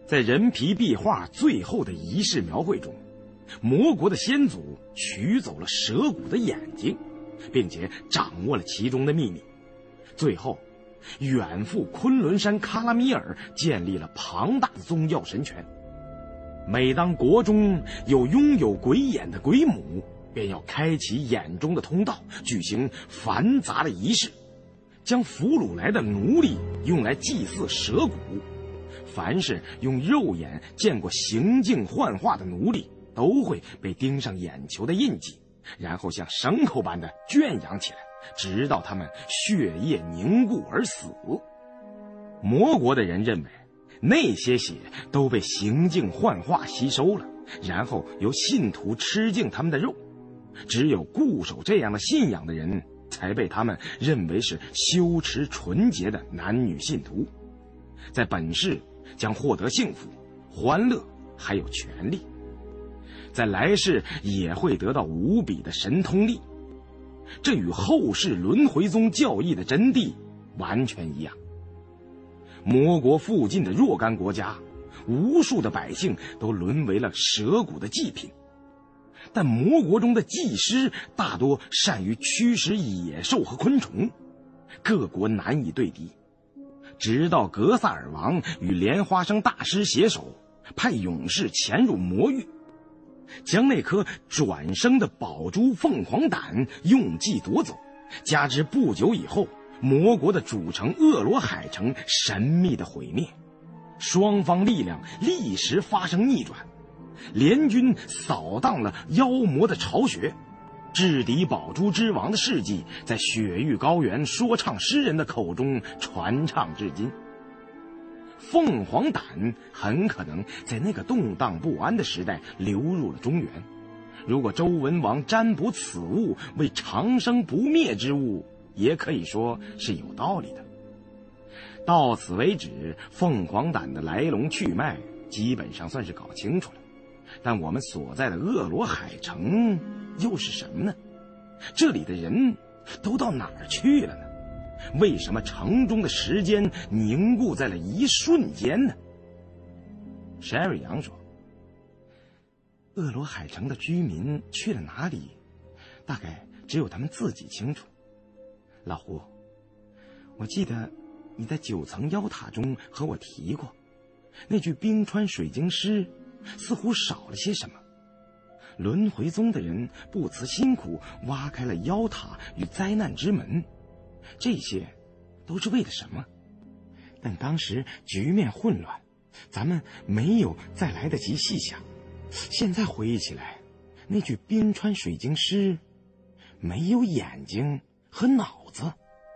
在人皮壁画最后的仪式描绘中，魔国的先祖取走了蛇骨的眼睛，并且掌握了其中的秘密。最后，远赴昆仑山喀拉米尔建立了庞大的宗教神权。每当国中有拥有鬼眼的鬼母，便要开启眼中的通道，举行繁杂的仪式，将俘虏来的奴隶用来祭祀蛇骨。凡是用肉眼见过形境幻化的奴隶，都会被钉上眼球的印记，然后像牲口般的圈养起来，直到他们血液凝固而死。魔国的人认为，那些血都被形境幻化吸收了，然后由信徒吃尽他们的肉。只有固守这样的信仰的人，才被他们认为是修持纯洁的男女信徒，在本世将获得幸福、欢乐，还有权利，在来世也会得到无比的神通力。这与后世轮回宗教义的真谛完全一样。魔国附近的若干国家，无数的百姓都沦为了蛇骨的祭品，但魔国中的祭师大多善于驱使野兽和昆虫，各国难以对敌。直到格萨尔王与莲花生大师携手，派勇士潜入魔域，将那颗转生的宝珠凤凰胆用计夺走，加之不久以后魔国的主城恶罗海城神秘的毁灭，双方力量立时发生逆转，联军扫荡了妖魔的巢穴，制敌宝珠之王的事迹在雪域高原说唱诗人的口中传唱至今。凤凰胆很可能在那个动荡不安的时代流入了中原，如果周文王占卜此物为长生不灭之物，也可以说是有道理的。到此为止，凤凰胆的来龙去脉基本上算是搞清楚了，但我们所在的恶罗海城又是什么呢？这里的人都到哪儿去了呢？为什么城中的时间凝固在了一瞬间呢？山瑞阳说，恶罗海城的居民去了哪里，大概只有他们自己清楚。老胡，我记得你在9层妖塔中和我提过，那具冰川水晶狮似乎少了些什么。轮回宗的人不辞辛苦挖开了妖塔与灾难之门，这些都是为了什么？但当时局面混乱，咱们没有再来得及细想。现在回忆起来，那具冰川水晶狮没有眼睛和脑子。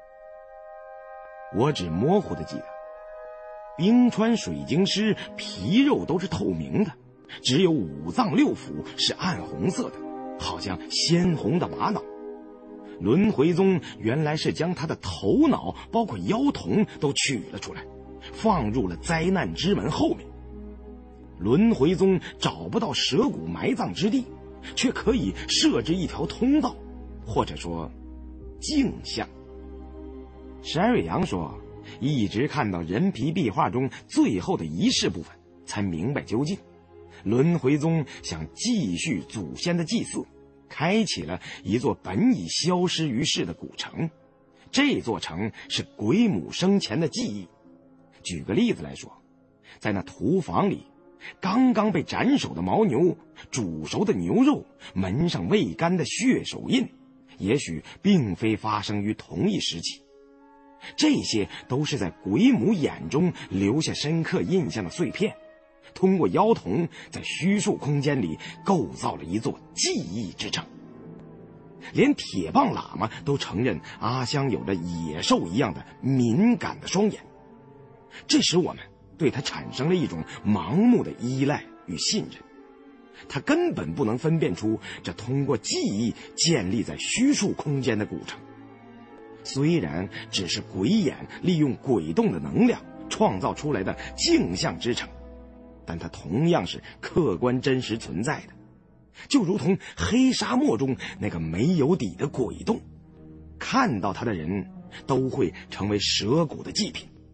我只模糊地记得，冰川水晶狮皮肉都是透明的，只有5脏6腑是暗红色的，好像鲜红的玛瑙。轮回宗原来是将他的头脑包括妖童都取了出来，放入了灾难之门后面。轮回宗找不到蛇骨埋葬之地，却可以设置一条通道，或者说镜像。山瑞阳说，一直看到人皮壁画中最后的仪式部分，才明白究竟。轮回宗想继续祖先的祭祀，开启了一座本已消失于世的古城。这座城是鬼母生前的记忆。举个例子来说，在那土房里，刚刚被斩首的牦牛，煮熟的牛肉，门上未干的血手印，也许并非发生于同一时期。这些都是在鬼母眼中留下深刻印象的碎片，通过妖童在虚数空间里构造了一座记忆之城。连铁棒喇嘛都承认阿香有着野兽一样的敏感的双眼，这使我们对他产生了一种盲目的依赖与信任。他根本不能分辨出这通过记忆建立在虚数空间的古城。虽然只是鬼眼利用鬼洞的能量创造出来的镜像之城，但它同样是客观真实存在的，就如同黑沙漠中那个没有底的鬼洞，看到它的人都会成为蛇骨的祭品。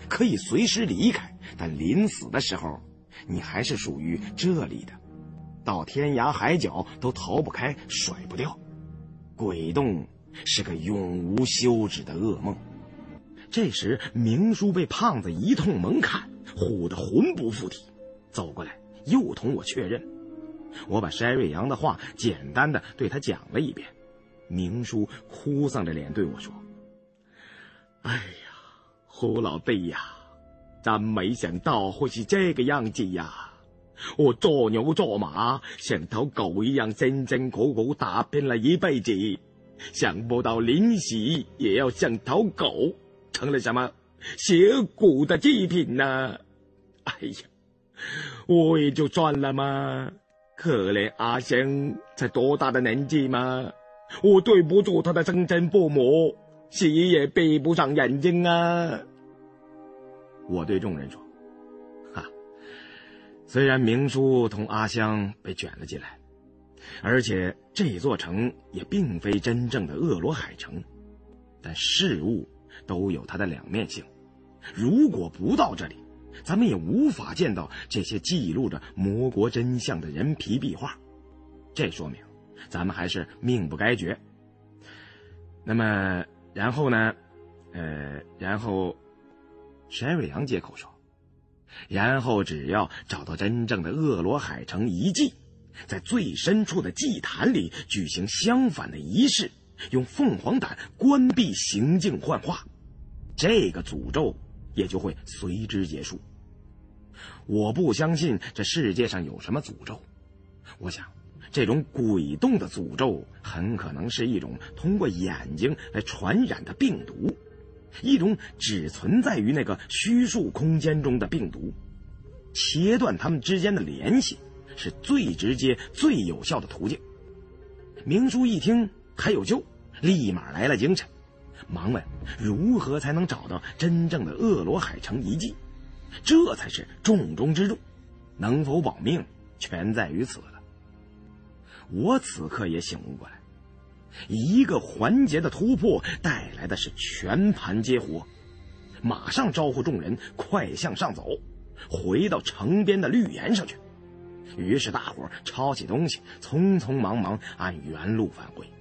可以随时离开，但临死的时候，你还是属于这里的，到天涯海角都逃不开，甩不掉。鬼洞是个永无休止的噩梦。这时明叔被胖子一通猛砍，唬得魂不附体，走过来又同我确认。我把筛瑞阳的话简单的对他讲了一遍。明叔哭丧着脸对我说：哎呀，胡老弟呀，真没想到会是这个样子呀！我做牛做马，像头狗一样辛辛苦苦打拼了一辈子，想不到临死也要像头狗，成了什么血骨的祭品呢？哎呀，我也就算了嘛，可怜阿香才多大的年纪嘛，我对不住他的生身父母，死也闭不上眼睛啊！我对众人说：哈，虽然明叔同阿香被卷了进来，而且这座城也并非真正的恶罗海城，但事物都有它的两面性。如果不到这里，咱们也无法见到这些记录着魔国真相的人皮壁画，这说明咱们还是命不该绝。那么然后呢然后沈瑞阳接口说，然后只要找到真正的恶罗海城遗迹，在最深处的祭坛里举行相反的仪式，用凤凰胆关闭行径幻化，这个诅咒也就会随之结束。我不相信这世界上有什么诅咒，我想这种鬼洞的诅咒很可能是一种通过眼睛来传染的病毒，一种只存在于那个虚数空间中的病毒。切断它们之间的联系是最直接最有效的途径。明叔一听还有救，立马来了精神，忙问如何才能找到真正的恶罗海城遗迹，这才是重中之重，能否保命全在于此了。我此刻也醒悟过来，一个环节的突破带来的是全盘皆活，马上招呼众人快向上走，回到城边的绿岩上去。于是大伙抄起东西，匆匆忙忙按原路返回。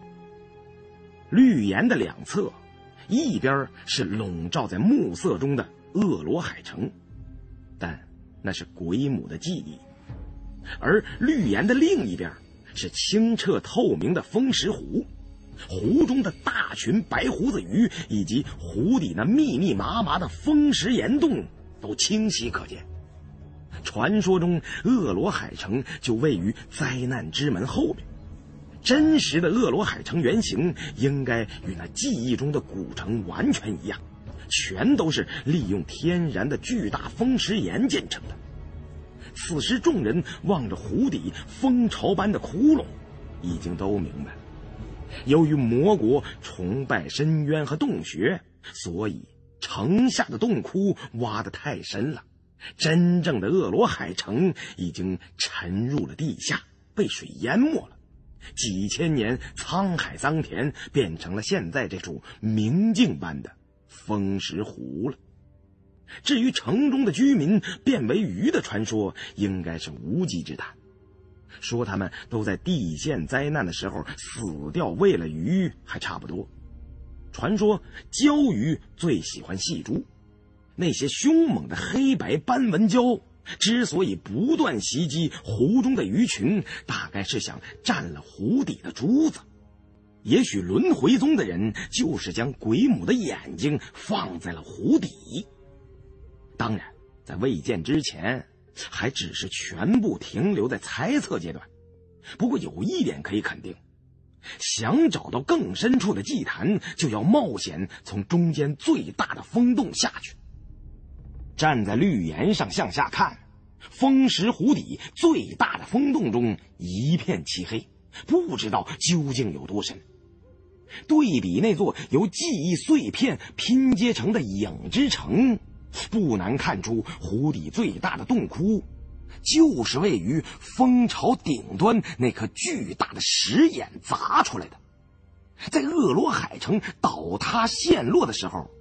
绿岩的两侧，一边是笼罩在暮色中的恶罗海城，但那是鬼母的记忆；而绿岩的另一边是清澈透明的风石湖，湖中的大群白胡子鱼以及湖底那密密麻麻的风石岩洞都清晰可见。传说中恶罗海城就位于灾难之门后面，真实的恶罗海城原型应该与那记忆中的古城完全一样，全都是利用天然的巨大风石岩建成的。此时众人望着湖底蜂巢般的窟窿，已经都明白了，由于魔国崇拜深渊和洞穴，所以城下的洞窟挖得太深了，真正的恶罗海城已经沉入了地下，被水淹没了，几千年沧海桑田变成了现在这处明镜般的风石湖了。至于城中的居民变为鱼的传说，应该是无稽之谈，说他们都在地陷灾难的时候死掉喂了鱼还差不多。传说鲛鱼最喜欢细珠，那些凶猛的黑白斑纹鲛之所以不断袭击湖中的鱼群，大概是想占了湖底的珠子。也许轮回宗的人就是将鬼母的眼睛放在了湖底。当然在未见之前还只是全部停留在猜测阶段，不过有一点可以肯定，想找到更深处的祭坛，就要冒险从中间最大的风洞下去。站在绿岩上向下看，风石湖底最大的风洞中一片漆黑，不知道究竟有多深。对比那座由记忆碎片拼接成的影之城，不难看出湖底最大的洞窟就是位于蜂巢顶端那颗巨大的石眼砸出来的。在恶罗海城倒塌陷落的时候，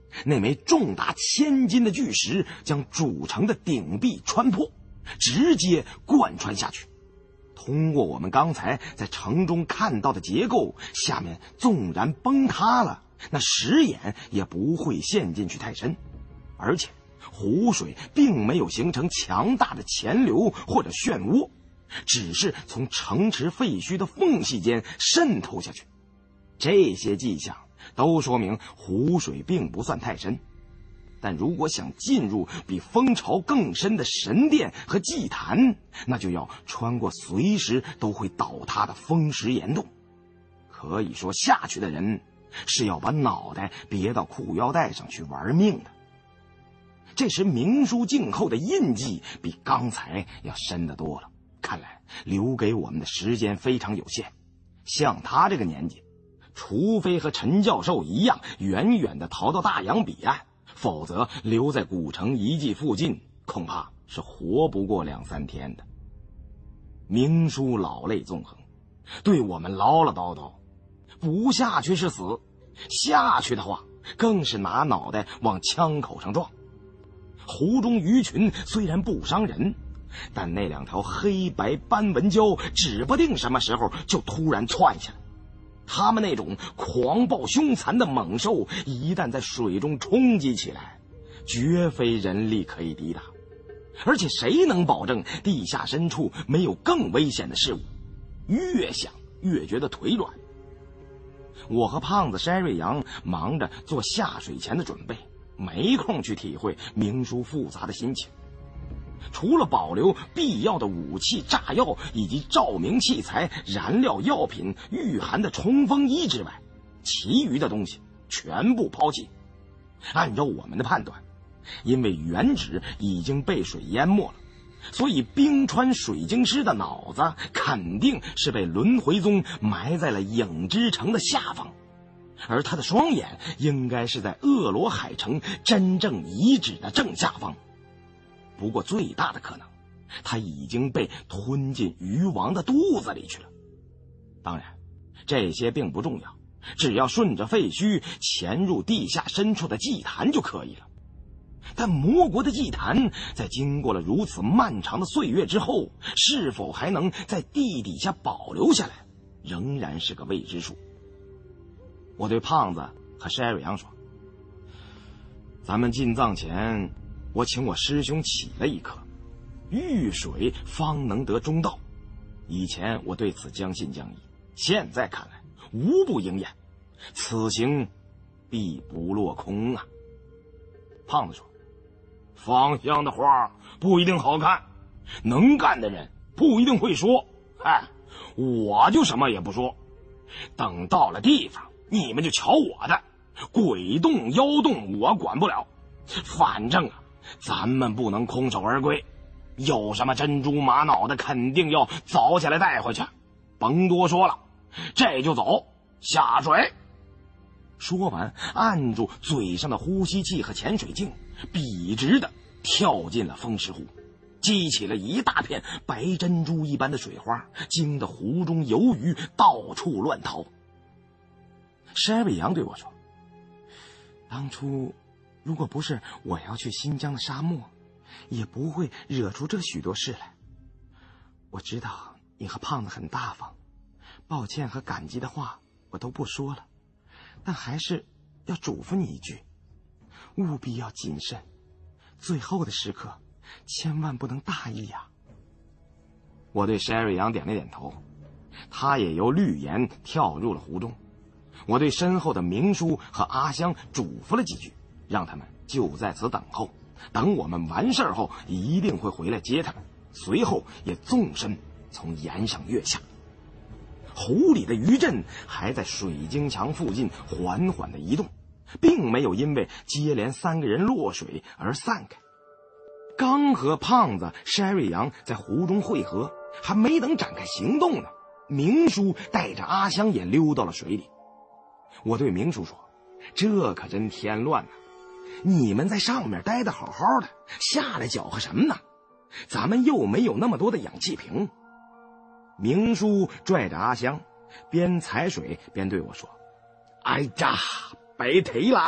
那枚重达1000斤的巨石将主城的顶壁穿破，直接贯穿下去。通过我们刚才在城中看到的结构，下面纵然崩塌了，那石眼也不会陷进去太深，而且湖水并没有形成强大的潜流或者漩涡，只是从城池废墟的缝隙间渗透下去。这些迹象都说明湖水并不算太深，但如果想进入比蜂巢更深的神殿和祭坛，那就要穿过随时都会倒塌的风石岩洞。可以说下去的人是要把脑袋别到裤腰带上去玩命的。这时明书静候的印记比刚才要深得多了，看来留给我们的时间非常有限。像他这个年纪，除非和陈教授一样远远地逃到大洋彼岸，否则留在古城遗迹附近恐怕是活不过2-3天的。明叔老泪纵横，对我们唠唠叨叨，不下去是死，下去的话更是拿脑袋往枪口上撞。湖中鱼群虽然不伤人，但那2条黑白斑纹蛟指不定什么时候就突然窜下来。他们那种狂暴凶残的猛兽，一旦在水中冲击起来，绝非人力可以抵挡。而且谁能保证地下深处没有更危险的事物？越想越觉得腿软。我和胖子筛瑞阳忙着做下水前的准备，没空去体会明叔复杂的心情。除了保留必要的武器、炸药以及照明器材、燃料药品、御寒的冲锋衣之外，其余的东西全部抛弃。按照我们的判断，因为原址已经被水淹没了，所以冰川水晶师的脑子肯定是被轮回宗埋在了影之城的下方，而他的双眼应该是在恶罗海城真正遗址的正下方。不过最大的可能，他已经被吞进鱼王的肚子里去了。当然，这些并不重要，只要顺着废墟潜入地下深处的祭坛就可以了。但魔国的祭坛在经过了如此漫长的岁月之后，是否还能在地底下保留下来，仍然是个未知数。我对胖子和筛瑞阳说，咱们进藏前，我请我师兄起了一课，遇水方能得中道。以前我对此将信将疑，现在看来无不应验，此行必不落空啊。胖子说，芳香的花不一定好看，能干的人不一定会说。我就什么也不说，等到了地方你们就瞧我的，鬼洞妖洞我管不了，反正咱们不能空手而归，有什么珍珠玛瑙的肯定要凿下来带回去，甭多说了，这就走，下水。说完按住嘴上的呼吸器和潜水镜，笔直的跳进了风石湖，激起了一大片白珍珠一般的水花，惊得湖中游鱼到处乱逃。筛尾羊对我说，当初如果不是我要去新疆的沙漠，也不会惹出这许多事来。我知道你和胖子很大方，抱歉和感激的话我都不说了，但还是要嘱咐你一句，务必要谨慎，最后的时刻千万不能大意呀。我对筛瑞阳点了点头，他也由绿岩跳入了湖中。我对身后的明叔和阿香嘱咐了几句，让他们就在此等候，等我们完事后一定会回来接他们。随后也纵身从岩上跃下。湖里的余震还在水晶墙附近缓缓地移动，并没有因为接连3个人落水而散开。刚和胖子筛瑞阳在湖中汇合，还没等展开行动呢，明叔带着阿香也溜到了水里。我对明叔说，这可真添乱啊，你们在上面待得好好的，下来搅和什么呢？咱们又没有那么多的氧气瓶。明叔拽着阿香，边踩水边对我说，哎呀，别提了，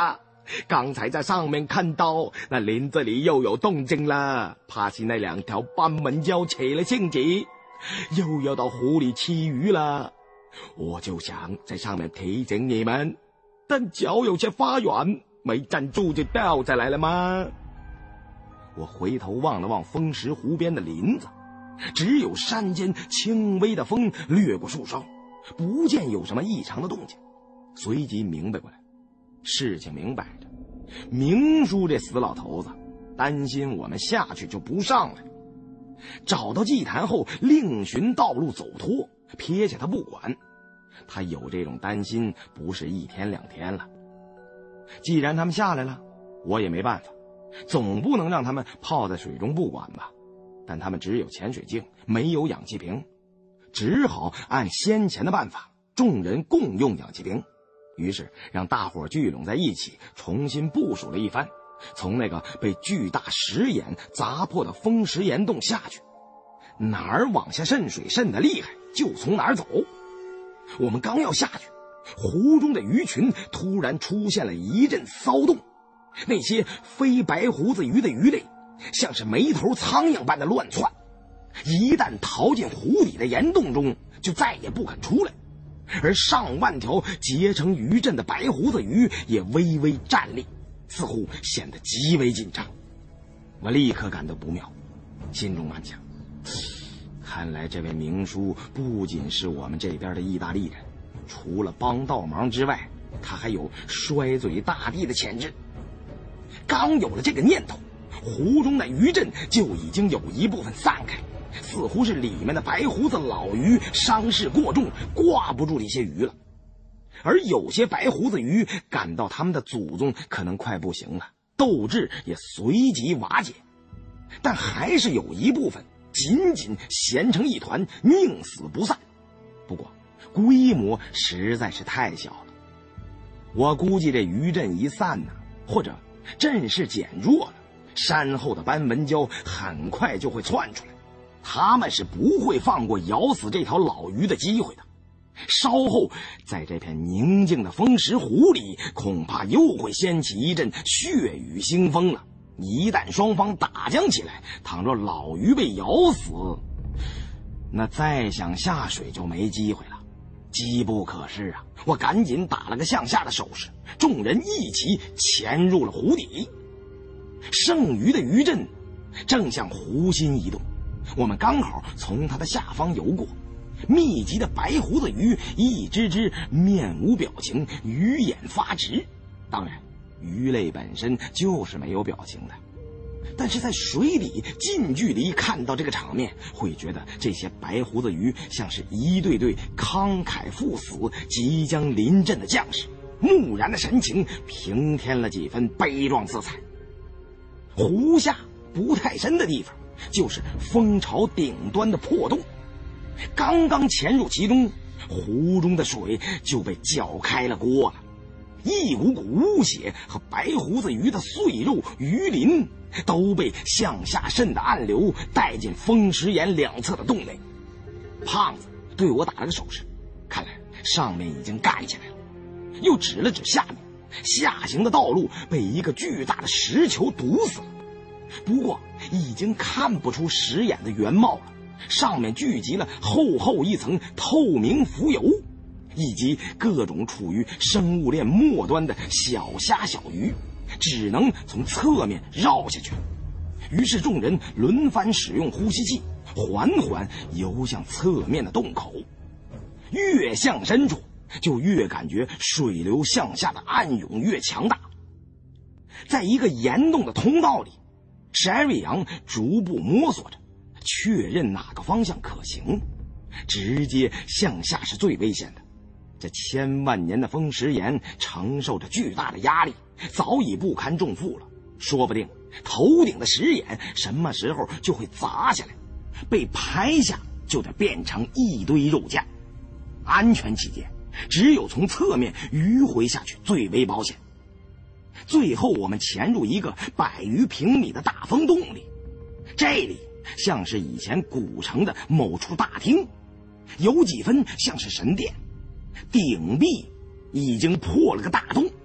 刚才在上面看到那林子里又有动静了，怕是那2条斑纹蛟起了兴起，又要到湖里吃鱼了。我就想在上面提醒你们，但脚有些发软，没站住就掉下来了吗？我回头望了望风石湖边的林子，只有山间轻微的风掠过树梢，不见有什么异常的动静。随即明白过来，事情明摆着，明叔这死老头子担心我们下去就不上来，找到祭坛后另寻道路走脱，撇下他不管。他有这种担心不是1天2天了。既然他们下来了，我也没办法，总不能让他们泡在水中不管吧。但他们只有潜水镜，没有氧气瓶，只好按先前的办法，众人共用氧气瓶。于是让大伙聚拢在一起，重新部署了一番，从那个被巨大石眼砸破的风石岩洞下去，哪儿往下渗水渗得厉害就从哪儿走。我们刚要下去，湖中的鱼群突然出现了一阵骚动，那些非白胡子鱼的鱼类像是没头苍蝇般的乱窜，一旦逃进湖底的岩洞中就再也不肯出来。而上万条结成鱼阵的白胡子鱼也微微站立，似乎显得极为紧张。我立刻感到不妙，心中暗想，看来这位明叔不仅是我们这边的意大利人，除了帮倒忙之外，他还有摔碎大地的潜质。刚有了这个念头，湖中的鱼阵就已经有一部分散开，似乎是里面的白胡子老鱼伤势过重，挂不住这些鱼了。而有些白胡子鱼感到他们的祖宗可能快不行了，斗志也随即瓦解，但还是有一部分紧紧衔成一团，宁死不散。不过规模实在是太小了，我估计这鱼阵一散呢，或者阵势减弱了，山后的斑纹蛟很快就会窜出来，他们是不会放过咬死这条老鱼的机会的。稍后在这片宁静的风石湖里，恐怕又会掀起一阵血雨腥风了。一旦双方打将起来，倘若老鱼被咬死，那再想下水就没机会了，机不可失啊！我赶紧打了个向下的手势，众人一起潜入了湖底。剩余的鱼阵正向湖心移动，我们刚好从它的下方游过。密集的白胡子鱼一只只面无表情，鱼眼发直。当然鱼类本身就是没有表情的，但是在水里近距离看到这个场面，会觉得这些白胡子鱼像是一对对慷慨赴死即将临阵的将士，木然的神情平添了几分悲壮色彩。湖下不太深的地方就是蜂巢顶端的破洞，刚刚潜入其中，湖中的水就被搅开了锅了，一股股污血和白胡子鱼的碎肉鱼鳞都被向下渗的暗流带进风石岩两侧的洞内。胖子对我打了个手势，看来上面已经盖起来了，又指了指下面，下行的道路被一个巨大的石球堵死了。不过已经看不出石眼的原貌了，上面聚集了厚厚一层透明浮油，以及各种处于生物链末端的小虾小鱼，只能从侧面绕下去。于是众人轮番使用呼吸器，缓缓游向侧面的洞口。越向深处，就越感觉水流向下的暗涌越强大。在一个岩洞的通道里，史艾瑞扬逐步摸索着，确认哪个方向可行。直接向下是最危险的，这千万年的风石岩承受着巨大的压力，早已不堪重负了，说不定头顶的石眼什么时候就会砸下来，被拍下就得变成一堆肉酱。安全起见，只有从侧面迂回下去最为保险。最后我们潜入一个100余平米的大风洞里，这里像是以前古城的某处大厅，有几分像是神殿，顶壁已经破了个大洞，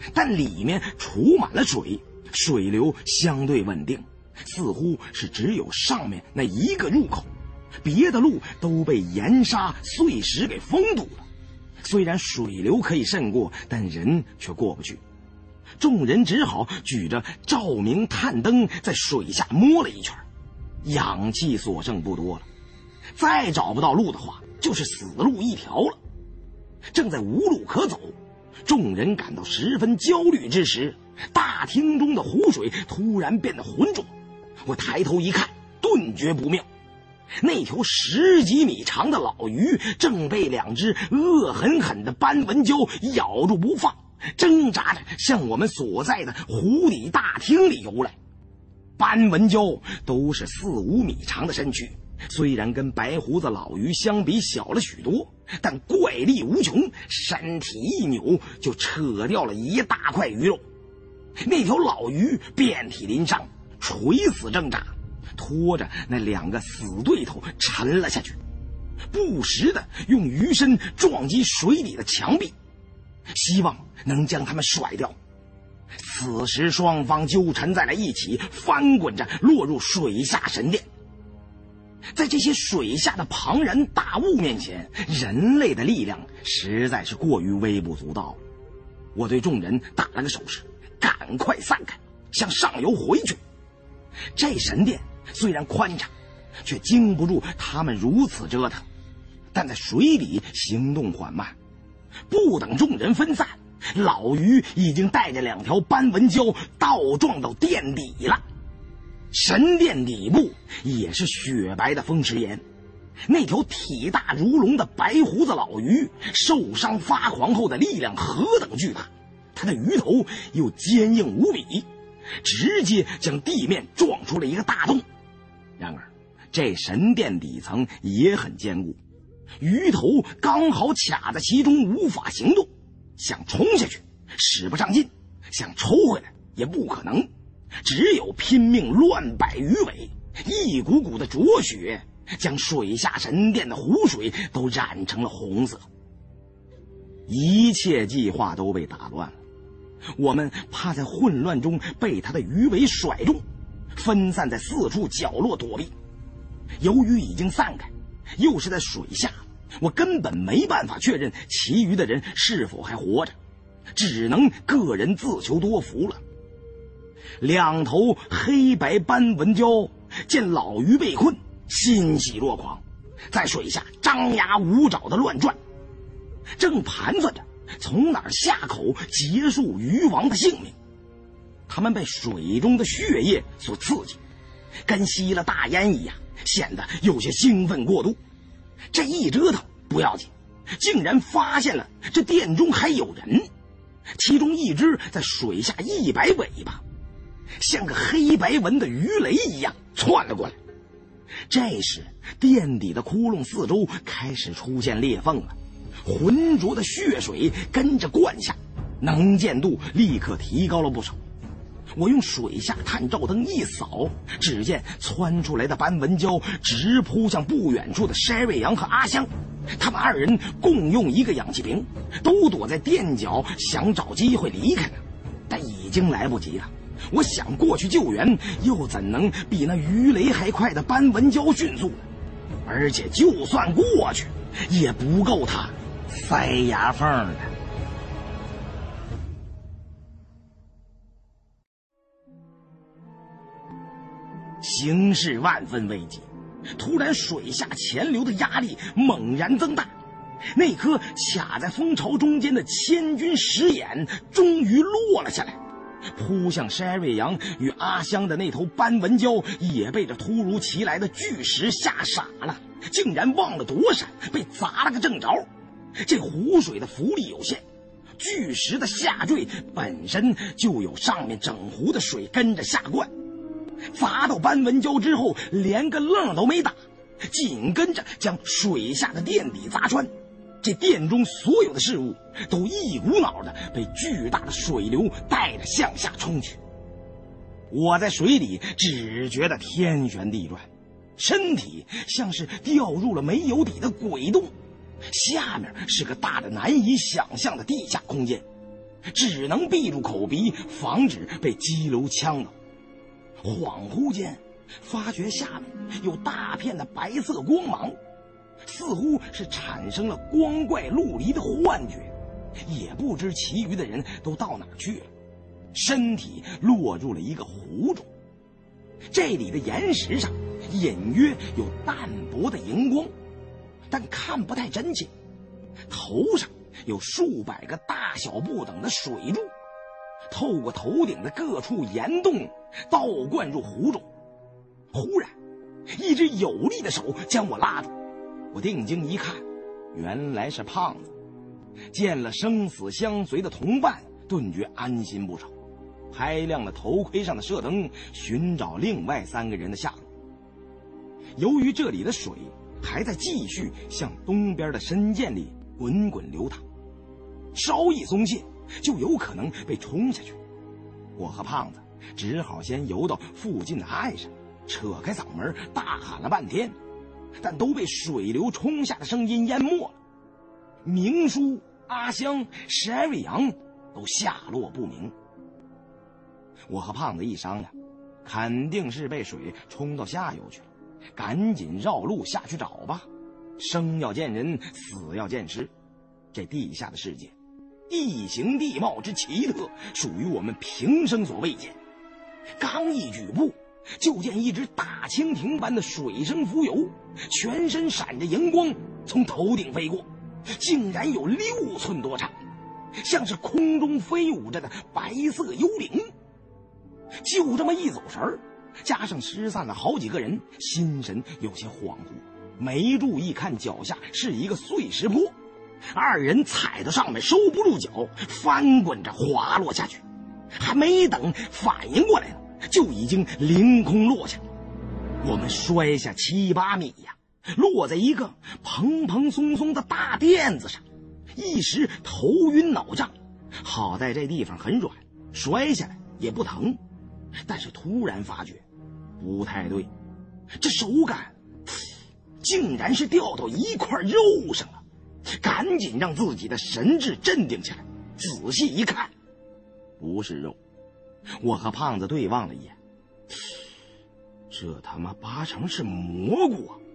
但里面储满了水，水流相对稳定，似乎是只有上面那一个入口，别的路都被岩沙碎石给封堵了。虽然水流可以渗过，但人却过不去。众人只好举着照明探灯在水下摸了一圈，氧气所剩不多了，再找不到路的话，就是死路一条了。正在无路可走，众人感到十分焦虑之时，大厅中的湖水突然变得浑浊。我抬头一看，顿觉不妙，那条10几米长的老鱼正被2只恶狠狠的斑纹蛟咬住不放，挣扎着向我们所在的湖底大厅里游来。斑纹蛟都是4、5米长的身躯，虽然跟白胡子老鱼相比小了许多，但怪力无穷，身体一扭就扯掉了一大块鱼肉。那条老鱼遍体鳞伤，垂死挣扎，拖着那2个死对头沉了下去，不时的用鱼身撞击水底的墙壁，希望能将他们甩掉。此时双方纠缠在了一起，翻滚着落入水下神殿。在这些水下的庞然大物面前，人类的力量实在是过于微不足道。我对众人打了个手势，赶快散开，向上游回去。这神殿虽然宽敞，却经不住他们如此折腾，但在水里行动缓慢。不等众人分散，老鱼已经带着2条斑纹蛟倒撞到殿底了。神殿底部也是雪白的风石岩，那条体大如龙的白胡子老鱼受伤发狂后的力量何等巨大，它的鱼头又坚硬无比，直接将地面撞出了一个大洞。然而这神殿底层也很坚固，鱼头刚好卡在其中无法行动，想冲下去使不上劲，想抽回来也不可能，只有拼命乱摆鱼尾，一股股的浊血将水下神殿的湖水都染成了红色。一切计划都被打乱了，我们怕在混乱中被他的鱼尾甩中，分散在4处角落躲避。由于已经散开，又是在水下，我根本没办法确认其余的人是否还活着，只能个人自求多福了。2头黑白斑纹蛟见老鱼被困，欣喜若狂，在水下张牙舞爪的乱转，正盘算着从哪儿下口结束鱼王的性命。他们被水中的血液所刺激，跟吸了大烟一样，显得有些兴奋过度。这一折腾不要紧，竟然发现了这殿中还有人，其中一只在水下一摆尾巴，像个黑白纹的鱼雷一样窜了过来。这时殿底的窟窿四周开始出现裂缝了，浑浊的血水跟着灌下，能见度立刻提高了不少。我用水下探照灯一扫，只见窜出来的斑纹蛟直扑向不远处的筛瑞阳和阿香，他们2人共用一个氧气瓶，都躲在垫脚想找机会离开了，但已经来不及了。我想过去救援，又怎能比那鱼雷还快的斑纹蛟迅速呢？而且就算过去，也不够它塞牙缝的。形势万分危急，突然水下潜流的压力猛然增大，那颗卡在蜂巢中间的千钧石眼终于落了下来，扑向筛瑞阳与阿香的那头斑纹蛟也被这突如其来的巨石吓傻了，竟然忘了躲闪，被砸了个正着。这湖水的浮力有限，巨石的下坠本身就有上面整湖的水跟着下灌，砸到斑纹蛟之后连个愣都没打，紧跟着将水下的殿底砸穿。这殿中所有的事物都一股脑的被巨大的水流带着向下冲去。我在水里只觉得天旋地转，身体像是掉入了没有底的鬼洞，下面是个大的难以想象的地下空间。 只能闭住口鼻，防止被激流呛到。恍惚间发觉下面有大片的白色光芒，似乎是产生了光怪陆离的幻觉，也不知其余的人都到哪儿去了。身体落入了一个湖中，这里的岩石上隐约有淡薄的荧光，但看不太真切。头上有数百个大小不等的水柱，透过头顶的各处岩洞倒灌入湖中。忽然一只有力的手将我拉住，我定睛一看，原来是胖子。见了生死相随的同伴，顿觉安心不少，拍亮了头盔上的射灯，寻找另外3个人的下落。由于这里的水还在继续向东边的深涧里滚滚流淌，稍一松懈就有可能被冲下去。我和胖子只好先游到附近的岸上，扯开嗓门大喊了半天，但都被水流冲下的声音淹没了。明叔、阿香、史艾瑞阳都下落不明。我和胖子一商量，肯定是被水冲到下游去了，赶紧绕路下去找吧。生要见人，死要见尸。这地下的世界，地形地貌之奇特，属于我们平生所未见。刚一举步，就见一只大蜻蜓般的水生浮游，全身闪着荧光，从头顶飞过，竟然有6寸多长，像是空中飞舞着的白色幽灵。就这么一走神儿，加上失散了好几个人，心神有些恍惚，没注意看脚下是一个碎石坡，2人踩到上面收不住脚，翻滚着滑落下去，还没等反应过来呢，就已经凌空落下。我们摔下7、8米呀，落在一个蓬蓬松松的大垫子上，一时头晕脑胀。好在这地方很软，摔下来也不疼，但是突然发觉不太对，这手感竟然是掉到一块肉上了。赶紧让自己的神智镇定起来，仔细一看，不是肉。我和胖子对望了一眼，这他妈8成是蘑菇啊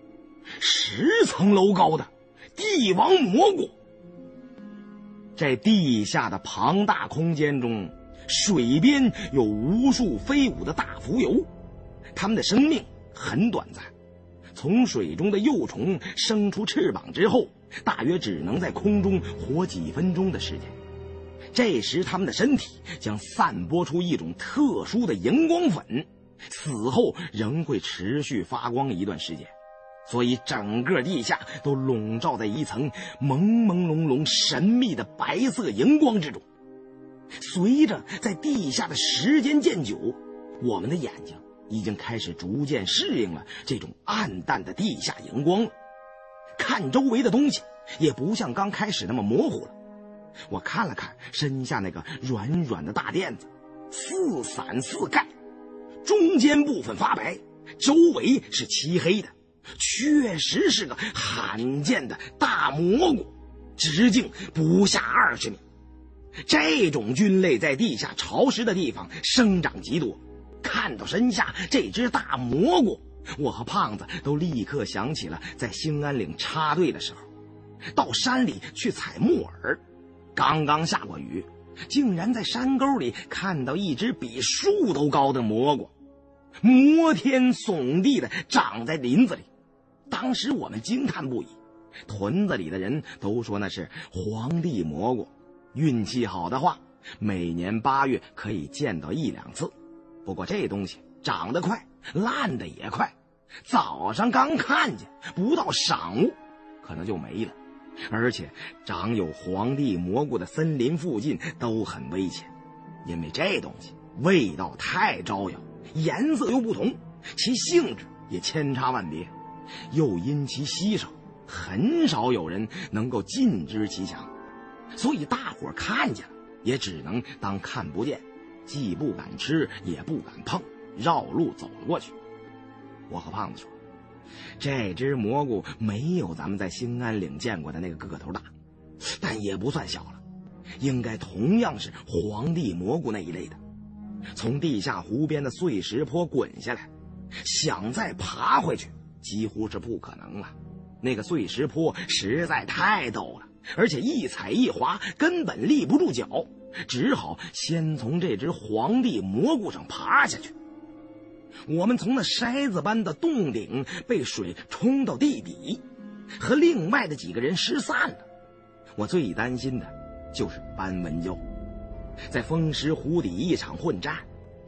！10层楼高的帝王蘑菇。在地下的庞大空间中，水边有无数飞舞的大浮游，它们的生命很短暂，从水中的幼虫生出翅膀之后，大约只能在空中活几分钟的时间。这时它们的身体将散播出一种特殊的荧光粉，此后仍会持续发光一段时间，所以整个地下都笼罩在一层朦朦胧胧神秘的白色荧光之中。随着在地下的时间渐久，我们的眼睛已经开始逐渐适应了这种暗淡的地下荧光了，看周围的东西也不像刚开始那么模糊了。我看了看身下那个软软的大垫子，四散四盖，中间部分发白，周围是漆黑的，确实是个罕见的大蘑菇，直径不下20米。这种菌类在地下潮湿的地方生长极多。看到身下这只大蘑菇，我和胖子都立刻想起了在兴安岭插队的时候，到山里去采木耳，刚刚下过雨，竟然在山沟里看到一只比树都高的蘑菇，摩天耸地的长在林子里。当时我们惊叹不已，屯子里的人都说那是皇帝蘑菇，运气好的话每年8月可以见到1、2次。不过这东西长得快，烂得也快，早上刚看见，不到晌午可能就没了。而且长有皇帝蘑菇的森林附近都很危险，因为这东西味道太招摇，颜色又不同，其性质也千差万别，又因其稀少，很少有人能够尽知其详，所以大伙看见了也只能当看不见，既不敢吃也不敢碰，绕路走了过去。我和胖子说，这只蘑菇没有咱们在兴安岭见过的那个个头大，但也不算小了， 应该同样是皇帝蘑菇那一类的，从地下湖边的碎石坡滚下来，想再爬回去几乎是不可能了。那个碎石坡实在太陡了，而且一踩一滑，根本立不住脚，只好先从这只皇帝蘑菇上爬下去。我们从那筛子般的洞顶被水冲到地底，和另外的几个人失散了。我最担心的就是斑纹鲛，在风石湖底一场混战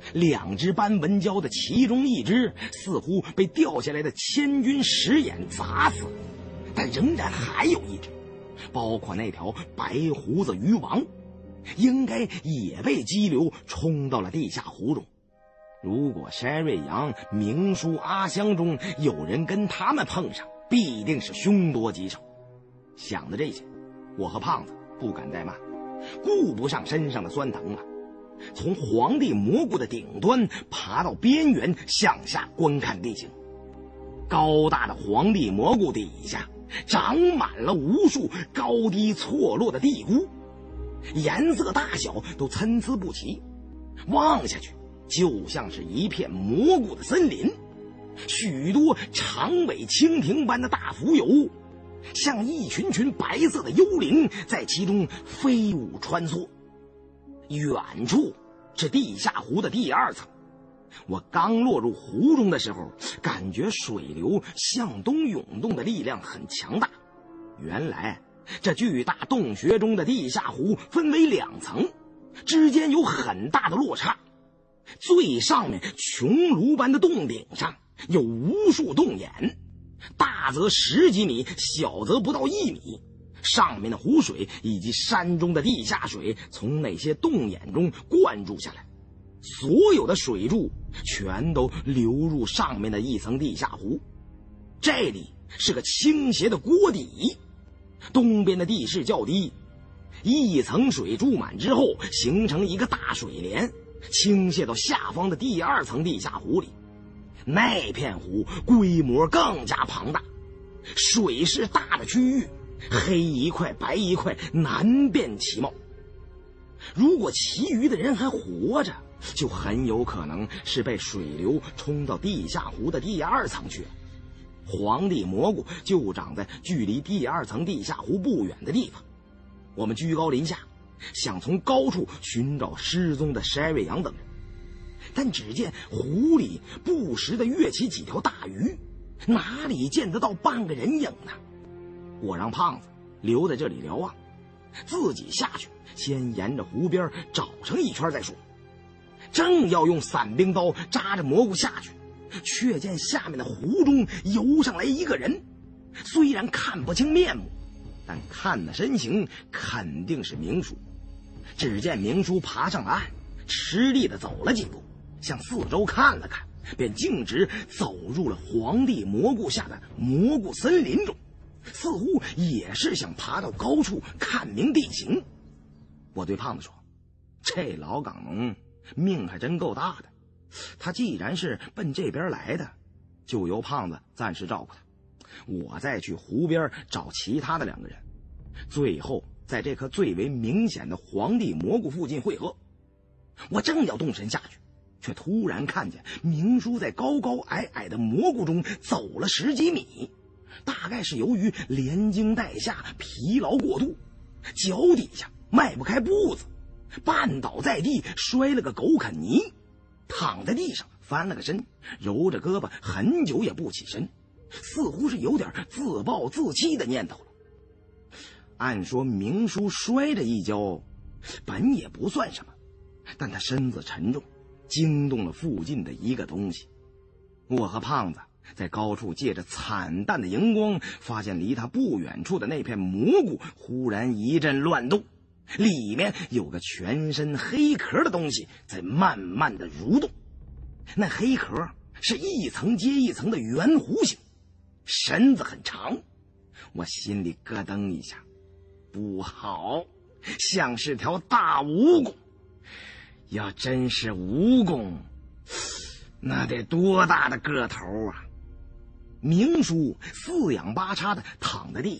，2只斑纹鲛的其中一只似乎被掉下来的千钧石眼砸死，但仍然还有一只，包括那条白胡子鱼王，应该也被激流冲到了地下湖中。如果山瑞阳、明叔、阿香中有人跟他们碰上，必定是凶多吉少。想到这些，我和胖子不敢怠慢，顾不上身上的酸疼了，从皇帝蘑菇的顶端爬到边缘，向下观看地形。高大的皇帝蘑菇底下长满了无数高低错落的地菇，颜色大小都参差不齐，望下去就像是一片蘑菇的森林。许多长尾蜻蜓般的大浮游，像一群群白色的幽灵在其中飞舞穿梭。远处是地下湖的第2层，我刚落入湖中的时候，感觉水流向东涌动的力量很强大。原来这巨大洞穴中的地下湖分为2层，之间有很大的落差。最上面穹庐般的洞顶上有无数洞眼，大则10几米，小则不到1米。上面的湖水以及山中的地下水从那些洞眼中灌注下来，所有的水柱全都流入上面的一层地下湖。这里是个倾斜的锅底，东边的地势较低，一层水注满之后形成一个大水帘，倾泻到下方的第2层地下湖里。那片湖规模更加庞大，水势大的区域黑一块白一块，难辨其貌。如果其余的人还活着，就很有可能是被水流冲到地下湖的第2层去了。皇帝蘑菇就长在距离第2层地下湖不远的地方。我们居高临下，想从高处寻找失踪的筛瑞阳等人，但只见湖里不时地跃起几条大鱼，哪里见得到半个人影呢？我让胖子留在这里瞭望，自己下去先沿着湖边找上一圈再说。正要用伞兵刀扎着蘑菇下去，却见下面的湖中游上来一个人，虽然看不清面目，但看那身形肯定是明叔。只见明叔爬上岸，吃力地走了几步，向四周看了看，便径直走入了皇帝蘑菇下的蘑菇森林中，似乎也是想爬到高处看明地形。我对胖子说，这老港农命还真够大的，他既然是奔这边来的，就由胖子暂时照顾他，我再去湖边找其他的2个人，最后在这棵最为明显的皇帝蘑菇附近汇合。我正要动身下去，却突然看见明叔在高高矮矮的蘑菇中走了10几米，大概是由于连惊带吓疲劳过度，脚底下迈不开步子，绊倒在地，摔了个狗啃泥，躺在地上翻了个身，揉着胳膊很久也不起身，似乎是有点自暴自弃的念头了。按说明叔摔着一跤本也不算什么，但他身子沉重，惊动了附近的一个东西。我和胖子在高处借着惨淡的荧光，发现离他不远处的那片蘑菇忽然一阵乱动，里面有个全身黑壳的东西在慢慢的蠕动。那黑壳是一层接一层的圆弧形，身子很长。我心里咯噔一下，不好，像是条大蜈蚣。要真是蜈蚣，那得多大的个头啊！明叔四仰八叉的躺在地上，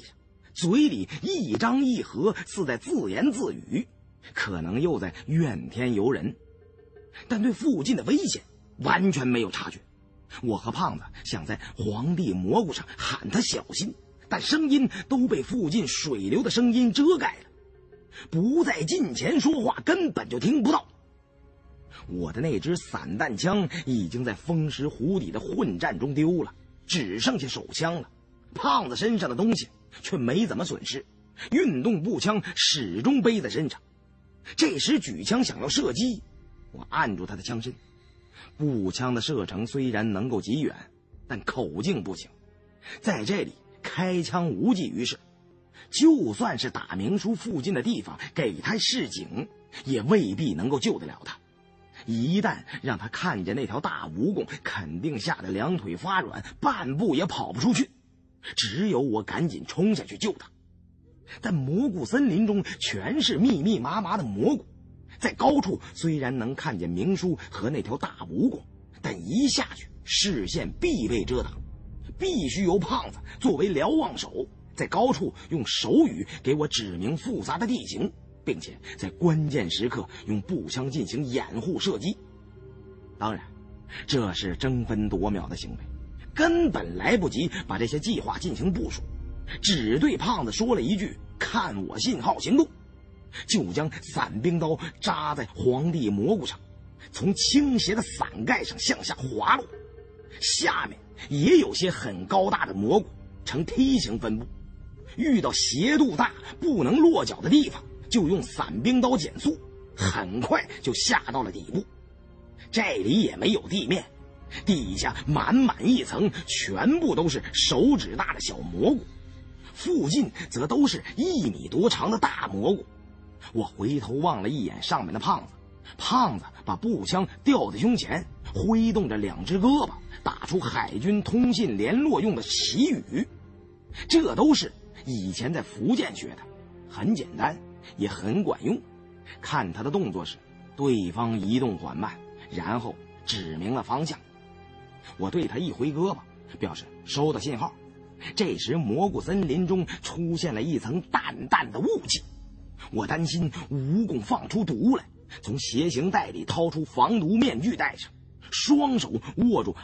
嘴里一张一合，似在自言自语，可能又在怨天尤人，但对附近的危险完全没有察觉。我和胖子想在皇帝蘑菇上喊他小心，但声音都被附近水流的声音遮盖了，不在近前说话根本就听不到。我的那支散弹枪已经在风石湖底的混战中丢了，只剩下手枪了。胖子身上的东西却没怎么损失，运动步枪始终背在身上。这时举枪想要射击，我按住他的枪身。步枪的射程虽然能够极远，但口径不行，在这里开枪无济于事。就算是打明叔附近的地方给他示警，也未必能够救得了他。一旦让他看见那条大蜈蚣，肯定吓得两腿发软，半步也跑不出去。只有我赶紧冲下去救他。但蘑菇森林中全是密密麻麻的蘑菇，在高处虽然能看见明叔和那条大蜈蚣，但一下去视线必被遮挡，必须由胖子作为瞭望手，在高处用手语给我指明复杂的地形，并且在关键时刻用步枪进行掩护射击。当然，这是争分夺秒的行为，根本来不及把这些计划进行部署，只对胖子说了一句看我信号行动，就将伞兵刀扎在皇帝蘑菇上，从倾斜的伞盖上向下滑落。下面也有些很高大的蘑菇呈梯形分布，遇到斜度大不能落脚的地方就用伞兵刀减速，很快就下到了底部。这里也没有地面，地下满满一层全部都是手指大的小蘑菇，附近则都是1米多长的大蘑菇。我回头望了一眼上面的胖子，胖子把步枪吊在胸前，挥动着2只胳膊，打出海军通信联络用的旗语。这都是以前在福建学的，很简单也很管用。看他的动作时，对方移动缓慢，然后指明了方向。我对他一挥胳膊，表示收到信号。这时蘑菇森林中出现了一层淡淡的雾气，我担心蜈蚣放出毒来，从斜形袋里掏出防毒面具戴上，双手握住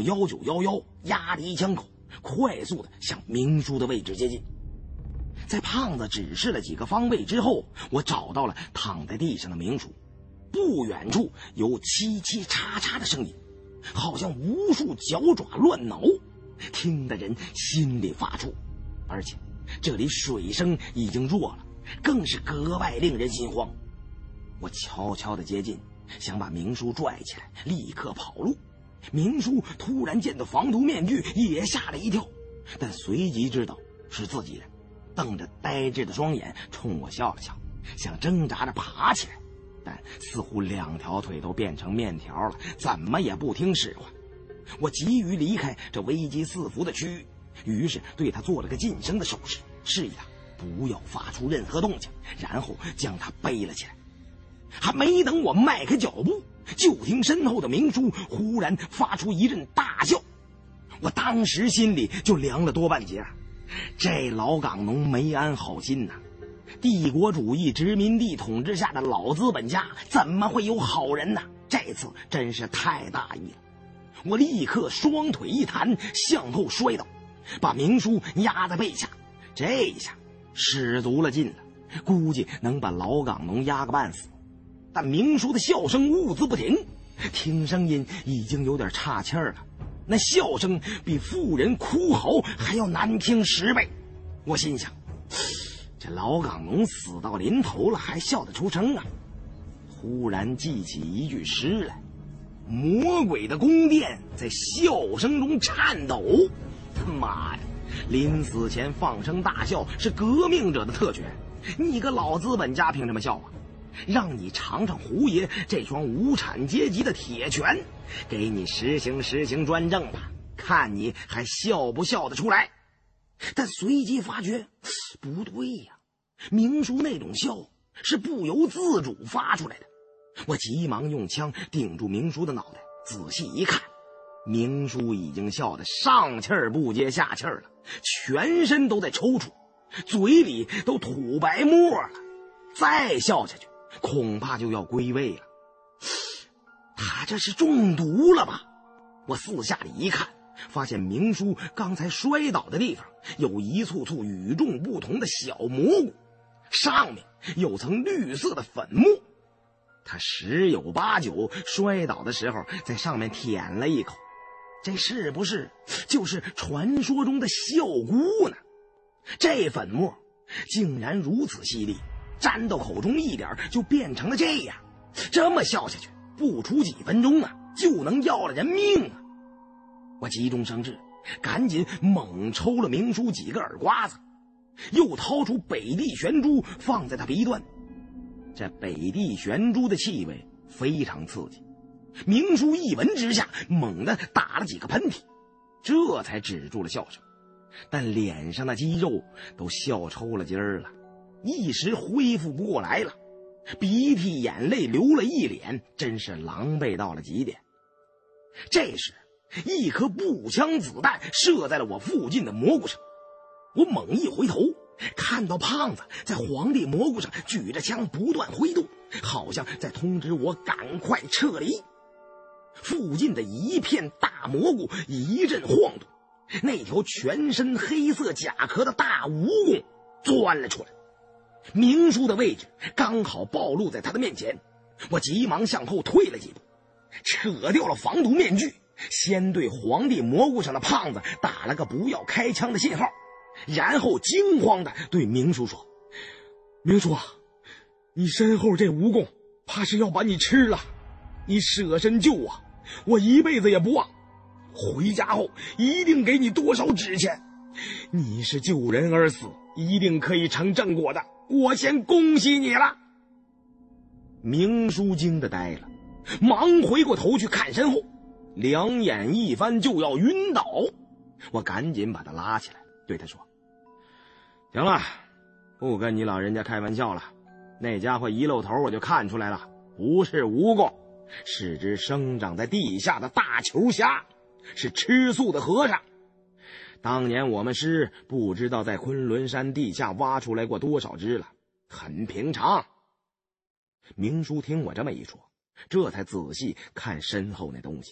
M1911，压低枪口，快速地向明叔的位置接近。在胖子指示了几个方位之后，我找到了躺在地上的明叔。不远处有嘁嘁喳喳的声音，好像无数脚爪乱挠，听得人心里发怵。而且这里水声已经弱了，更是格外令人心慌。我悄悄地接近，想把明叔拽起来，立刻跑路。明叔突然见到防毒面具，也吓了一跳，但随即知道是自己人，瞪着呆滞的双眼冲我笑了笑，想挣扎着爬起来，但似乎2条腿都变成面条了，怎么也不听使唤。我急于离开这危机四伏的区域，于是对他做了个噤声的手势，示意他不要发出任何动静，然后将他背了起来。还没等我迈开脚步，就听身后的明叔忽然发出一阵大笑。我当时心里就凉了多半截，这老港农没安好心呐！帝国主义殖民地统治下的老资本家怎么会有好人呢？这次真是太大意了！我立刻双腿一弹，向后摔倒，把明叔压在背下。这一下使足了劲了，估计能把老港农压个半死。但明叔的笑声兀自不停，听声音已经有点岔气儿了，那笑声比妇人哭嚎还要难听10倍。我心想，这老港农死到临头了还笑得出声啊！忽然记起一句诗来：魔鬼的宫殿在笑声中颤抖。他妈呀，临死前放声大笑是革命者的特权，你个老资本家凭什么笑啊？让你尝尝胡爷这双无产阶级的铁拳，给你实行专政吧，看你还笑不笑得出来。但随即发觉不对呀，明叔那种笑是不由自主发出来的。我急忙用枪顶住明叔的脑袋，仔细一看，明叔已经笑得上气儿不接下气儿了，全身都在抽搐， 嘴里都吐白沫了，再笑下去恐怕就要归位了。他这是中毒了吧？我四下里一看，发现明叔刚才摔倒的地方有一簇簇与众不同的小蘑菇，上面有层绿色的粉末。他十有八九摔倒的时候在上面舔了一口，这是不是就是传说中的笑菇呢？这粉末竟然如此犀利，沾到口中一点就变成了这样，这么笑下去不出几分钟啊就能要了人命啊！我急中生智，赶紧猛抽了明叔几个耳刮子，又掏出北地玄珠放在他鼻端。这北地玄珠的气味非常刺激，明叔一闻之下猛地打了几个喷嚏，这才止住了笑声，但脸上的肌肉都笑抽了筋儿了，一时恢复不过来了，鼻涕眼泪流了一脸，真是狼狈到了极点。这时一颗步枪子弹射在了我附近的蘑菇上，我猛一回头，看到胖子在皇帝蘑菇上举着枪不断挥动，好像在通知我赶快撤离。附近的一片大蘑菇一阵晃动，那条全身黑色甲壳的大蜈蚣钻了出来，明叔的位置刚好暴露在他的面前，我急忙向后退了几步，扯掉了防毒面具，先对皇帝蘑菇上的胖子打了个不要开枪的信号，然后惊慌地对明叔说：明叔啊，你身后这蜈蚣怕是要把你吃了，你舍身救我，我一辈子也不忘，回家后一定给你多少纸钱，你是救人而死，一定可以成正果的，我先恭喜你了。明叔惊得呆了，忙回过头去看身后，两眼一翻就要晕倒，我赶紧把他拉起来，对他说：行了，不跟你老人家开玩笑了，那家伙一露头我就看出来了，不是蜈蚣，是只生长在地下的大球虾，是吃素的和尚。当年我们师不知道在昆仑山地下挖出来过多少只了，很平常。明叔听我这么一说，这才仔细看身后那东西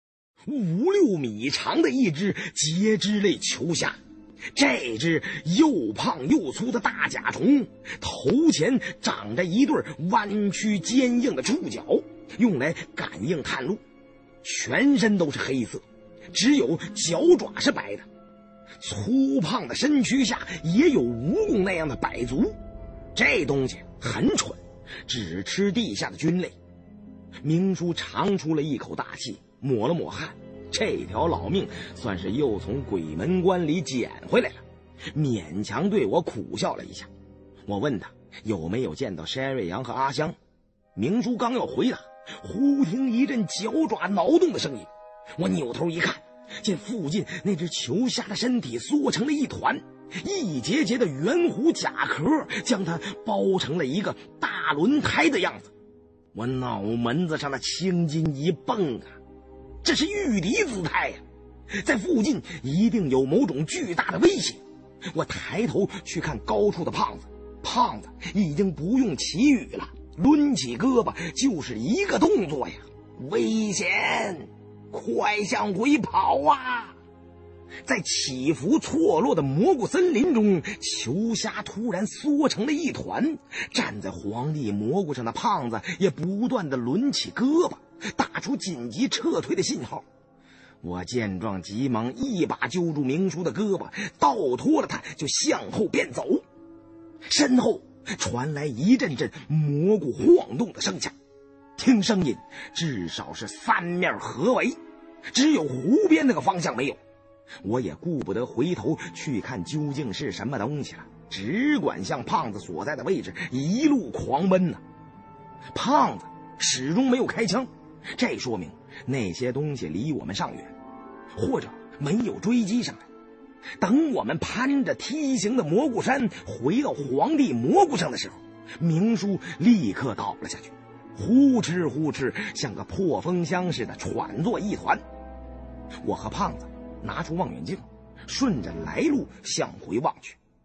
，5-6米长的一只节肢类球虾，这只又胖又粗的大甲虫，头前长着一对弯曲坚硬的触角，用来感应探路，全身都是黑色，只有脚爪是白的，粗胖的身躯下也有蜈蚣那样的百足。这东西很蠢，只吃地下的菌类。明叔长出了一口大气，抹了抹汗，这条老命算是又从鬼门关里捡回来了，勉强对我苦笑了一下。我问他有没有见到山瑞阳和阿香，明叔刚要回答，忽听一阵脚爪挠动的声音，我扭头一看，见附近那只球虾的身体缩成了一团，一节节的圆弧甲壳将它包成了一个大轮胎的样子。我脑门子上的青筋一蹦啊，这是御敌姿态呀，在附近一定有某种巨大的威胁。我抬头去看高处的胖子，胖子已经不用祈语了，抡起胳膊就是一个动作呀，危险，快向回跑啊！在起伏错落的蘑菇森林中，球虾突然缩成了一团，站在皇帝蘑菇上的胖子也不断地抡起胳膊，打出紧急撤退的信号。我见状急忙一把揪住明叔的胳膊，倒拖了他就向后便走。身后传来一阵阵蘑菇晃动的声响，听声音至少是3面合围，只有湖边那个方向没有。我也顾不得回头去看究竟是什么东西了，只管向胖子所在的位置一路狂奔呢。胖子始终没有开枪，这说明那些东西离我们尚远，或者没有追击上来。等我们攀着梯形的蘑菇山回到皇帝蘑菇上的时候，明叔立刻倒了下去，呼哧呼哧像个破风箱似的喘作一团。我和胖子拿出望远镜，顺着来路向回望去，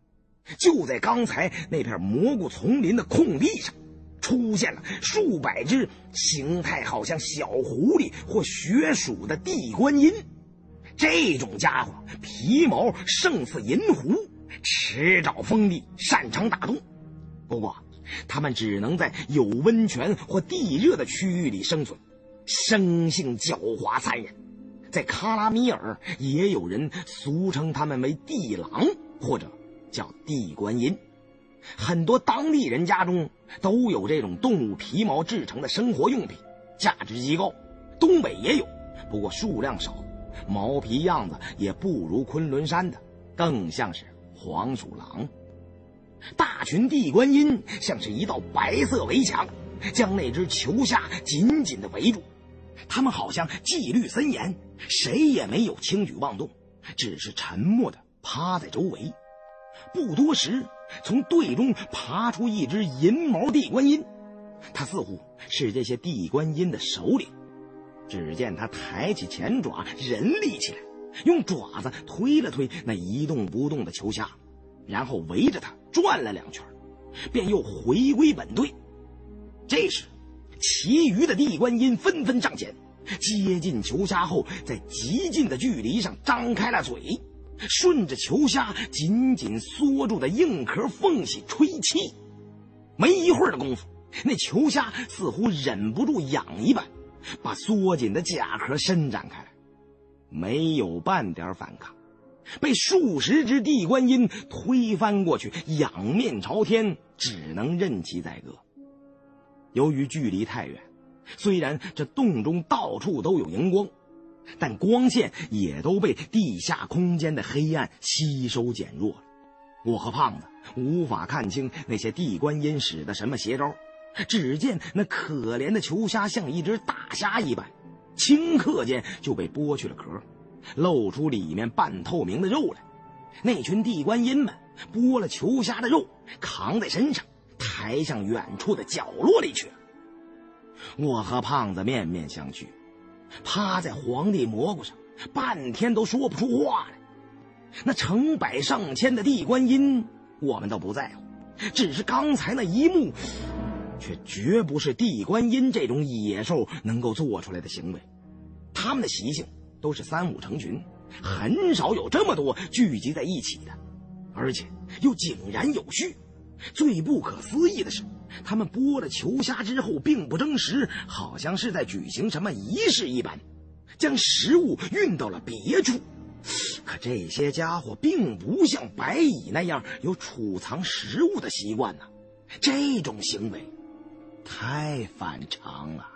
就在刚才那片蘑菇丛林的空地上，出现了数百只形态好像小狐狸或雪鼠的地观音。这种家伙皮毛胜似银狐，齿爪锋利，擅长打洞。不过它们只能在有温泉或地热的区域里生存，生性狡猾残忍。在喀拉米尔也有人俗称它们为地狼或者叫地观音。很多当地人家中都有这种动物皮毛制成的生活用品，价值极高。东北也有，不过数量少，毛皮样子也不如昆仑山的，更像是黄鼠狼。大群地观音像是一道白色围墙，将那只球虾紧紧地围住。他们好像纪律森严，谁也没有轻举妄动，只是沉默地趴在周围。不多时，从队中爬出一只银毛地观音，他似乎是这些地观音的首领。只见他抬起前爪，人立起来，用爪子推了推那一动不动的球虾，然后围着它转了2圈，便又回归本队。这时其余的地观音纷纷上前，接近球虾后，在极近的距离上张开了嘴，顺着球虾紧紧缩住的硬壳缝隙吹气。没一会儿的功夫，那球虾似乎忍不住痒一般，把缩紧的甲壳伸展开来，没有半点反抗，被数十只地观音推翻过去，仰面朝天，只能任其宰割。由于距离太远，虽然这洞中到处都有荧光，但光线也都被地下空间的黑暗吸收减弱了。我和胖子无法看清那些地观音使的什么邪招，只见那可怜的球虾像一只大虾一般，顷刻间就被剥去了壳，露出里面半透明的肉来。那群地观音们剥了球虾的肉，扛在身上，抬向远处的角落里去了。我和胖子面面相觑，趴在皇帝蘑菇上，半天都说不出话来。那成百上千的地观音我们都不在乎，只是刚才那一幕却绝不是地观音这种野兽能够做出来的行为。他们的习性都是3、5成群，很少有这么多聚集在一起的，而且又井然有序。最不可思议的是，他们剥了球虾之后并不争食，好像是在举行什么仪式一般，将食物运到了别处。可这些家伙并不像白蚁那样有储藏食物的习惯呢，这种行为太反常了。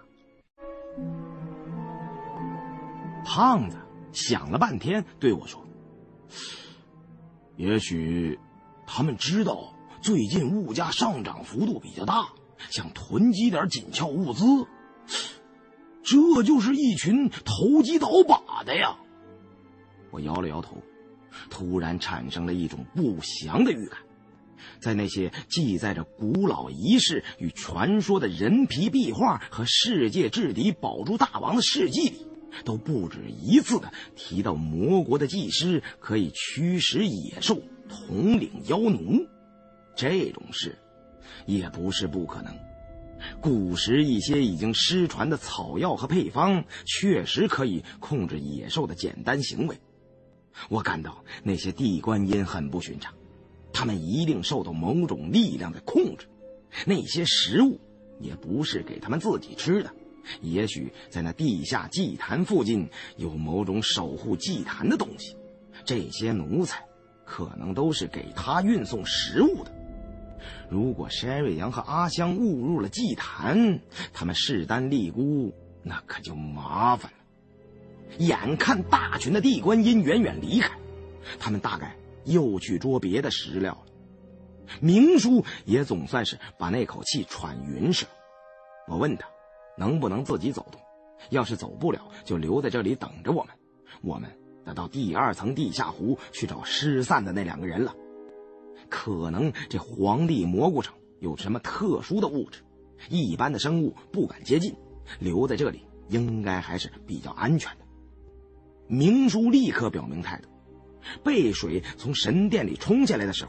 胖子想了半天对我说，也许他们知道最近物价上涨幅度比较大，想囤积点紧俏物资，这就是一群投机倒把的呀。我摇了摇头，突然产生了一种不祥的预感。在那些记载着古老仪式与传说的人皮壁画和世界制敌宝珠大王的事迹里，都不止一次地提到魔国的祭师可以驱使野兽，统领妖奴。这种事也不是不可能。古时一些已经失传的草药和配方确实可以控制野兽的简单行为。我感到那些地观音很不寻常，他们一定受到某种力量的控制。那些食物也不是给他们自己吃的，也许在那地下祭坛附近有某种守护祭坛的东西，这些奴才可能都是给他运送食物的。如果筛瑞阳和阿香误入了祭坛，他们势单力孤，那可就麻烦了。眼看大群的地观音远远离开，他们大概又去捉别的食料了。明叔也总算是把那口气喘匀实了。我问他能不能自己走动，要是走不了就留在这里等着我们，我们得到第2层地下湖去找失散的那2个人了。可能这皇帝蘑菇上有什么特殊的物质，一般的生物不敢接近，留在这里应该还是比较安全的。明叔立刻表明态度。被水从神殿里冲下来的时候，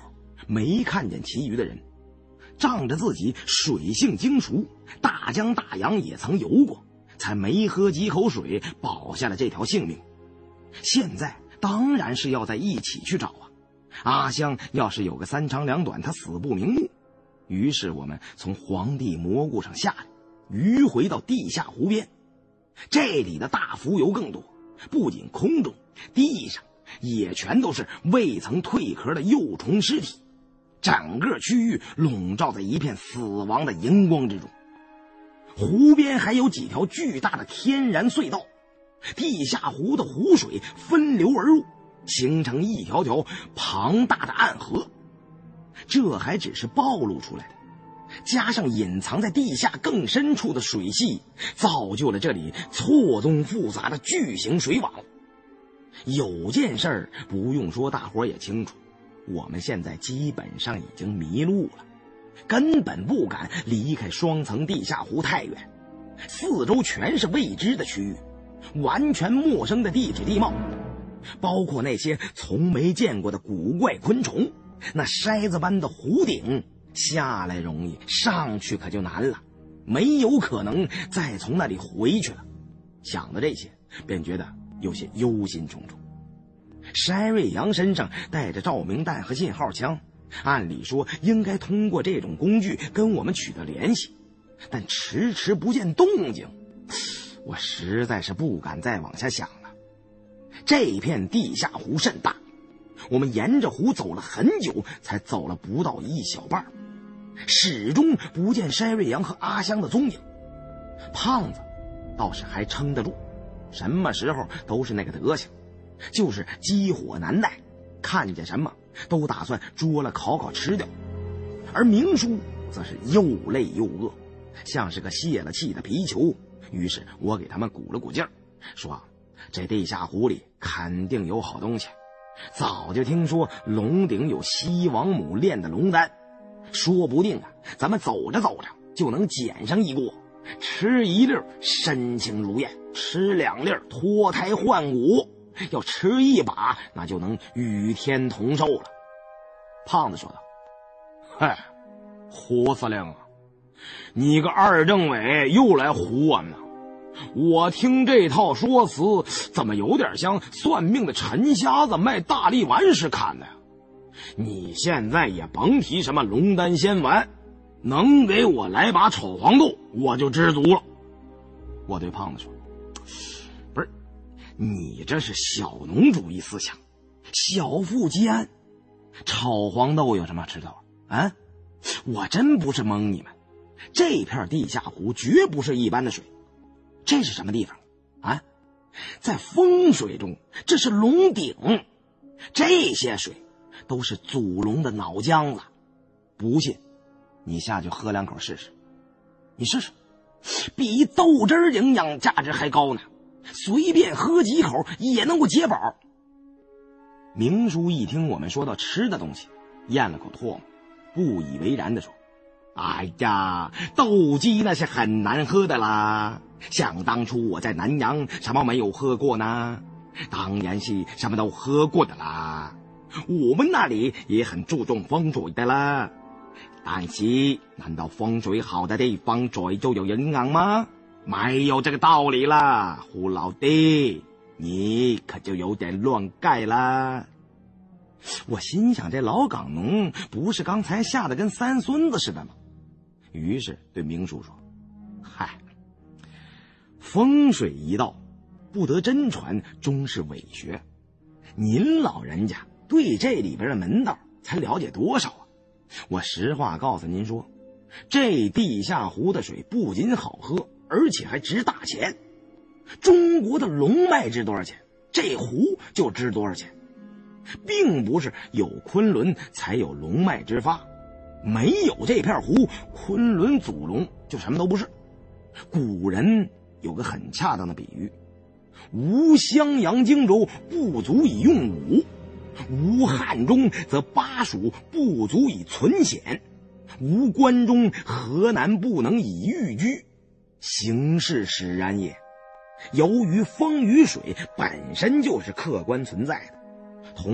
没看见其余的人，仗着自己水性精熟，大江大洋也曾游过，才没喝几口水保下了这条性命。现在当然是要在一起去找啊！阿香要是有个三长两短，他死不瞑目。于是我们从皇帝蘑菇上下来，迂回到地下湖边。这里的大浮游更多，不仅空中、地上也全都是未曾蜕壳的幼虫尸体，整个区域笼罩在一片死亡的荧光之中。湖边还有几条巨大的天然隧道，地下湖的湖水分流而入，形成一条条庞大的暗河。这还只是暴露出来的，加上隐藏在地下更深处的水系，造就了这里错综复杂的巨型水网。有件事儿不用说，大伙也清楚，我们现在基本上已经迷路了，根本不敢离开双层地下湖太远，四周全是未知的区域，完全陌生的地质地貌，包括那些从没见过的古怪昆虫，那筛子般的湖顶，下来容易，上去可就难了，没有可能再从那里回去了。想到这些，便觉得有些忧心忡忡。筛瑞阳身上带着照明弹和信号枪，按理说应该通过这种工具跟我们取得联系，但迟迟不见动静，我实在是不敢再往下想了。这片地下湖甚大，我们沿着湖走了很久，才走了不到一小半，始终不见筛瑞阳和阿香的踪影。胖子倒是还撑得住，什么时候都是那个德行，就是积火难耐，看见什么都打算捉了烤烤吃掉。而明叔则是又累又饿，像是个泄了气的皮球。于是我给他们鼓了鼓劲儿，说这地下湖里肯定有好东西，早就听说龙顶有西王母炼的龙丹，说不定咱们走着走着就能捡上一锅，吃一粒身轻如燕，吃两粒脱胎换骨，要吃一把那就能与天同寿了。胖子说道：嗨，胡司令啊，你个二政委又来唬我们了。我听这套说辞怎么有点像算命的陈瞎子卖大力丸时看的呀？你现在也甭提什么龙丹仙丸，能给我来把炒黄豆我就知足了。我对胖子说：不是，你这是小农主义思想，小富即安，炒黄豆有什么吃头啊？我真不是蒙你们，这片地下湖绝不是一般的水。这是什么地方啊？在风水中，这是龙顶，这些水都是祖龙的脑浆子。不信，你下去喝两口试试。你试试，比豆汁营养价值还高呢，随便喝几口也能够解饱。明叔一听我们说到吃的东西，咽了口唾沫，不以为然地说：哎呀，豆鸡那是很难喝的啦，想当初我在南阳什么没有喝过呢？当然是什么都喝过的啦，我们那里也很注重风水的啦。但是难道风水好的地方水就有营养吗？没有这个道理啦，胡老弟，你可就有点乱盖啦。我心想，这老港农不是刚才吓得跟三孙子似的吗？于是对明叔说：嗨，风水一道，不得真传，终是伪学。您老人家对这里边的门道才了解多少啊？我实话告诉您说，这地下湖的水不仅好喝，而且还值大钱。中国的龙脉值多少钱，这湖就值多少钱。并不是有昆仑才有龙脉之发，没有这片湖，昆仑祖龙就什么都不是。古人有个很恰当的比喻：无襄阳荆州，不足以用武；无汉中，则巴蜀不足以存险；无关中，河南不能以御居。形势使然也。由于风与水本身就是客观存在的，同样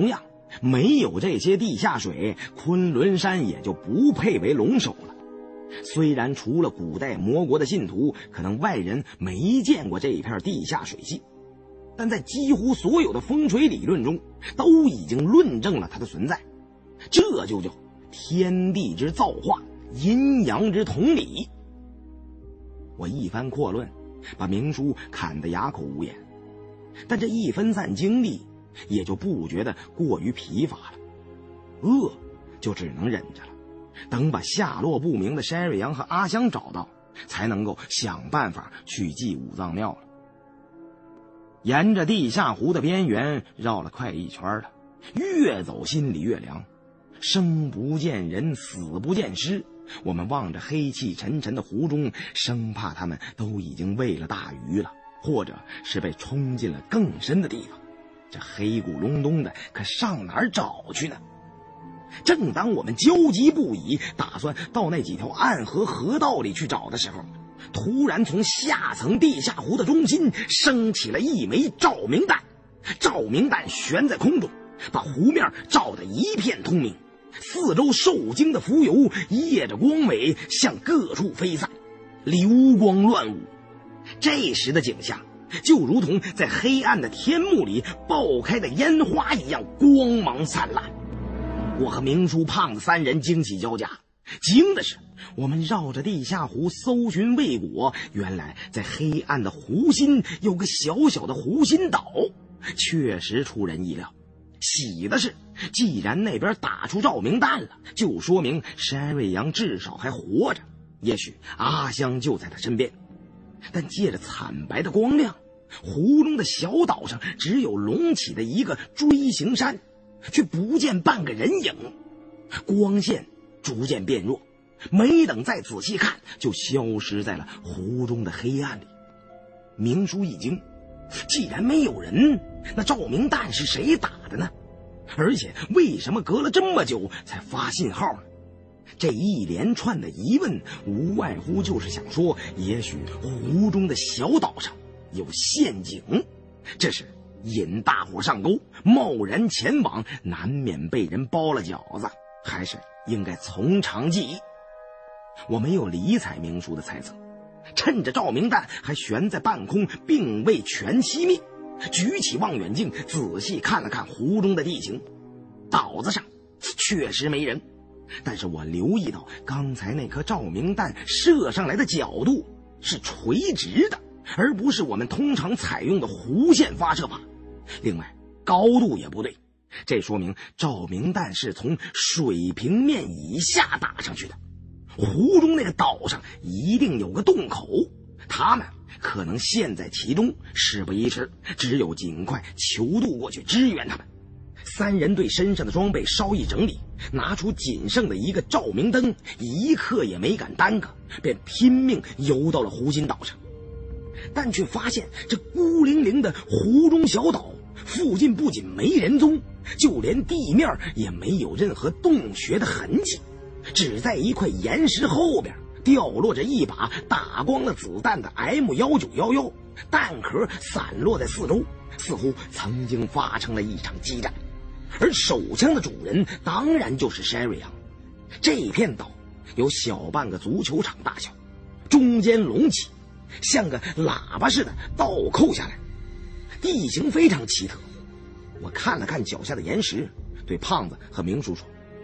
没有这些地下水，昆仑山也就不配为龙首了。虽然除了古代魔国的信徒，可能外人没见过这一片地下水系，但在几乎所有的风水理论中，都已经论证了它的存在。这就叫天地之造化，阴阳之同理。我一番阔论，把明叔砍得哑口无言，但这一分散精力，也就不觉得过于疲乏了。饿就只能忍着了，等把下落不明的山瑞阳和阿香找到，才能够想办法去祭五脏庙了。沿着地下湖的边缘绕了快一圈了，越走心里越凉。生不见人，死不见尸，我们望着黑气沉沉的湖中，生怕他们都已经喂了大鱼了，或者是被冲进了更深的地方。这黑咕隆咚的，可上哪儿找去呢？正当我们焦急不已，打算到那几条暗河河道里去找的时候，突然从下层地下湖的中心升起了一枚照明弹。照明弹悬在空中，把湖面照得一片通明，四周受精的浮游曳着光尾向各处飞散，流光乱舞。这时的景象就如同在黑暗的天幕里爆开的烟花一样，光芒灿烂。我和明叔、胖子三人惊喜交加。惊的是，我们绕着地下湖搜寻未果，原来在黑暗的湖心有个小小的湖心岛，确实出人意料。喜的是，既然那边打出照明弹了，就说明山瑞阳至少还活着，也许阿香就在他身边。但借着惨白的光亮，湖中的小岛上只有隆起的一个锥形山，却不见半个人影。光线逐渐变弱，没等再仔细看，就消失在了湖中的黑暗里。明叔一惊，既然没有人，那照明弹是谁打的呢？而且为什么隔了这么久才发信号呢？这一连串的疑问，无外乎就是想说，也许湖中的小岛上有陷阱，这是引大伙上钩，贸然前往，难免被人包了饺子，还是应该从长计议。我没有理睬明叔的猜测，趁着照明弹还悬在半空，并未全熄灭，举起望远镜仔细看了看湖中的地形。岛子上确实没人，但是我留意到刚才那颗照明弹射上来的角度是垂直的，而不是我们通常采用的弧线发射法。另外高度也不对，这说明照明弹是从水平面以下打上去的。湖中那个岛上一定有个洞口，他们可能陷在其中，事不宜迟，只有尽快求渡过去支援他们。三人对身上的装备稍一整理，拿出仅剩的一个照明灯，一刻也没敢耽搁，便拼命游到了湖心岛上。但却发现这孤零零的湖中小岛附近不仅没人踪，就连地面也没有任何洞穴的痕迹，只在一块岩石后边掉落着一把打光了子弹的 M1911，弹壳散落在四周，似乎曾经发生了一场激战。而手枪的主人当然就是山瑞阳。这片岛有小半个足球场大小，中间隆起，像个喇叭似的倒扣下来，地形非常奇特。我看了看脚下的岩石，对胖子和明叔说，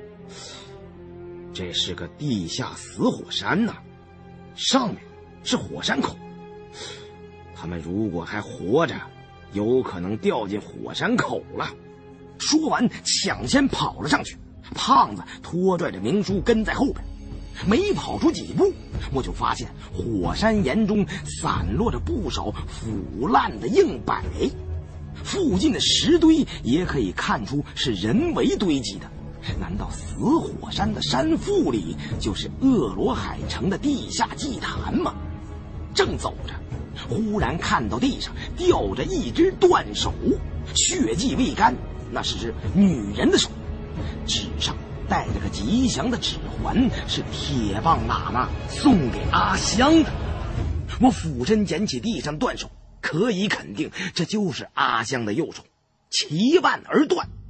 这是个地下死火山呐，上面是火山口，他们如果还活着，有可能掉进火山口了。说完抢先跑了上去，胖子拖拽着明叔跟在后边。没跑出几步，我就发现火山岩中散落着不少腐烂的硬柏，附近的石堆也可以看出是人为堆积的。难道死火山的山腹里就是鄂罗海城的地下祭坛吗？正走着，忽然看到地上吊着一只断手，血迹未干，那是只女人的手，指上带着个吉祥的指环，是铁棒喇嘛送给阿香的。我俯身捡起地上断手，可以肯定这就是阿香的右手，齐腕而断。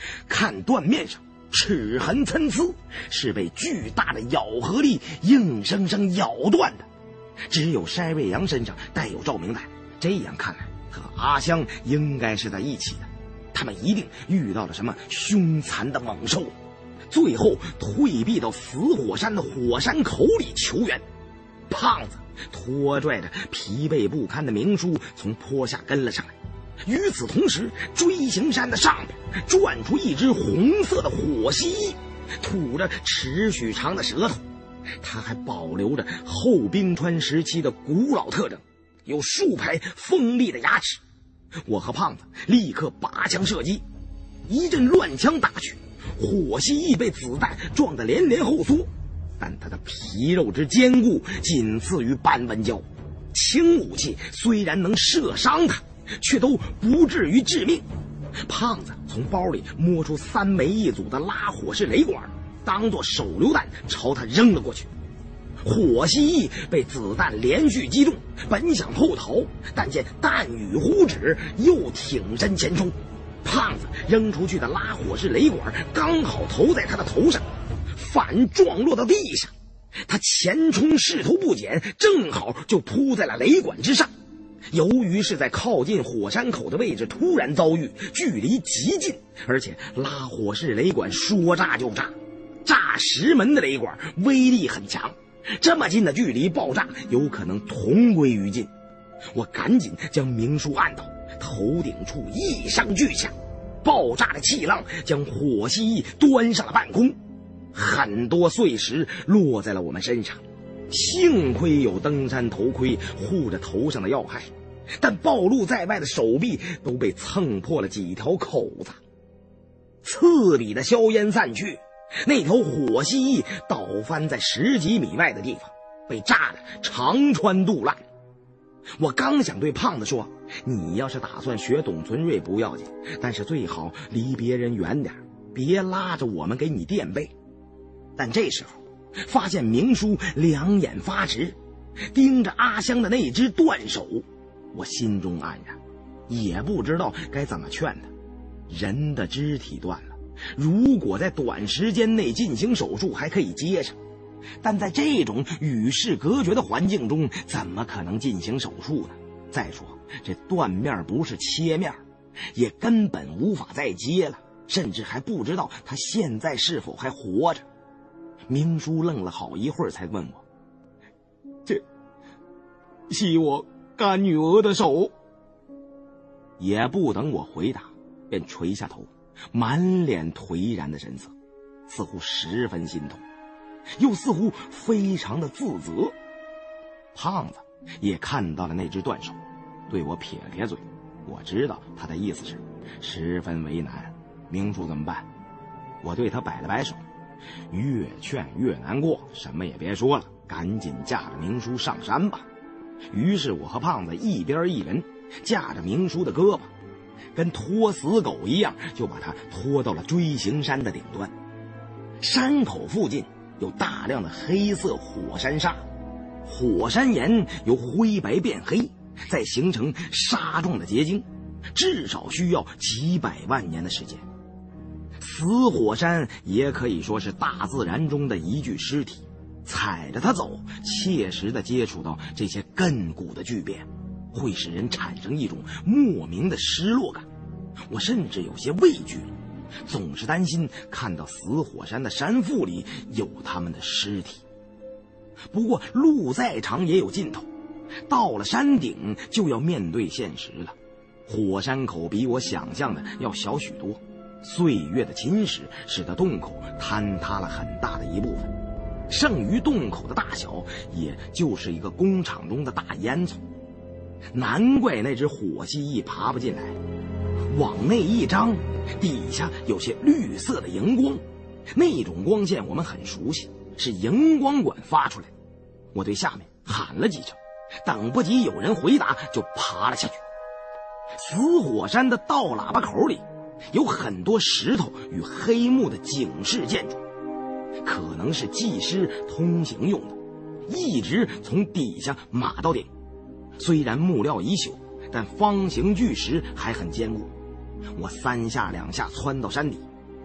看断面上齿痕参差，是被巨大的咬合力硬生生咬断的。只有筛瑞阳身上带有照明弹，这样看来和阿香应该是在一起的。他们一定遇到了什么凶残的猛兽，最后退避到死火山的火山口里求援。胖子拖拽着疲惫不堪的明叔从坡下跟了上来。与此同时，锥形山的上边转出一只红色的火蜥蜴，吐着尺许长的舌头。它还保留着后冰川时期的古老特征，有数排锋利的牙齿。我和胖子立刻拔枪射击，一阵乱枪打去，火蜥蜴被子弹撞得连连后缩，但它的皮肉之坚固仅次于斑纹胶，轻武器虽然能射伤它，却都不至于致命。胖子从包里摸出3枚一组的拉火式雷管，当作手榴弹朝他扔了过去。火蜥蜴被子弹连续击中，本想后逃，但见弹雨忽止，又挺身前冲。胖子扔出去的拉火式雷管刚好投在他的头上，反撞落到地上。他前冲势头不减，正好就扑在了雷管之上。由于是在靠近火山口的位置突然遭遇，距离极近，而且拉火式雷管说炸就炸，炸石门的雷管威力很强，这么近的距离爆炸有可能同归于尽。我赶紧将明叔按倒，头顶处一声巨响，爆炸的气浪将火蜥蜴端上了半空，很多碎石落在了我们身上。幸亏有登山头盔护着头上的要害，但暴露在外的手臂都被蹭破了几条口子。刺里的硝烟散去，那条火蜥蜴倒翻在10几米外的地方，被炸得肠穿肚烂。我刚想对胖子说，你要是打算学董存瑞不要紧，但是最好离别人远点，别拉着我们给你垫背。但这时候发现明叔两眼发直，盯着阿香的那只断手，我心中黯然，也不知道该怎么劝他。人的肢体断了，如果在短时间内进行手术还可以接上，但在这种与世隔绝的环境中，怎么可能进行手术呢？再说这断面不是切面，也根本无法再接了，甚至还不知道他现在是否还活着。明叔愣了好一会儿才问我，这系我干女儿的手。也不等我回答，便垂下头，满脸颓然的神色，似乎十分心痛，又似乎非常的自责。胖子也看到了那只断手，对我撇了撇嘴，我知道他的意思是十分为难，明叔怎么办？我对他摆了摆手，越劝越难过，什么也别说了，赶紧架着明叔上山吧。于是我和胖子一边一人，架着明叔的胳膊，跟拖死狗一样，就把他拖到了锥形山的顶端。山口附近有大量的黑色火山沙，火山岩由灰白变黑，再形成沙状的结晶，至少需要几百万年的时间。死火山也可以说是大自然中的一具尸体，踩着它走，切实地接触到这些亘古的巨变，会使人产生一种莫名的失落感。我甚至有些畏惧，总是担心看到死火山的山腹里有他们的尸体。不过路再长也有尽头，到了山顶就要面对现实了。火山口比我想象的要小许多，岁月的侵蚀使得洞口坍塌了很大的一部分，剩余洞口的大小也就是一个工厂中的大烟囱。难怪那只火蜥蜴爬不进来，往内一张，底下有些绿色的荧光，那种光线我们很熟悉，是荧光管发出来的。我对下面喊了几声，等不及有人回答，就爬了下去。死火山的倒喇叭口里有很多石头与黑木的警示建筑，可能是技师通行用的，一直从底下码到顶。虽然木料已朽，但方形巨石还很坚固。我3下2下窜到山底，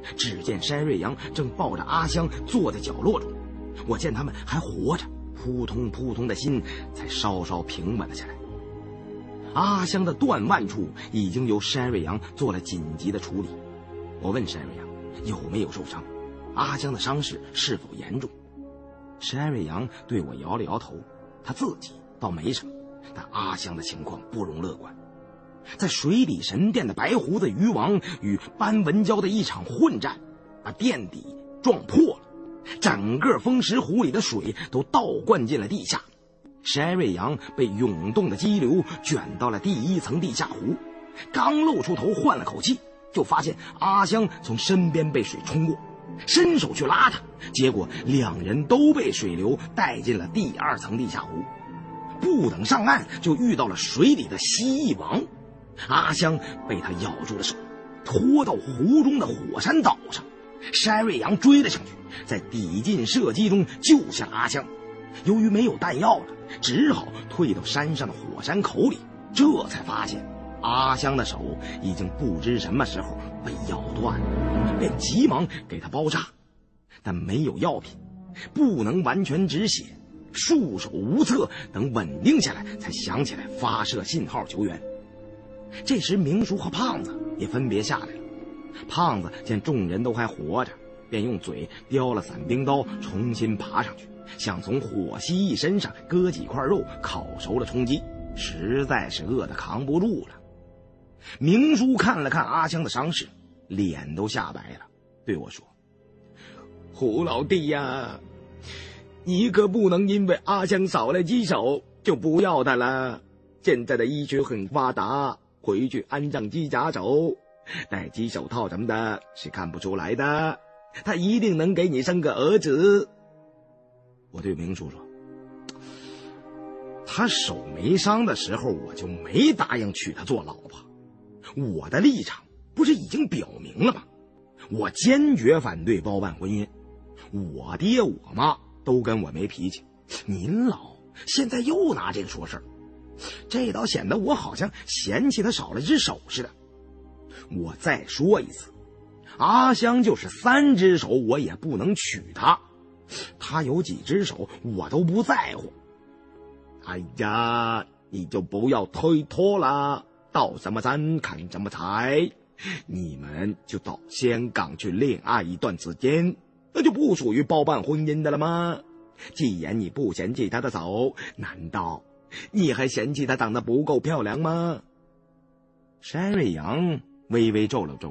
只见山瑞阳正抱着阿香坐在角落中，我见他们还活着，扑通扑通的心才稍稍平稳了下来。阿香的断腕处已经由山瑞阳做了紧急的处理。我问山瑞阳有没有受伤，阿香的伤势是否严重。山瑞阳对我摇了摇头，他自己倒没什么，但阿香的情况不容乐观。在水里神殿的白胡子鱼王与班文娇的一场混战，把殿底撞破了，整个风石湖里的水都倒灌进了地下。山瑞阳被涌动的激流卷到了第1层地下湖，刚露出头换了口气，就发现阿香从身边被水冲过，伸手去拉他，结果两人都被水流带进了第2层地下湖。不等上岸，就遇到了水里的蜥蜴王。阿香被他咬住了手，拖到湖中的火山岛上。山瑞阳追了上去，在抵近射击中救下了阿香。由于没有弹药了，只好退到山上的火山口里，这才发现阿香的手已经不知什么时候被咬断了，便急忙给他包扎，但没有药品，不能完全止血，束手无策，等稳定下来才想起来发射信号求援。这时明叔和胖子也分别下来了。胖子见众人都还活着，便用嘴叼了伞兵刀，重新爬上去，想从火蜥蜴身上割几块肉烤熟了充饥，实在是饿得扛不住了。明叔看了看阿香的伤势，脸都吓白了，对我说：胡老弟呀，你可不能因为阿香少了几手就不要他了。现在的医学很发达，回去安上机甲手，戴鸡手套什么的是看不出来的，他一定能给你生个儿子。我对明叔说：他手没伤的时候，我就没答应娶她做老婆。我的立场不是已经表明了吗？我坚决反对包办婚姻，我爹我妈都跟我没脾气，您老现在又拿这个说事儿，这倒显得我好像嫌弃他少了只手似的。我再说一次，阿香就是3只手我也不能娶她，她有几只手我都不在乎。哎呀，你就不要推脱了，到什么山看什么财，你们就到香港去恋爱一段时间，那就不属于包办婚姻的了吗？既然你不嫌弃她的手，难道你还嫌弃她长得不够漂亮吗？山瑞阳微微皱了皱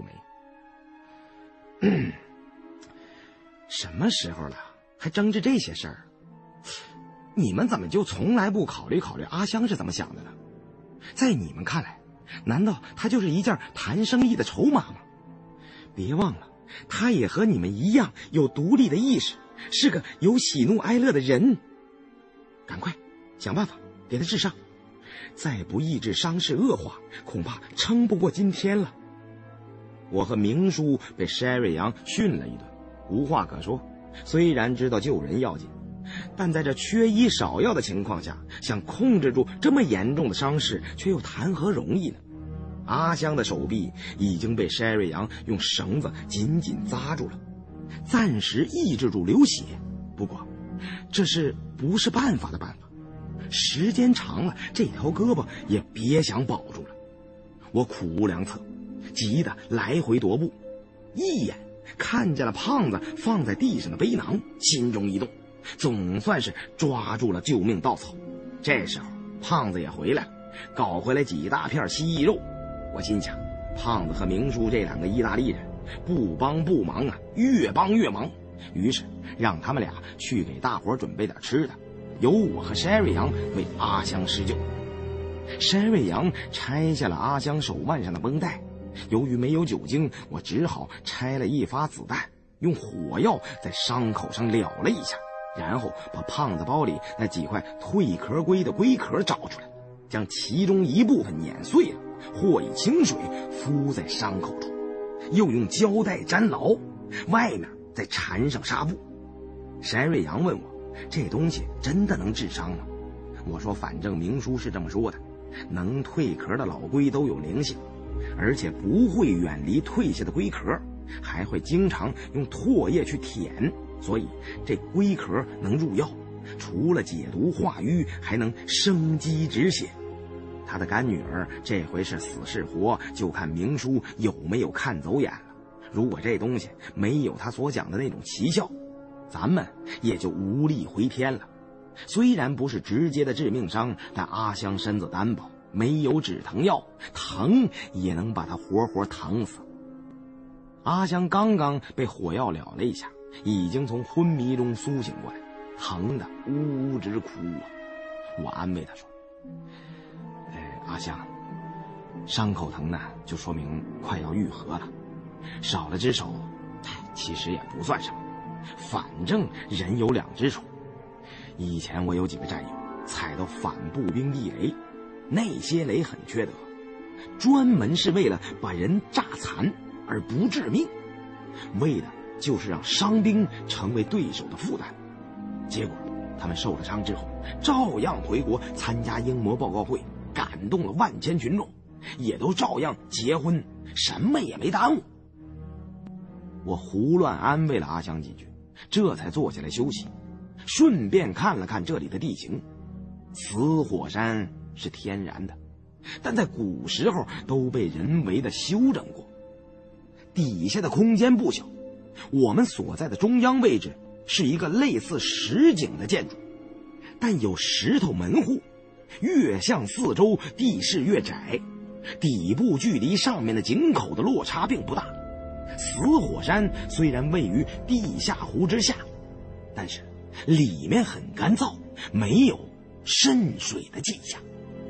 眉，什么时候了还争执这些事儿？你们怎么就从来不考虑考虑阿香是怎么想的呢？在你们看来，难道她就是一件谈生意的筹码吗？别忘了，她也和你们一样有独立的意识，是个有喜怒哀乐的人。赶快想办法给她治伤，再不抑制伤势恶化，恐怕撑不过今天了。我和明叔被山瑞阳训了一顿，无话可说。虽然知道救人要紧，但在这缺医少药的情况下，想控制住这么严重的伤势，却又谈何容易呢？阿香的手臂已经被山瑞阳用绳子紧紧扎住了，暂时抑制住流血。不过，这是不是办法的办法？时间长了，这条胳膊也别想保住了。我苦无良策，急得来回踱步，一眼看见了胖子放在地上的背囊，心中一动，总算是抓住了救命稻草。这时候胖子也回来了，搞回来几大片蜥蜴肉。我心想，胖子和明叔这2个意大利人不帮不忙啊，越帮越忙。于是让他们俩去给大伙准备点吃的，由我和山瑞阳为阿香施救。山瑞阳拆下了阿香手腕上的绷带，由于没有酒精，我只好拆了一发子弹，用火药在伤口上燎了一下，然后把胖子包里那几块蜕壳龟的龟壳找出来，将其中一部分碾碎了，和以清水敷在伤口处，又用胶带粘牢，外面再缠上纱布。山瑞阳问我，这东西真的能治伤吗？我说反正明叔是这么说的，能蜕壳的老龟都有灵性，而且不会远离蜕下的龟壳， 还会经常用唾液去舔，所以这龟壳能入药，除了解毒化瘀，还能生肌止血。他的干女儿这回是死是活，就看明叔有没有看走眼了。如果这东西没有他所讲的那种奇效，咱们也就无力回天了。虽然不是直接的致命伤，但阿香身子单薄，没有止疼药，疼也能把他活活疼死。阿香刚刚被火药燎了一下，已经从昏迷中苏醒过来，疼得呜呜直哭啊。我安慰他说：阿香，伤口疼呢，就说明快要愈合了，少了只手其实也不算什么，反正人有两只手。以前我有几个战友踩到反步兵地雷，那些雷很缺德，专门是为了把人炸残而不致命，为的就是让伤兵成为对手的负担。结果他们受了伤之后，照样回国参加英模报告会，感动了万千群众，也都照样结婚，什么也没耽误。我胡乱安慰了阿香几句，这才坐下来休息，顺便看了看这里的地形。死火山是天然的，但在古时候都被人为的修整过，底下的空间不小。我们所在的中央位置是一个类似石井的建筑，但有石头门户，越向四周地势越窄，底部距离上面的井口的落差并不大。死火山虽然位于地下湖之下，但是里面很干燥，没有渗水的迹象。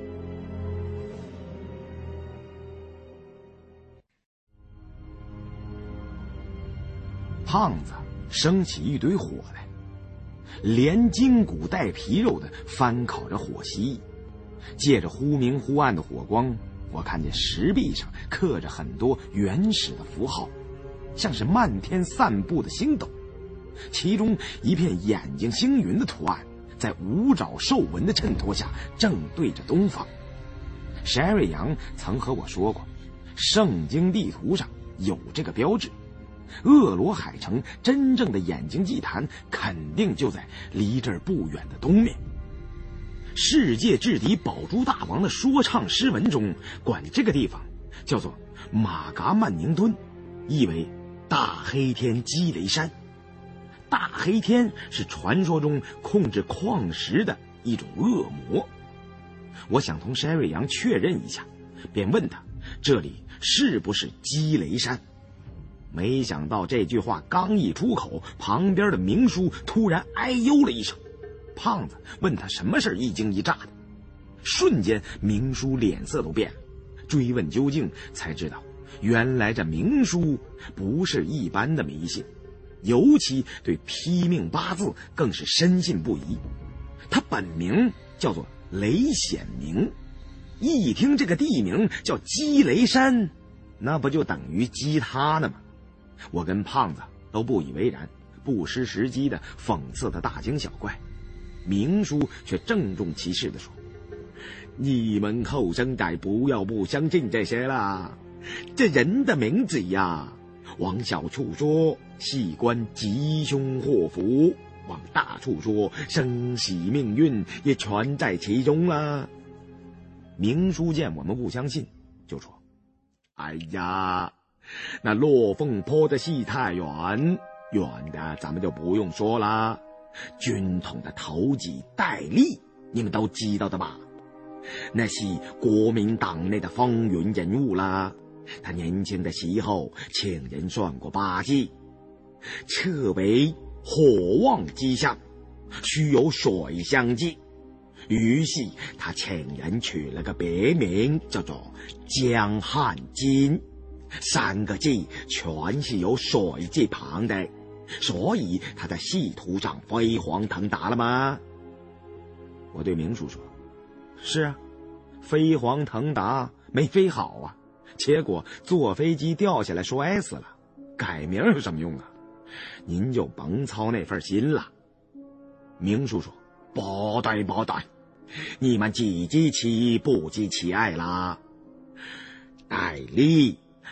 胖子生起一堆火来，连筋骨带皮肉的翻烤着火蜥蜴。借着忽明忽暗的火光，我看见石壁上刻着很多原始的符号，像是漫天散布的星斗。其中一片眼睛星云的图案，在五爪兽纹的衬托下正对着东方。Sherry 杨曾和我说过，圣经地图上有这个标志，厄罗海城真正的眼睛祭坛肯定就在离这儿不远的东面。世界制敌宝珠大王的说唱诗文中，管这个地方叫做马嘎曼宁敦，意为大黑天积雷山。大黑天是传说中控制矿石的一种恶魔。我想同 Sherry 杨确认一下，便问他这里是不是积雷山。没想到这句话刚一出口，旁边的明叔突然哎呦了一声。胖子问他什么事，一惊一乍的，瞬间明叔脸色都变了。追问究竟，才知道原来这明叔不是一般的迷信，尤其对批命八字更是深信不疑。他本名叫做雷显明，一听这个地名叫积雷山，那不就等于击他呢吗？我跟胖子都不以为然，不失时机的讽刺他大惊小怪。明叔却郑重其事地说：你们后生仔不要不相信这些啦，这人的名字呀，往小处说系关吉凶祸福，往大处说生死命运也全在其中啦。明叔见我们不相信，就说：哎呀，那落凤坡的戏太远，远的咱们就不用说啦。军统的头几戴笠，你们都知道的吧？那是国民党内的风云人物啦。他年轻的时候请人算过八字，测为火旺之相，需有水相之。于是他请人取了个别名，叫做江汉金，三个字全是有水字旁的，所以他在仕途上飞黄腾达了吗？我对明叔说：是啊，飞黄腾达没飞好啊，结果坐飞机掉下来摔死了，改名有什么用啊？您就甭操那份心了。明叔说：不对不对，你们只知其不知其爱啦。戴笠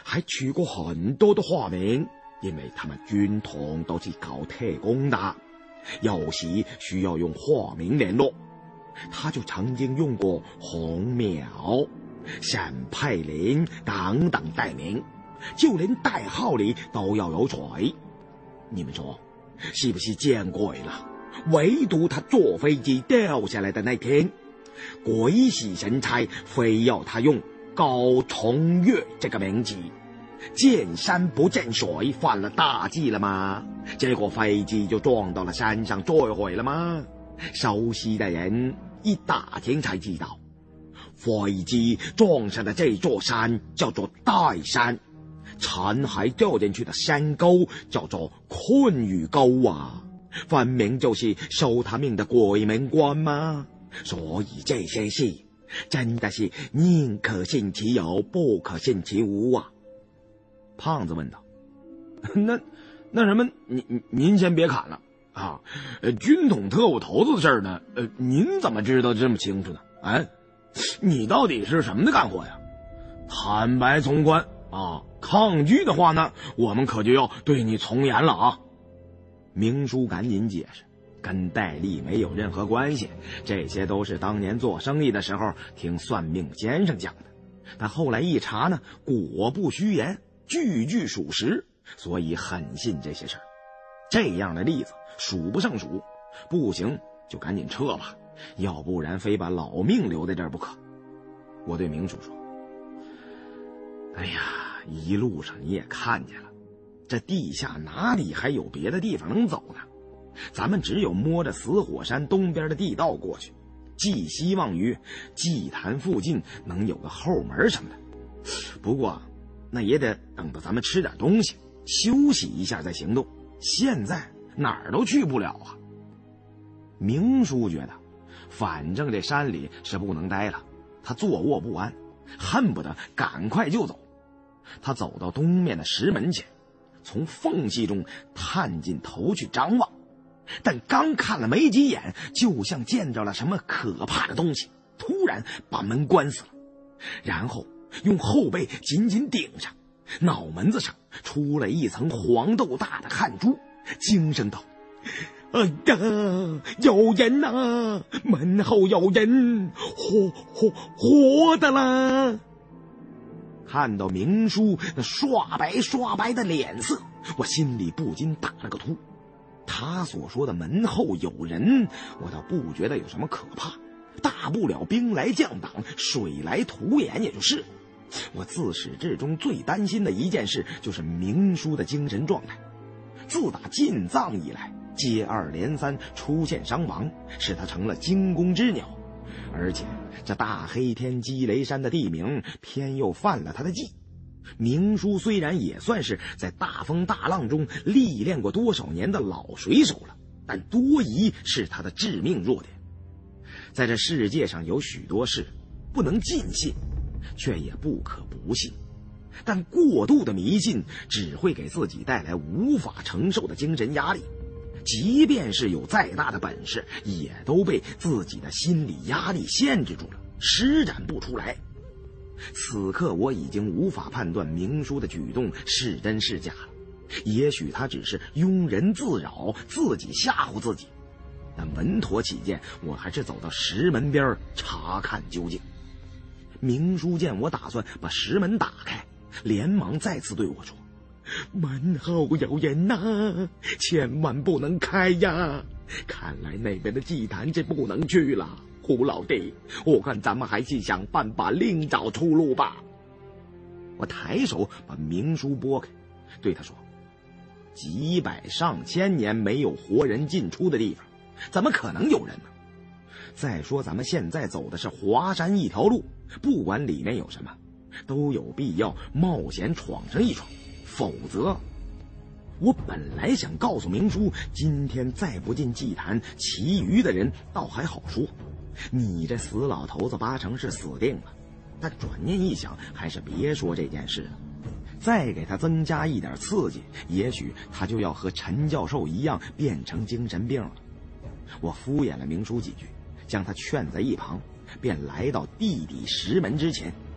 还去过很多的花名，因为他们军统都是搞特工的，有时需要用花名联络。他就曾经用过红苗、沈佩林等等代名，就连代号里都要有嘴。你们说是不是见鬼了？唯独他坐飞机掉下来的那天，鬼使神差非要他用高崇岳这个名字，见山不见水，犯了大忌了吗？结果飞机就撞到了山上坠毁了吗？熟悉的人一打听才知道，飞机撞上的这座山叫做岱山，残骸掉进去的山沟叫做困雨沟啊，分明就是收他命的鬼门关吗？所以这些事真的是宁可信其有，不可信其无啊。 胖子问道：那什么，您先别砍了啊！军统特务头子的事儿呢，您怎么知道这么清楚呢？哎，你到底是什么的干活呀？坦白从宽啊！抗拒的话呢，我们可就要对你从严了啊！ 明叔赶紧解释，跟戴笠没有任何关系，这些都是当年做生意的时候听算命先生讲的。但后来一查呢，果不虚言，句句属实，所以很信这些事儿。这样的例子数不胜数，不行就赶紧撤吧，要不然非把老命留在这儿不可。我对明叔说：哎呀，一路上你也看见了，这地下哪里还有别的地方能走呢？咱们只有摸着死火山东边的地道过去，寄希望于祭坛附近能有个后门什么的。不过那也得等到咱们吃点东西休息一下再行动，现在哪儿都去不了啊。明叔觉得反正这山里是不能待了，他坐卧不安，恨不得赶快就走。他走到东面的石门前，从缝隙中探进头去张望，但刚看了没几眼，就像见着了什么可怕的东西，突然把门关死了，然后用后背紧紧顶上，脑门子上出了一层黄豆大的汗珠，惊声道：哎呀，有人啊，门后有人，活的啦！看到明叔那刷白的脸色，我心里不禁打了个突。他所说的门后有人，我倒不觉得有什么可怕，大不了兵来将挡，水来土掩也就是。我自始至终最担心的一件事就是明叔的精神状态。自打进藏以来，接二连三出现伤亡，使他成了惊弓之鸟，而且这大黑天积雷山的地名偏又犯了他的忌。明叔虽然也算是在大风大浪中历练过多少年的老水手了，但多疑是他的致命弱点。在这世界上有许多事不能尽信，却也不可不信，但过度的迷信只会给自己带来无法承受的精神压力，即便是有再大的本事，也都被自己的心理压力限制住了，施展不出来。此刻我已经无法判断明叔的举动是真是假了，也许他只是庸人自扰，自己吓唬自己。但稳妥起见，我还是走到石门边查看究竟。明叔见我打算把石门打开，连忙再次对我说：门后有人啊，千万不能开呀！看来那边的祭坛是不能去了。胡老弟，我看咱们还是想办法另找出路吧。我抬手把明书拨开，对他说：几百上千年没有活人进出的地方，怎么可能有人呢？再说咱们现在走的是华山一条路，不管里面有什么，都有必要冒险闯上一闯，否则……我本来想告诉明叔，今天再不进祭坛，其余的人倒还好说，你这死老头子八成是死定了。但转念一想，还是别说这件事了，再给他增加一点刺激，也许他就要和陈教授一样变成精神病了。我敷衍了明叔几句，将他劝在一旁，便来到地底石门之前。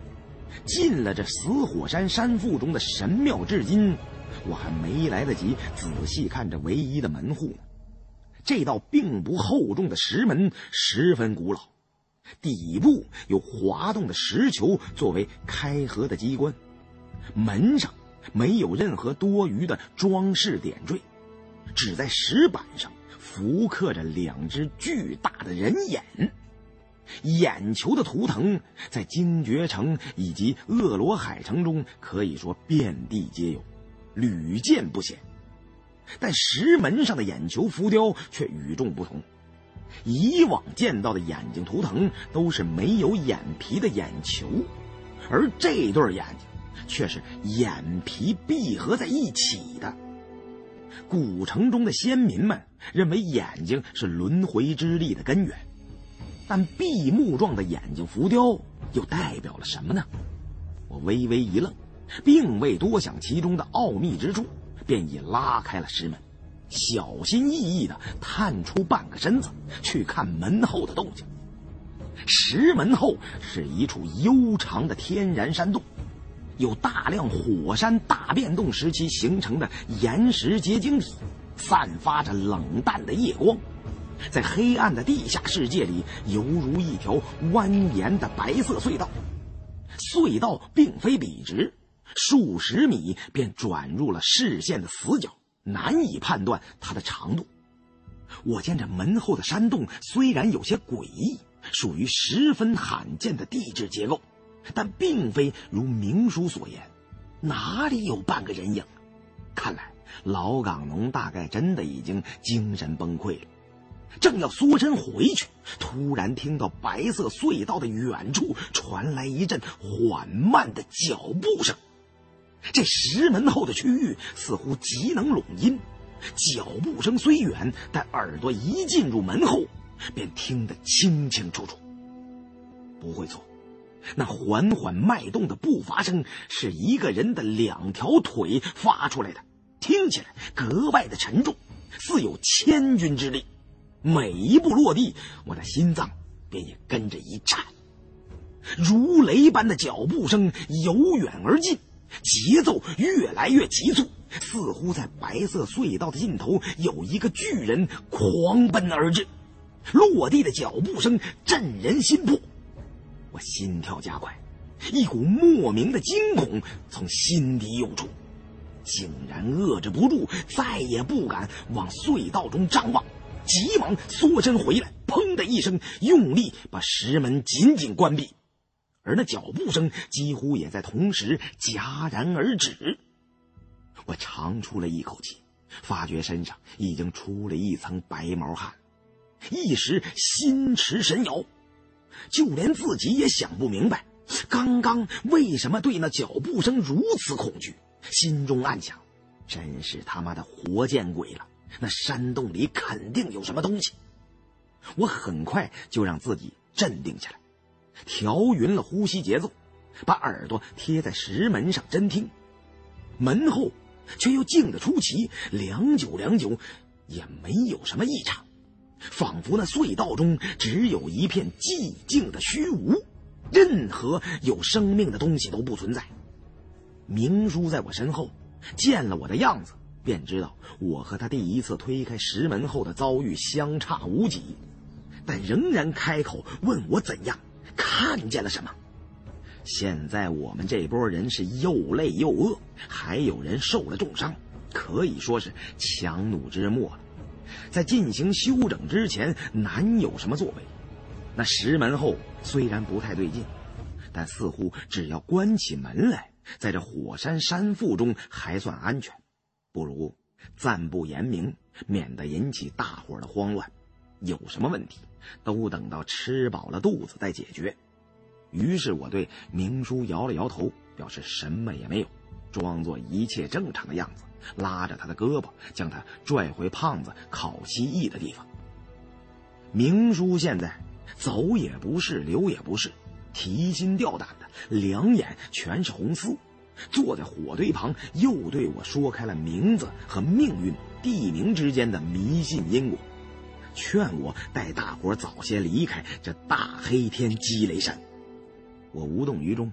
进了这死火山山腹中的神庙至今，我还没来得及仔细看这唯一的门户呢。这道并不厚重的石门十分古老，底部有滑动的石球作为开合的机关，门上没有任何多余的装饰点缀，只在石板上浮刻着2只巨大的人眼。眼球的图腾在精绝城以及鄂罗海城中可以说遍地皆有，屡见不鲜。但石门上的眼球浮雕却与众不同，以往见到的眼睛图腾都是没有眼皮的眼球，而这对眼睛却是眼皮闭合在一起的。古城中的先民们认为眼睛是轮回之力的根源，但闭目状的眼睛浮雕又代表了什么呢？我微微一愣，并未多想其中的奥秘之处，便已拉开了石门，小心翼翼地探出半个身子去看门后的动静。石门后是一处悠长的天然山洞，有大量火山大变动时期形成的岩石结晶体，散发着冷淡的夜光，在黑暗的地下世界里犹如一条蜿蜒的白色隧道。隧道并非笔直，数十米便转入了视线的死角，难以判断它的长度。我见这门后的山洞虽然有些诡异，属于十分罕见的地质结构，但并非如明书所言，哪里有半个人影？看来老港农大概真的已经精神崩溃了。正要缩身回去，突然听到白色隧道的远处传来一阵缓慢的脚步声。这石门后的区域似乎极能拢音，脚步声虽远，但耳朵一进入门后便听得清清楚楚。不会错，那缓缓迈动的步伐声是一个人的2条腿发出来的，听起来格外的沉重，似有千钧之力。每一步落地，我的心脏便也跟着一颤。如雷般的脚步声由远而近，节奏越来越急促，似乎在白色隧道的尽头有一个巨人狂奔而至。落地的脚步声震人心魄，我心跳加快，一股莫名的惊恐从心底涌出，竟然遏制不住，再也不敢往隧道中张望，急忙缩身回来，砰的一声用力把石门紧紧关闭，而那脚步声几乎也在同时戛然而止。我长出了一口气，发觉身上已经出了一层白毛汗，一时心驰神摇，就连自己也想不明白刚刚为什么对那脚步声如此恐惧，心中暗想，真是他妈的活见鬼了，那山洞里肯定有什么东西。我很快就让自己镇定下来，调匀了呼吸节奏，把耳朵贴在石门上真听。门后却又静得出奇，良久也没有什么异常，仿佛那隧道中只有一片寂静的虚无，任何有生命的东西都不存在。明叔在我身后见了我的样子，便知道我和他第一次推开石门后的遭遇相差无几，但仍然开口问我怎样，看见了什么。现在我们这波人是又累又饿，还有人受了重伤，可以说是强弩之末了。在进行休整之前，难有什么作为。那石门后虽然不太对劲，但似乎只要关起门来，在这火山山腹中还算安全，不如暂不言明，免得引起大伙的慌乱。有什么问题，都等到吃饱了肚子再解决。于是我对明叔摇了摇头，表示什么也没有，装作一切正常的样子，拉着他的胳膊，将他拽回胖子烤蜥蜴的地方。明叔现在走也不是，留也不是，提心吊胆的，两眼全是红丝，坐在火堆旁，又对我说开了名字和命运、地名之间的迷信因果，劝我带大伙早些离开这大黑天积雷山。我无动于衷，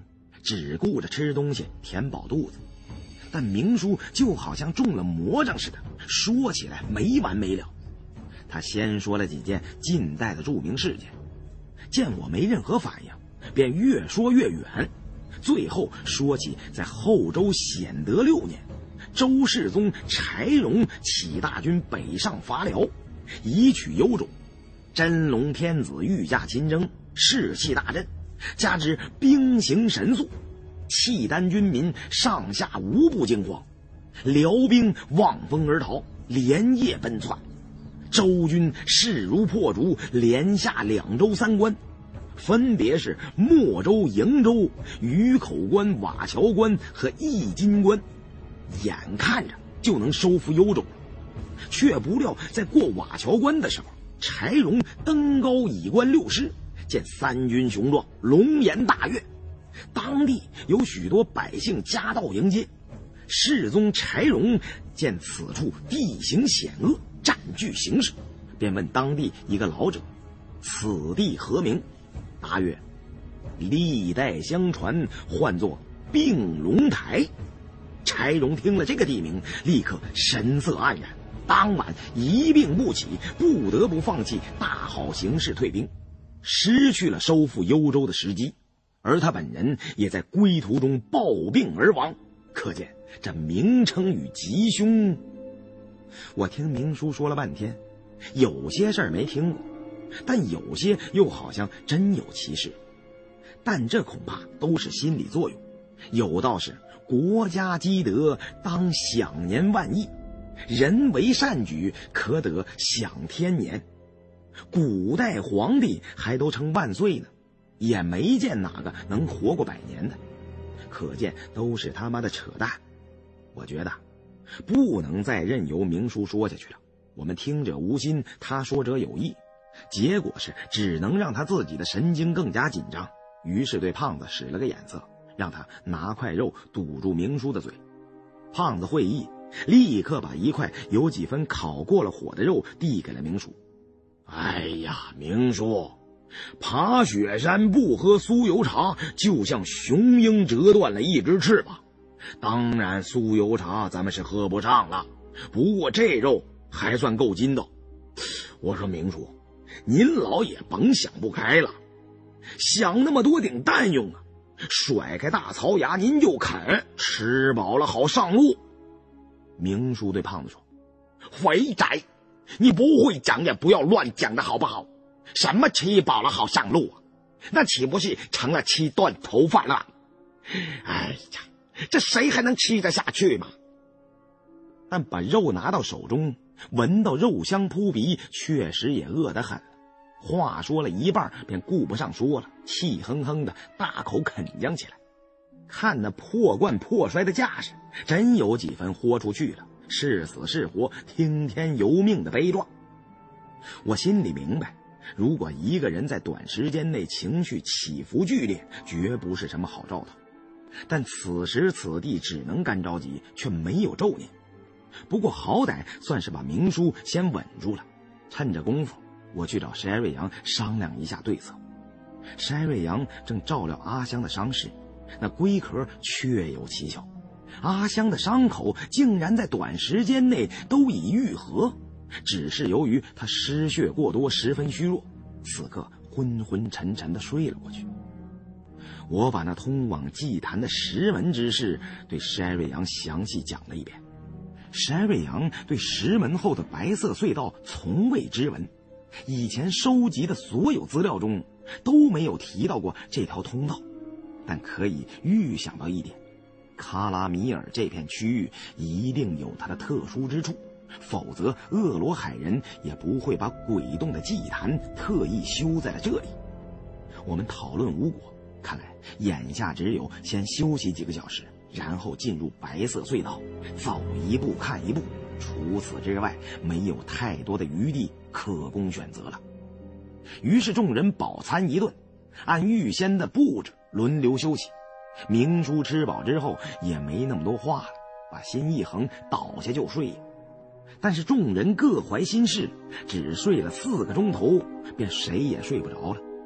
只顾着吃东西填饱肚子。但明叔就好像中了魔怔似的，说起来没完没了。他先说了几件近代的著名事件，见我没任何反应，便越说越远，最后说起在后周显德6年，周世宗柴荣起大军北上伐辽，以取幽州。真龙天子御驾亲征，士气大振，加之兵行神速，契丹军民上下无不惊慌，辽兵望风而逃，连夜奔窜。周军势如破竹，连下2州3关，分别是莫州、瀛州、鱼口关、瓦桥关和义金关，眼看着就能收复幽州了。却不料在过瓦桥关的时候，柴荣登高以观六师，见三军雄壮，龙颜大悦，当地有许多百姓夹道迎接。世宗柴荣见此处地形险恶，占据形势，便问当地一个老者，此地何名？答曰：历代相传，唤作并龙台。柴荣听了这个地名，立刻神色黯然，当晚一病不起，不得不放弃大好形势，退兵，失去了收复幽州的时机。而他本人也在归途中暴病而亡，可见这名称与吉凶。我听明叔说了半天，有些事儿没听过，但有些又好像真有其事。但这恐怕都是心理作用，有道是国家积德，当享年万亿，人为善举，可得享天年。古代皇帝还都称万岁呢，也没见哪个能活过100年的，可见都是他妈的扯淡。我觉得不能再任由明叔说下去了，我们听者无心，他说者有意，结果是只能让他自己的神经更加紧张。于是对胖子使了个眼色，让他拿块肉堵住明叔的嘴。胖子会意，立刻把一块有几分烤过了火的肉递给了明叔。哎呀，明叔，爬雪山不喝酥油茶，就像雄鹰折断了一只翅膀。当然酥油茶咱们是喝不上了，不过这肉还算够筋道。我说明叔，您老也甭想不开了，想那么多顶蛋用啊，甩开大槽牙您就啃，吃饱了好上路。明叔对胖子说，肥仔，你不会讲也不要乱讲的好不好？什么吃饱了好上路啊，那岂不是成了吃断头饭了？哎呀，这谁还能吃得下去嘛？但把肉拿到手中，闻到肉香扑鼻，确实也饿得很了。话说了一半便顾不上说了，气哼哼的大口啃将起来。看那破罐破摔的架势，真有几分豁出去了，是死是活，听天由命的悲壮。我心里明白，如果一个人在短时间内情绪起伏剧烈，绝不是什么好兆头。但此时此地只能干着急，却没有咒念。不过好歹算是把明叔先稳住了。趁着功夫，我去找筛瑞阳商量一下对策。筛瑞阳正照料阿香的伤势，那龟壳确有奇效，阿香的伤口竟然在短时间内都已愈合，只是由于他失血过多，十分虚弱，此刻昏昏沉沉地睡了过去。我把那通往祭坛的石门之事对筛瑞阳详细讲了一遍。筛瑞阳对石门后的白色隧道从未知闻，以前收集的所有资料中都没有提到过这条通道，但可以预想到一点，喀拉米尔这片区域一定有它的特殊之处，否则厄罗海人也不会把鬼洞的祭坛特意修在了这里。我们讨论无果，看来眼下只有先休息几个小时，然后进入白色隧道，走一步看一步，除此之外没有太多的余地可供选择了。于是众人饱餐一顿，按预先的布置轮流休息。明叔吃饱之后也没那么多话了，把心一横，倒下就睡。但是众人各怀心事，只睡了4个钟头，便谁也睡不着了。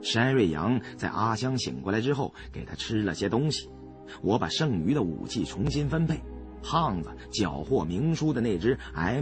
山瑞阳在阿香醒过来之后，给他吃了些东西。我把剩余的武器重新分配，胖子缴获明叔的那支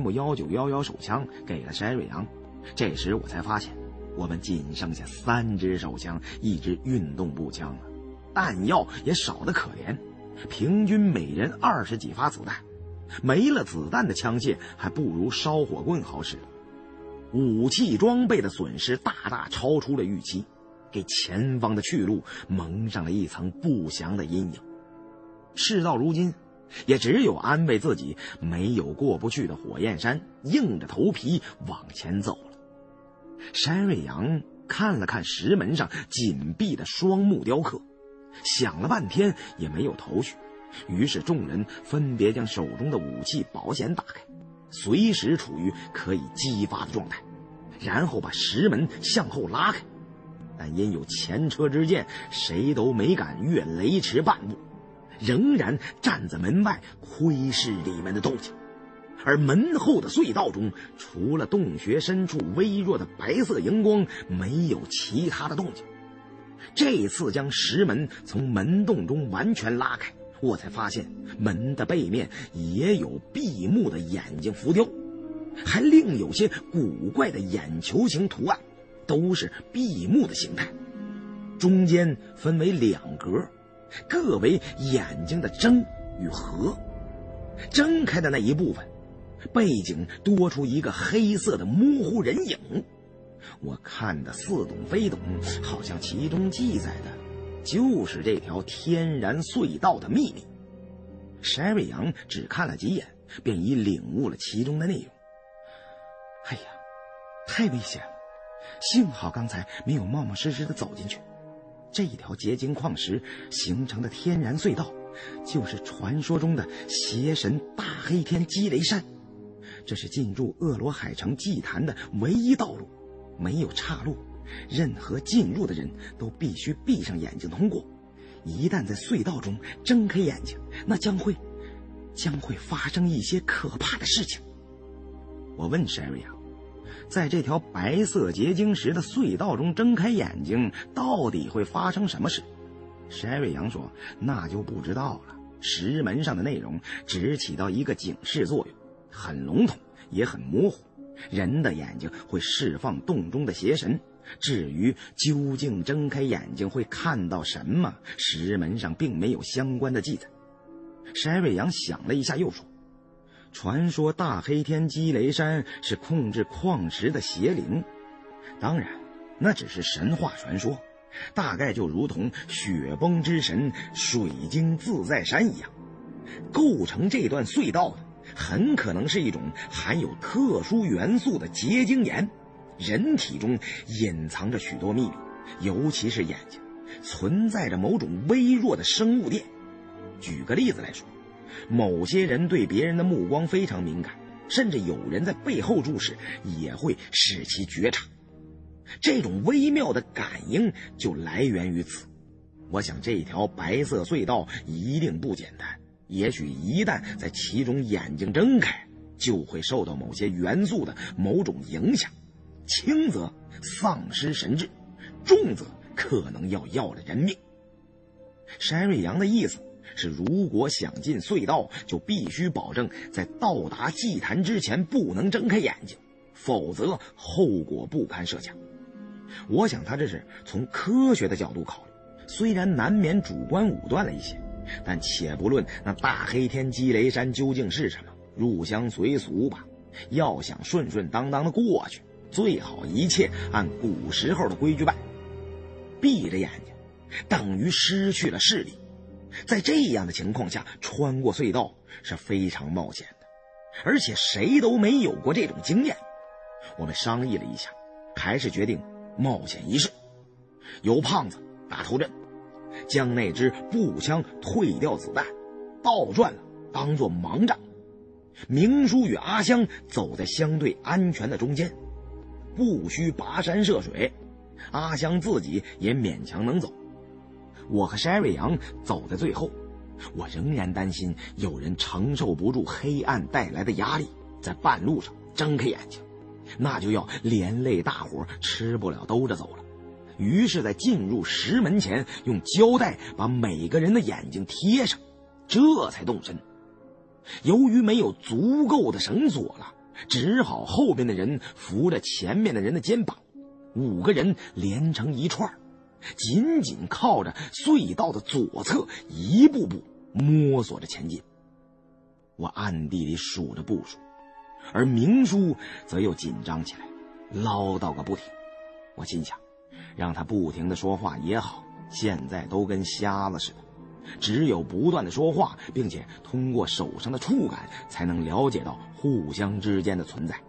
M1911手枪给了山瑞阳。这时我才发现，我们仅剩下3支手枪，1支运动步枪了，弹药也少得可怜，平均每人20几发子弹。没了子弹的枪械还不如烧火棍好使。武器装备的损失大大超出了预期，给前方的去路蒙上了一层不祥的阴影。事到如今，也只有安慰自己没有过不去的火焰山，硬着头皮往前走了。山瑞阳看了看石门上紧闭的双目雕刻，想了半天也没有头绪，于是众人分别将手中的武器保险打开，随时处于可以激发的状态，然后把石门向后拉开。但因有前车之鉴，谁都没敢越雷池半步，仍然站在门外窥视里面的动静。而门后的隧道中，除了洞穴深处微弱的白色荧光，没有其他的动静。这次将石门从门洞中完全拉开，我才发现门的背面也有闭目的眼睛浮雕，还另有些古怪的眼球形图案，都是闭目的形态。中间分为2格，各为眼睛的睁与合。睁开的那一部分，背景多出一个黑色的模糊人影。我看得似懂非懂，好像其中记载的就是这条天然隧道的秘密。山瑞阳只看了几眼，便已领悟了其中的内容。哎呀，太危险了，幸好刚才没有冒冒失失地走进去。这一条结晶矿石形成的天然隧道，就是传说中的邪神大黑天积雷山。这是进入恶罗海城祭坛的唯一道路，没有岔路，任何进入的人都必须闭上眼睛通过。一旦在隧道中睁开眼睛，那将会发生一些可怕的事情。我问山瑞阳，在这条白色结晶石的隧道中睁开眼睛，到底会发生什么事？山瑞阳说，那就不知道了。石门上的内容只起到一个警示作用，很笼统也很模糊。人的眼睛会释放洞中的邪神，至于究竟睁开眼睛会看到什么，石门上并没有相关的记载。山瑞阳想了一下又说，传说大黑天积雷山是控制矿石的邪灵，当然那只是神话传说，大概就如同雪崩之神水晶自在山一样。构成这段隧道的很可能是一种含有特殊元素的结晶岩，人体中隐藏着许多秘密，尤其是眼睛，存在着某种微弱的生物电。举个例子来说，某些人对别人的目光非常敏感，甚至有人在背后注视也会使其觉察。这种微妙的感应就来源于此。我想这条白色隧道一定不简单，也许一旦在其中眼睛睁开，就会受到某些元素的某种影响，轻则丧失神智，重则可能要了人命。山瑞阳的意思是，如果想进隧道，就必须保证在到达祭坛之前不能睁开眼睛，否则后果不堪设想。我想他这是从科学的角度考虑，虽然难免主观武断了一些，但且不论那大黑天积雷山究竟是什么，入乡随俗吧。要想顺顺当当的过去，最好一切按古时候的规矩办。闭着眼睛等于失去了视力，在这样的情况下穿过隧道是非常冒险的，而且谁都没有过这种经验。我们商议了一下，还是决定冒险一试。由胖子打头阵，将那支步枪退掉子弹，倒转了当作盲杖。明叔与阿香走在相对安全的中间，不需跋山涉水，阿香自己也勉强能走。我和山瑞阳走在最后，我仍然担心有人承受不住黑暗带来的压力，在半路上睁开眼睛，那就要连累大伙吃不了兜着走了。 于是在进入石门前用胶带把每个人的眼睛贴上，这才动身。由于没有足够的绳索了，只好后边的人扶着前面的人的肩膀，5个人连成一串，紧紧靠着隧道的左侧，一步步摸索着前进。我暗地里数着步数，而明叔则又紧张起来，唠叨个不停。我心想，让他不停地说话也好，现在都跟瞎子似的，只有不断地说话，并且通过手上的触感，才能了解到互相之间的存在。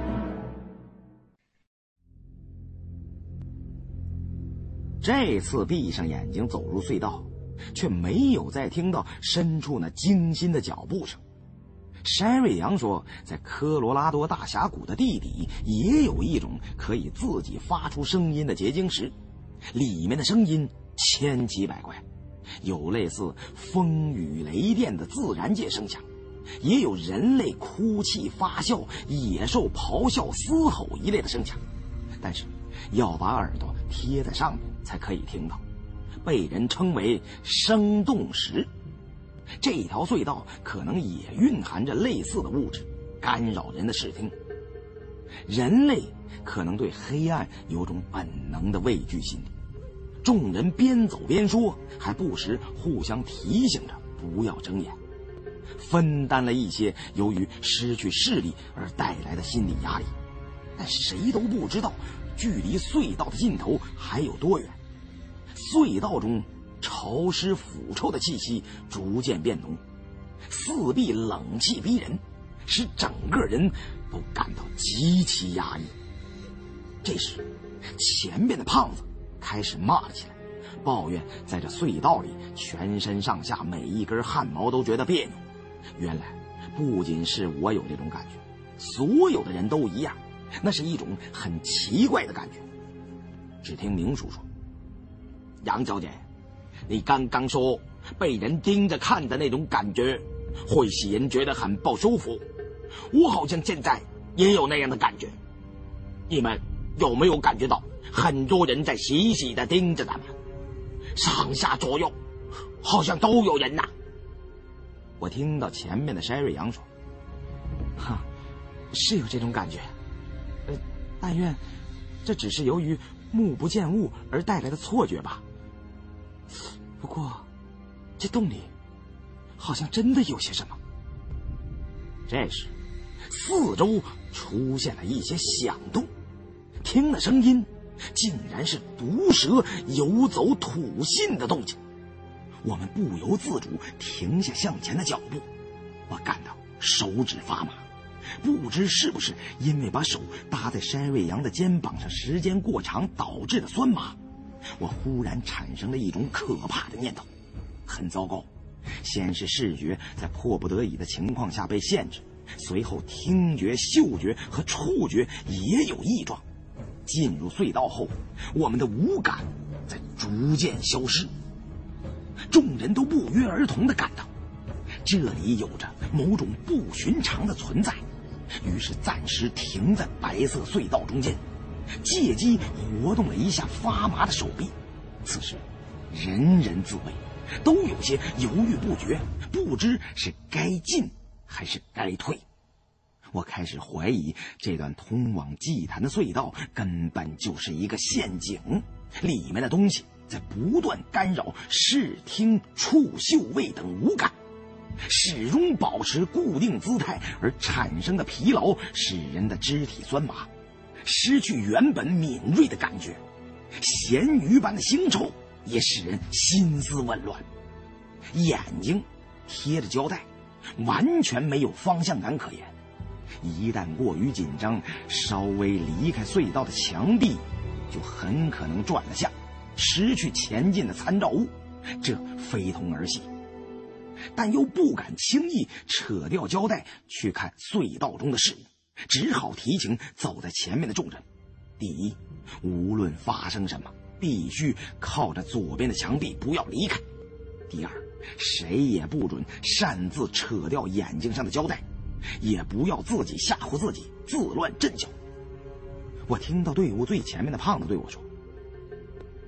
这次闭上眼睛走入隧道，却没有再听到深处那惊心的脚步声。山瑞阳说，在科罗拉多大峡谷的地底也有一种可以自己发出声音的结晶石，里面的声音千奇百怪，有类似风雨雷电的自然界声响，也有人类哭泣发笑、野兽咆哮嘶吼一类的声响，但是要把耳朵贴在上面才可以听到，被人称为声动石。这条隧道可能也蕴含着类似的物质，干扰人的视听。人类可能对黑暗有种本能的畏惧心理，众人边走边说，还不时互相提醒着不要睁眼，分担了一些由于失去视力而带来的心理压力。但谁都不知道距离隧道的尽头还有多远。隧道中潮湿腐臭的气息逐渐变浓，四壁冷气逼人，使整个人都感到极其压抑。这时，前面的胖子开始骂了起来，抱怨在这隧道里全身上下每一根汗毛都觉得别扭。原来不仅是我有这种感觉，所有的人都一样，那是一种很奇怪的感觉。只听明叔说，杨小姐，你刚刚说被人盯着看的那种感觉会使人觉得很不舒服，我好像现在也有那样的感觉。你们有没有感觉到很多人在死死地盯着咱们，上下左右好像都有人呐？我听到前面的山瑞阳说，哈，是有这种感觉，但愿这只是由于目不见物而带来的错觉吧。不过这洞里好像真的有些什么。这时四周出现了一些响动，听了声音竟然是毒蛇游走吐信的动静。我们不由自主停下向前的脚步，我感到手指发麻，不知是不是因为把手搭在山瑞阳的肩膀上时间过长导致的酸麻。我忽然产生了一种可怕的念头，很糟糕。先是视觉在迫不得已的情况下被限制，随后听觉、嗅觉和触觉也有异状。进入隧道后，我们的五感在逐渐消失。众人都不约而同地感到这里有着某种不寻常的存在，于是暂时停在白色隧道中间，借机活动了一下发麻的手臂。此时人人自危，都有些犹豫不决，不知是该进还是该退。我开始怀疑这段通往祭坛的隧道根本就是一个陷阱，里面的东西在不断干扰视听触嗅味等五感，始终保持固定姿态而产生的疲劳使人的肢体酸麻，失去原本敏锐的感觉，咸鱼般的腥臭也使人心思紊乱。眼睛贴着胶带，完全没有方向感可言，一旦过于紧张，稍微离开隧道的墙壁就很可能转了向，失去前进的参照物，这非同儿戏。但又不敢轻易扯掉胶带去看隧道中的事物，只好提醒走在前面的众人，第一，无论发生什么必须靠着左边的墙壁，不要离开；第二，谁也不准擅自扯掉眼睛上的胶带，也不要自己吓唬自己，自乱阵脚。我听到队伍最前面的胖子对我说，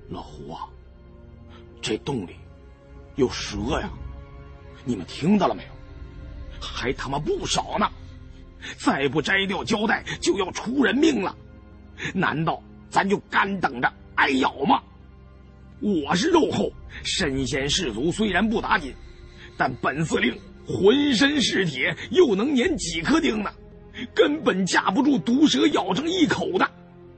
老胡啊，这洞里有蛇呀，你们听到了没有？还他妈不少呢，再不摘掉胶带就要出人命了，难道咱就干等着挨咬吗？我是肉厚，身先士卒，虽然不打紧，但本司令浑身是铁，又能粘几颗钉呢，根本架不住毒蛇咬上一口的。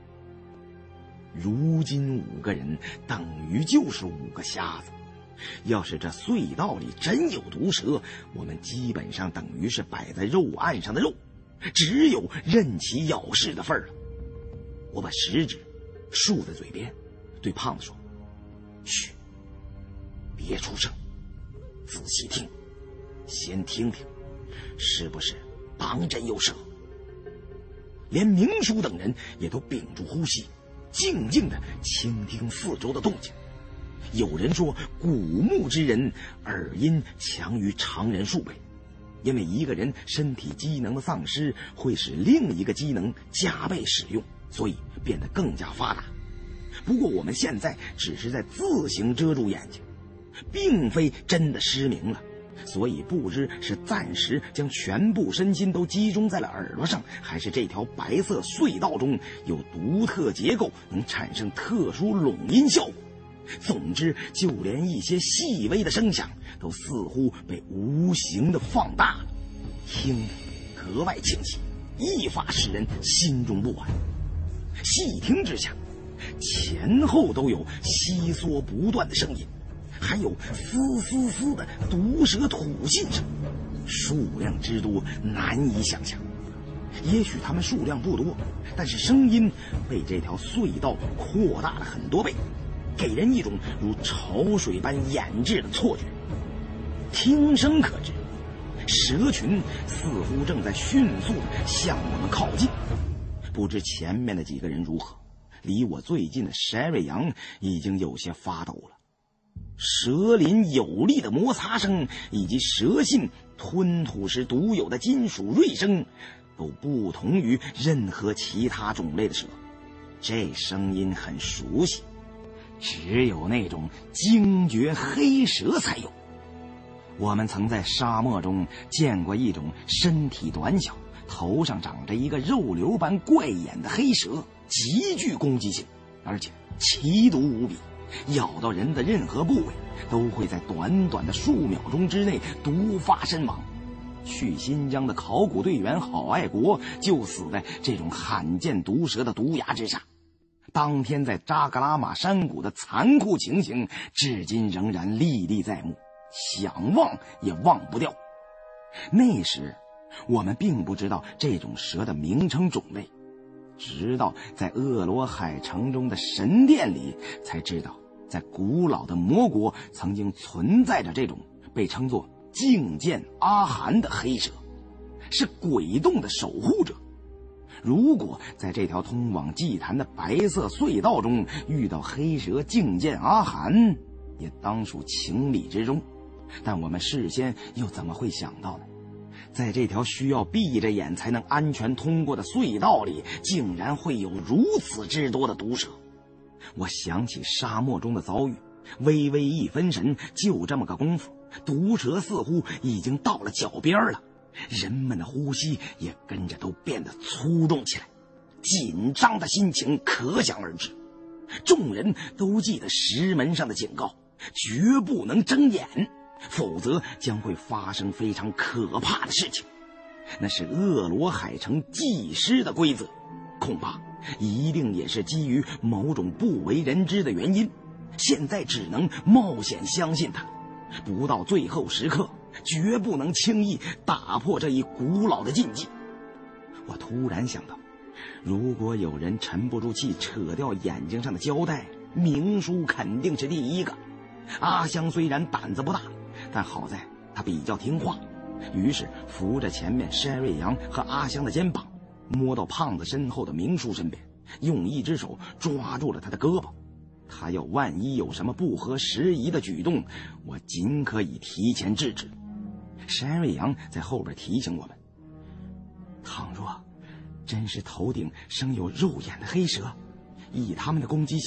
如今5个人等于就是5个瞎子，要是这隧道里真有毒蛇，我们基本上等于是摆在肉案上的肉，只有任其咬噬的份儿了。我把食指竖在嘴边，对胖子说：“嘘，别出声，仔细听，先听听，是不是当真有蛇？”连明叔等人也都屏住呼吸，静静地倾听四周的动静。有人说，古墓之人耳音强于常人数倍，因为一个人身体机能的丧失会使另一个机能加倍使用，所以变得更加发达。不过我们现在只是在自行遮住眼睛，并非真的失明了，所以不知是暂时将全部身心都集中在了耳朵上，还是这条白色隧道中有独特结构，能产生特殊拢音效果。总之，就连一些细微的声响都似乎被无形的放大了，听得格外清晰，一发使人心中不安。细听之下，前后都有悉嗦不断的声音，还有嘶嘶嘶的毒蛇吐信声，数量之多难以想象。也许它们数量不多，但是声音被这条隧道扩大了很多倍，给人一种如潮水般掩滞的错觉。听声可知，蛇群似乎正在迅速地向我们靠近。不知前面的几个人如何，离我最近的Sherry杨已经有些发抖了。蛇鳞有力的摩擦声以及蛇信吞吐时独有的金属锐声，都不同于任何其他种类的蛇。这声音很熟悉，只有那种精绝黑蛇才有。我们曾在沙漠中见过一种身体短小，头上长着一个肉瘤般怪眼的黑蛇，极具攻击性，而且奇毒无比，咬到人的任何部位都会在短短的数秒钟之内毒发身亡。去新疆的考古队员郝爱国就死在这种罕见毒蛇的毒牙之下。当天在扎格拉玛山谷的残酷情形至今仍然历历在目，想忘也忘不掉。那时我们并不知道这种蛇的名称种类，直到在鄂罗海城中的神殿里才知道，在古老的魔国曾经存在着这种被称作净剑阿含的黑蛇，是鬼洞的守护者。如果在这条通往祭坛的白色隧道中遇到黑蛇净剑阿含，也当属情理之中。但我们事先又怎么会想到呢？在这条需要闭着眼才能安全通过的隧道里，竟然会有如此之多的毒蛇。我想起沙漠中的遭遇，微微一分神，就这么个功夫，毒蛇似乎已经到了脚边了，人们的呼吸也跟着都变得粗重起来，紧张的心情可想而知。众人都记得石门上的警告，绝不能睁眼，否则将会发生非常可怕的事情。那是鄂罗海城祭师的规则，恐怕一定也是基于某种不为人知的原因，现在只能冒险相信他，不到最后时刻绝不能轻易打破这一古老的禁忌。我突然想到，如果有人沉不住气扯掉眼睛上的胶带，明叔肯定是第一个。阿香虽然胆子不大，但好在他比较听话，于是扶着前面山瑞阳和阿香的肩膀，摸到胖子身后的明叔身边，用一只手抓住了他的胳膊。他要万一有什么不合时宜的举动，我尽可以提前制止。山瑞阳在后边提醒我们，倘若真是头顶生有肉眼的黑蛇，以他们的攻击性，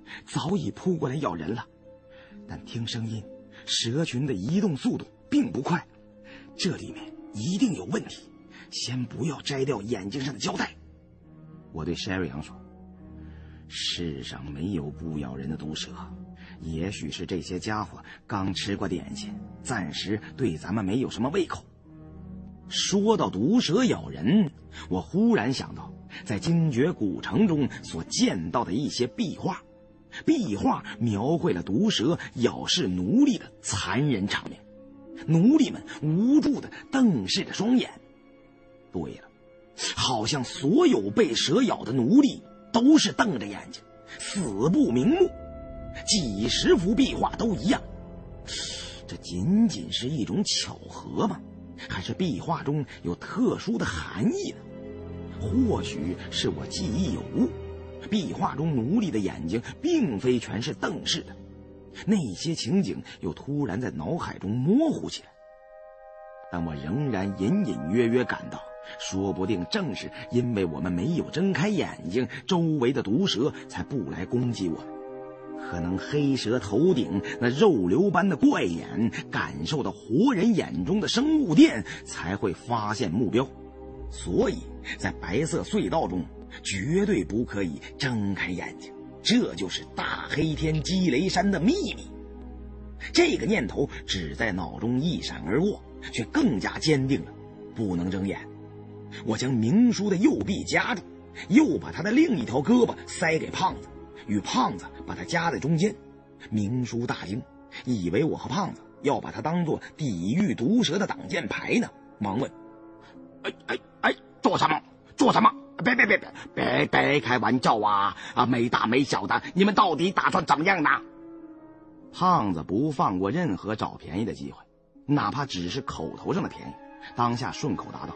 早已扑过来咬人了。但听声音，蛇群的移动速度并不快，这里面一定有问题。先不要摘掉眼睛上的胶带。我对 Sherry 说，世上没有不咬人的毒蛇，也许是这些家伙刚吃过点心，暂时对咱们没有什么胃口。说到毒蛇咬人，我忽然想到在精绝古城中所见到的一些壁画，壁画描绘了毒蛇咬噬奴隶的残忍场面，奴隶们无助地瞪视着双眼。对了，好像所有被蛇咬的奴隶都是瞪着眼睛，死不瞑目，几十幅壁画都一样。这仅仅是一种巧合吗？还是壁画中有特殊的含义呢？或许是我记忆有误，壁画中奴隶的眼睛并非全是瞪视的，那些情景又突然在脑海中模糊起来。但我仍然隐隐约约感到，说不定正是因为我们没有睁开眼睛，周围的毒蛇才不来攻击我们。可能黑蛇头顶那肉瘤般的怪眼感受到活人眼中的生物电，才会发现目标。所以在白色隧道中绝对不可以睁开眼睛，这就是大黑天积雷山的秘密。这个念头只在脑中一闪而过，却更加坚定了不能睁眼。我将明叔的右臂夹住，又把他的另一条胳膊塞给胖子，与胖子把他夹在中间。明叔大惊，以为我和胖子要把他当作抵御毒蛇的挡箭牌呢，忙问： 做什么？做什么？别开玩笑啊！没大没小的，你们到底打算怎么样呢？ 胖子不放过任何找便宜的机会，哪怕只是口头上的便宜，当下顺口答道：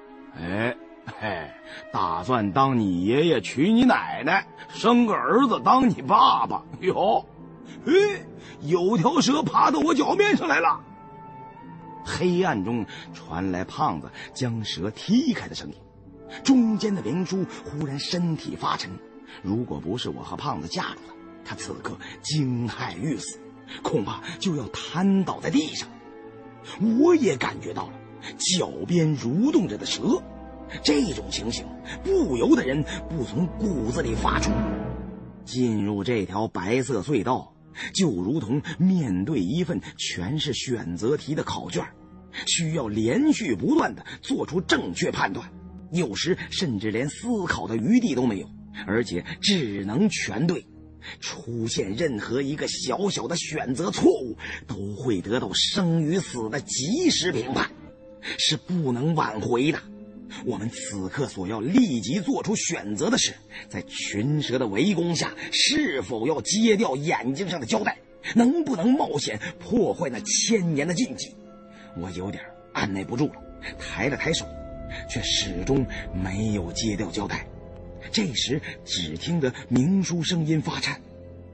打算当你爷爷娶你奶奶，生个儿子当你爸爸。哟，有条蛇爬到我脚面上来了。 黑暗中传来胖子将蛇踢开的声音，中间的明叔忽然身体发沉，如果不是我和胖子架住他此刻惊骇欲死，恐怕就要瘫倒在地上。我也感觉到了脚边蠕动着的蛇，这种情形不由得人不从骨子里发怵。进入这条白色隧道，就如同面对一份全是选择题的考卷，需要连续不断地做出正确判断，有时甚至连思考的余地都没有，而且只能全对。出现任何一个小小的选择错误，都会得到生与死的及时评判，是不能挽回的。我们此刻所要立即做出选择的是，在群蛇的围攻下，是否要揭掉眼睛上的胶带，能不能冒险破坏那千年的禁忌。我有点按耐不住了，抬了抬手，却始终没有揭掉胶带。这时只听得明叔声音发颤：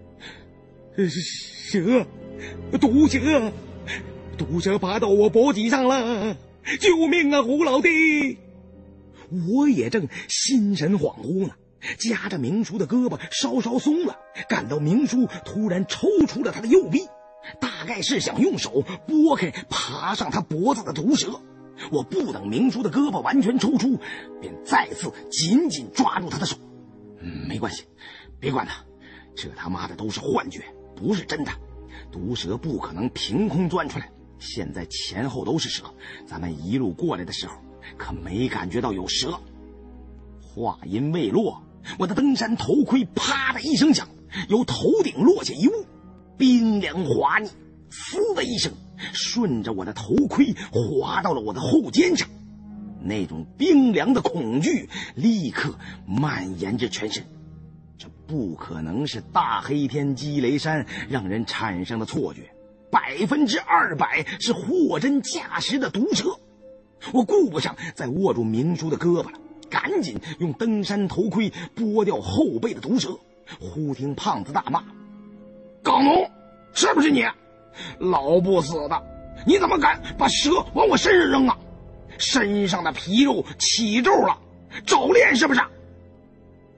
蛇，毒蛇，毒蛇爬到我脖颈上了，救命啊，胡老弟！我也正心神恍惚呢，夹着明叔的胳膊稍稍松了，感到明叔突然抽出了他的右臂，大概是想用手拨开爬上他脖子的毒蛇。我不等明叔的胳膊完全抽出，便再次紧紧抓住他的手。没关系，别管他，这他妈的都是幻觉，不是真的。毒蛇不可能凭空钻出来，现在前后都是蛇，咱们一路过来的时候可没感觉到有蛇。话音未落，我的登山头盔啪的一声响，由头顶落下一物，冰凉滑腻，嘶的一声，顺着我的头盔滑到了我的后肩上。那种冰凉的恐惧立刻蔓延至全身。这不可能是大黑天积雷山让人产生的错觉，200%是货真价实的毒蛇。我顾不上再握住明叔的胳膊了，赶紧用登山头盔拨掉后背的毒蛇。忽听胖子大骂： 港农，是不是你？老不死的，你怎么敢把蛇往我身上扔啊？身上的皮肉起皱了，早恋是不是？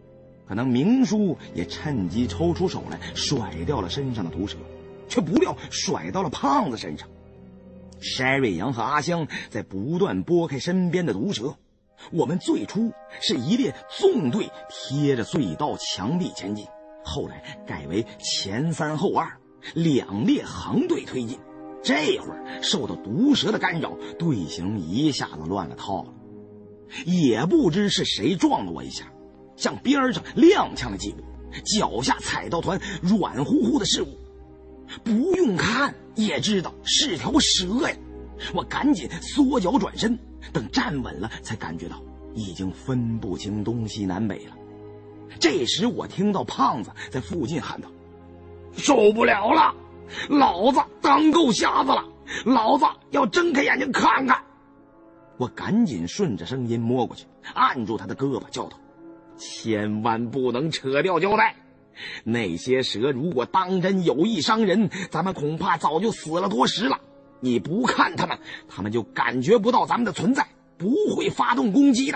可能明叔也趁机抽出手来甩掉了身上的毒蛇，却不料甩到了胖子身上。筛瑞阳和阿香在不断拨开身边的毒蛇，我们最初是一列纵队贴着隧道墙壁前进，后来改为前3后2，2列横队推进。这会儿受到毒蛇的干扰，队形一下子乱了套了。也不知是谁撞了我一下，向边上踉跄了几步，脚下踩到团软乎乎的事物，不用看也知道是条蛇呀！我赶紧缩脚转身，等站稳了才感觉到已经分不清东西南北了。这时我听到胖子在附近喊道：“ 受不了了，老子当够瞎子了，老子要睁开眼睛看看！” 我赶紧顺着声音摸过去，按住他的胳膊，叫道：“千万不能扯掉胶带！那些蛇如果当真有意伤人，咱们恐怕早就死了多时了。你不看他们，他们就感觉不到咱们的存在，不会发动攻击的。”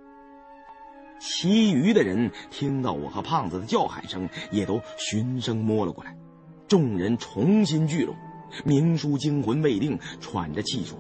其余的人听到我和胖子的叫喊声，也都循声摸了过来。众人重新聚拢，明叔惊魂未定，喘着气说：“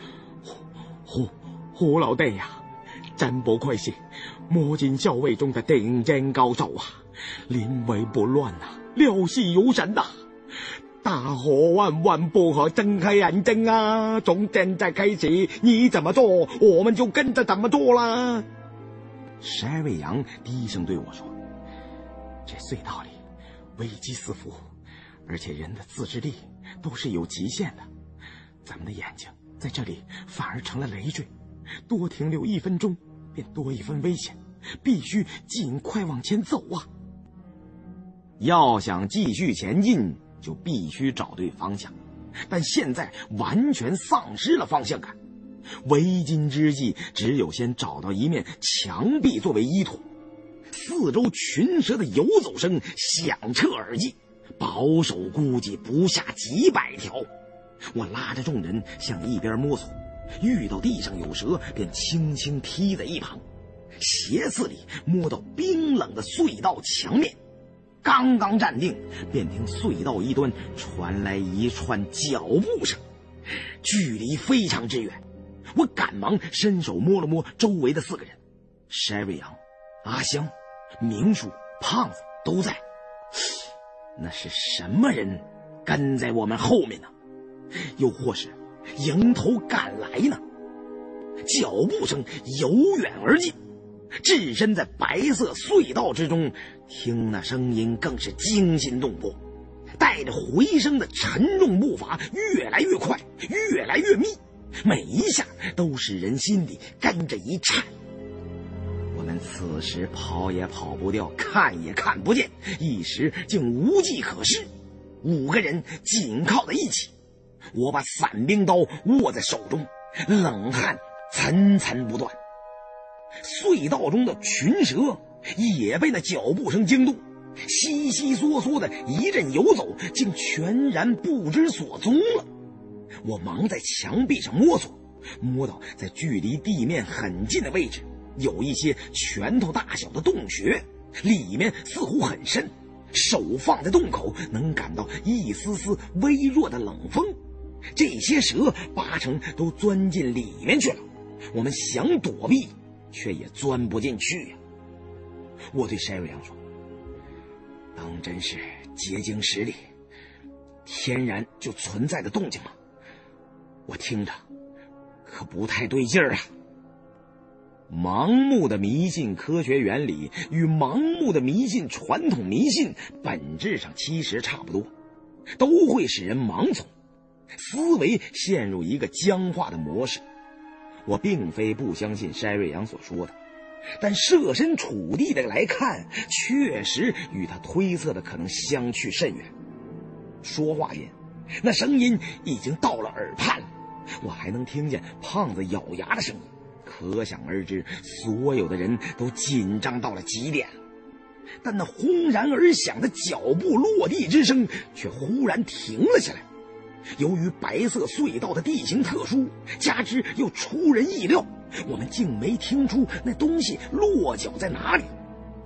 胡老弟呀，真不愧是魔剑校尉中的顶尖高手啊，临危不乱啊，料事如神啊！大伙万万不可睁开眼睛啊！从现在开始，你怎么做，我们就跟着怎么做啦！” 筛瑞阳低声对我说：“这隧道里危机四伏，而且人的自制力都是有极限的，咱们的眼睛在这里反而成了累赘，多停留1分钟便多1分危险，必须尽快往前走啊！要想继续前进，就必须找对方向，但现在完全丧失了方向感。为今之计，只有先找到一面墙壁作为依托。四周群蛇的游走声响彻耳际，保守估计不下几百条。我拉着众人向一边摸索，遇到地上有蛇便轻轻踢在一旁，斜刺里摸到冰冷的隧道墙面。刚刚站定，便听隧道一端传来一串脚步声，距离非常之远。我赶忙伸手摸了摸周围的4个人，筛瑞阳、阿香、明叔、胖子都在。那是什么人跟在我们后面呢？又或是迎头赶来呢？脚步声由远而近，置身在白色隧道之中，听那声音更是惊心动魄，带着回声的沉重步伐越来越快，越来越密，每一下都使人心里跟着一颤。我们此时跑也跑不掉，看也看不见，一时竟无计可施。5个人紧靠在一起，我把伞兵刀握在手中，冷汗层层不断。隧道中的群蛇也被那脚步声惊动，悉悉嗦嗦的一阵游走，竟全然不知所踪了。我忙在墙壁上摸索，摸到在距离地面很近的位置有一些拳头大小的洞穴，里面似乎很深，手放在洞口能感到一丝丝微弱的冷风。这些蛇8成都钻进里面去了，我们想躲避却也钻不进去呀。我对筛瑞阳说：“当真是结晶实力，天然就存在的动静吗？我听着可不太对劲儿啊。”盲目的迷信科学原理与盲目的迷信传统迷信本质上其实差不多，都会使人盲从，思维陷入一个僵化的模式。我并非不相信筛瑞阳所说的，但设身处地的来看，确实与他推测的可能相去甚远。说话间，那声音已经到了耳畔了，我还能听见胖子咬牙的声音，可想而知，所有的人都紧张到了极点了。但那轰然而响的脚步落地之声却忽然停了下来。由于白色隧道的地形特殊，加之又出人意料，我们竟没听出那东西落脚在哪里。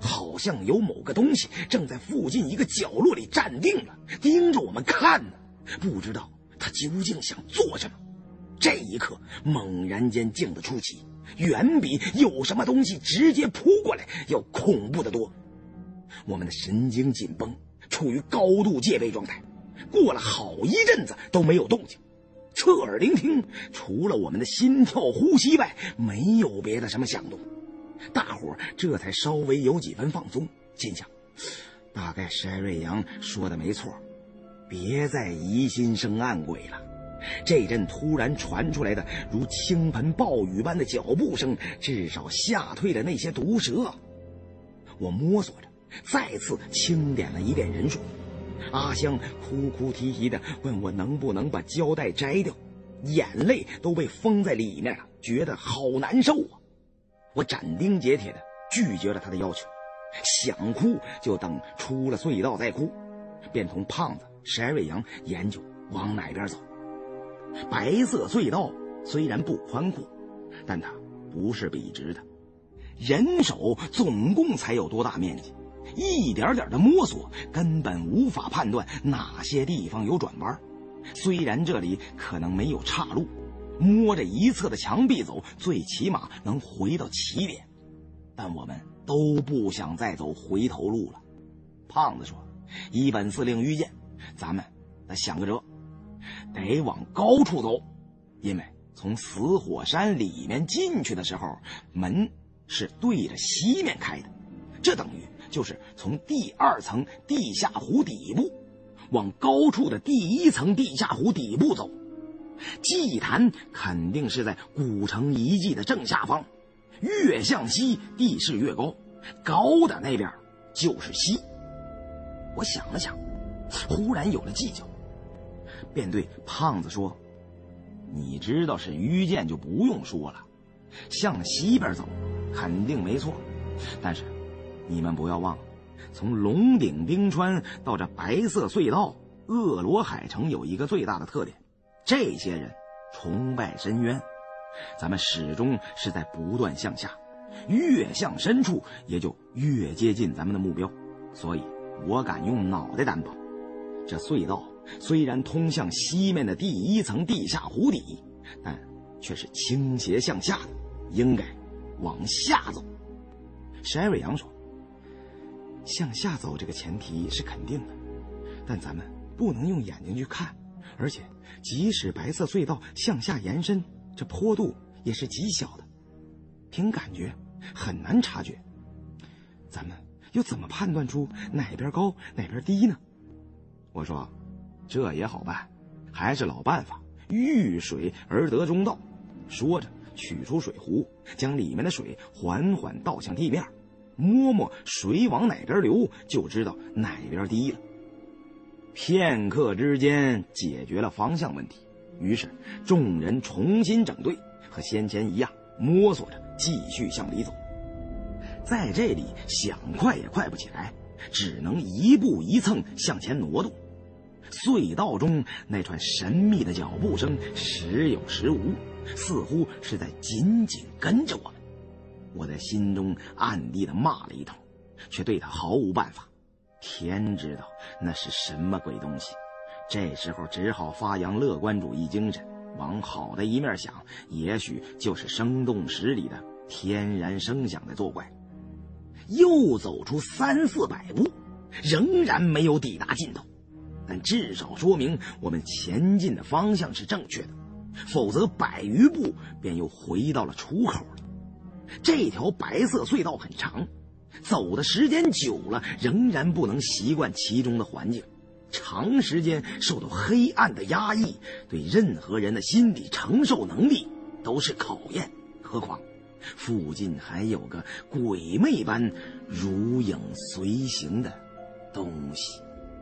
好像有某个东西正在附近一个角落里站定了，盯着我们看呢。不知道他究竟想做什么。这一刻猛然间静得出奇，远比有什么东西直接扑过来要恐怖得多。我们的神经紧绷，处于高度戒备状态，过了好一阵子都没有动静。侧耳聆听，除了我们的心跳呼吸外，没有别的什么响动。大伙这才稍微有几分放松，心想大概筛瑞阳说的没错，别再疑心生暗鬼了。这阵突然传出来的如倾盆暴雨般的脚步声，至少吓退了那些毒蛇。我摸索着再次清点了一遍人数。阿香哭哭啼啼地问我能不能把胶带摘掉，眼泪都被封在里面了，觉得好难受啊。我斩钉截铁地拒绝了他的要求，想哭就等出了隧道再哭，便同胖子筛瑞阳研究往哪边走。白色隧道虽然不宽阔，但它不是笔直的，人手总共才有多大面积，一点点的摸索根本无法判断哪些地方有转弯。虽然这里可能没有岔路，摸着一侧的墙壁走最起码能回到起点，但我们都不想再走回头路了。胖子说一本司令预见，咱们得想个辙，得往高处走，因为从死火山里面进去的时候，门是对着西面开的，这等于就是从第2层地下湖底部往高处的第1层地下湖底部走。祭坛肯定是在古城遗迹的正下方，越向西地势越高，高的那边就是西。我想了想，忽然有了计较，便对胖子说，你知道是愚见就不用说了，向西边走肯定没错，但是你们不要忘了，从龙顶冰川到这白色隧道，恶罗海城有一个最大的特点，这些人崇拜深渊，咱们始终是在不断向下，越向深处也就越接近咱们的目标，所以我敢用脑袋担保，这隧道虽然通向西面的第1层地下湖底，但却是倾斜向下的，应该往下走。筛瑞阳说，向下走这个前提是肯定的，但咱们不能用眼睛去看，而且即使白色隧道向下延伸，这坡度也是极小的，凭感觉很难察觉，咱们又怎么判断出哪边高哪边低呢？我说这也好办，还是老办法，遇水而得中道。说着取出水壶，将里面的水缓缓倒向地面，摸摸水往哪边流，就知道哪边低了。片刻之间解决了方向问题，于是众人重新整队，和先前一样摸索着继续向里走。在这里想快也快不起来，只能一步一蹭向前挪动。隧道中那串神秘的脚步声时有时无，似乎是在紧紧跟着我们。我在心中暗地的骂了一通，却对他毫无办法。天知道那是什么鬼东西，这时候只好发扬乐观主义精神，往好的一面想，也许就是生动室里的天然声响在作怪。又走出300-400步，仍然没有抵达尽头，但至少说明我们前进的方向是正确的，否则100余步便又回到了出口了。这条白色隧道很长，走的时间久了，仍然不能习惯其中的环境，长时间受到黑暗的压抑，对任何人的心理承受能力都是考验，何况附近还有个鬼魅般如影随形的东西。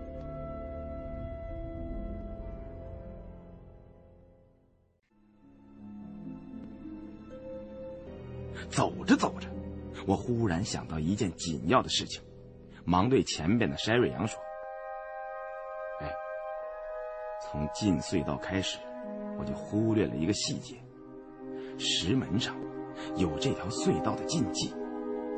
走着走着，我忽然想到一件紧要的事情，忙对前边的筛瑞阳说，从进隧道开始，我就忽略了一个细节，石门上有这条隧道的禁忌，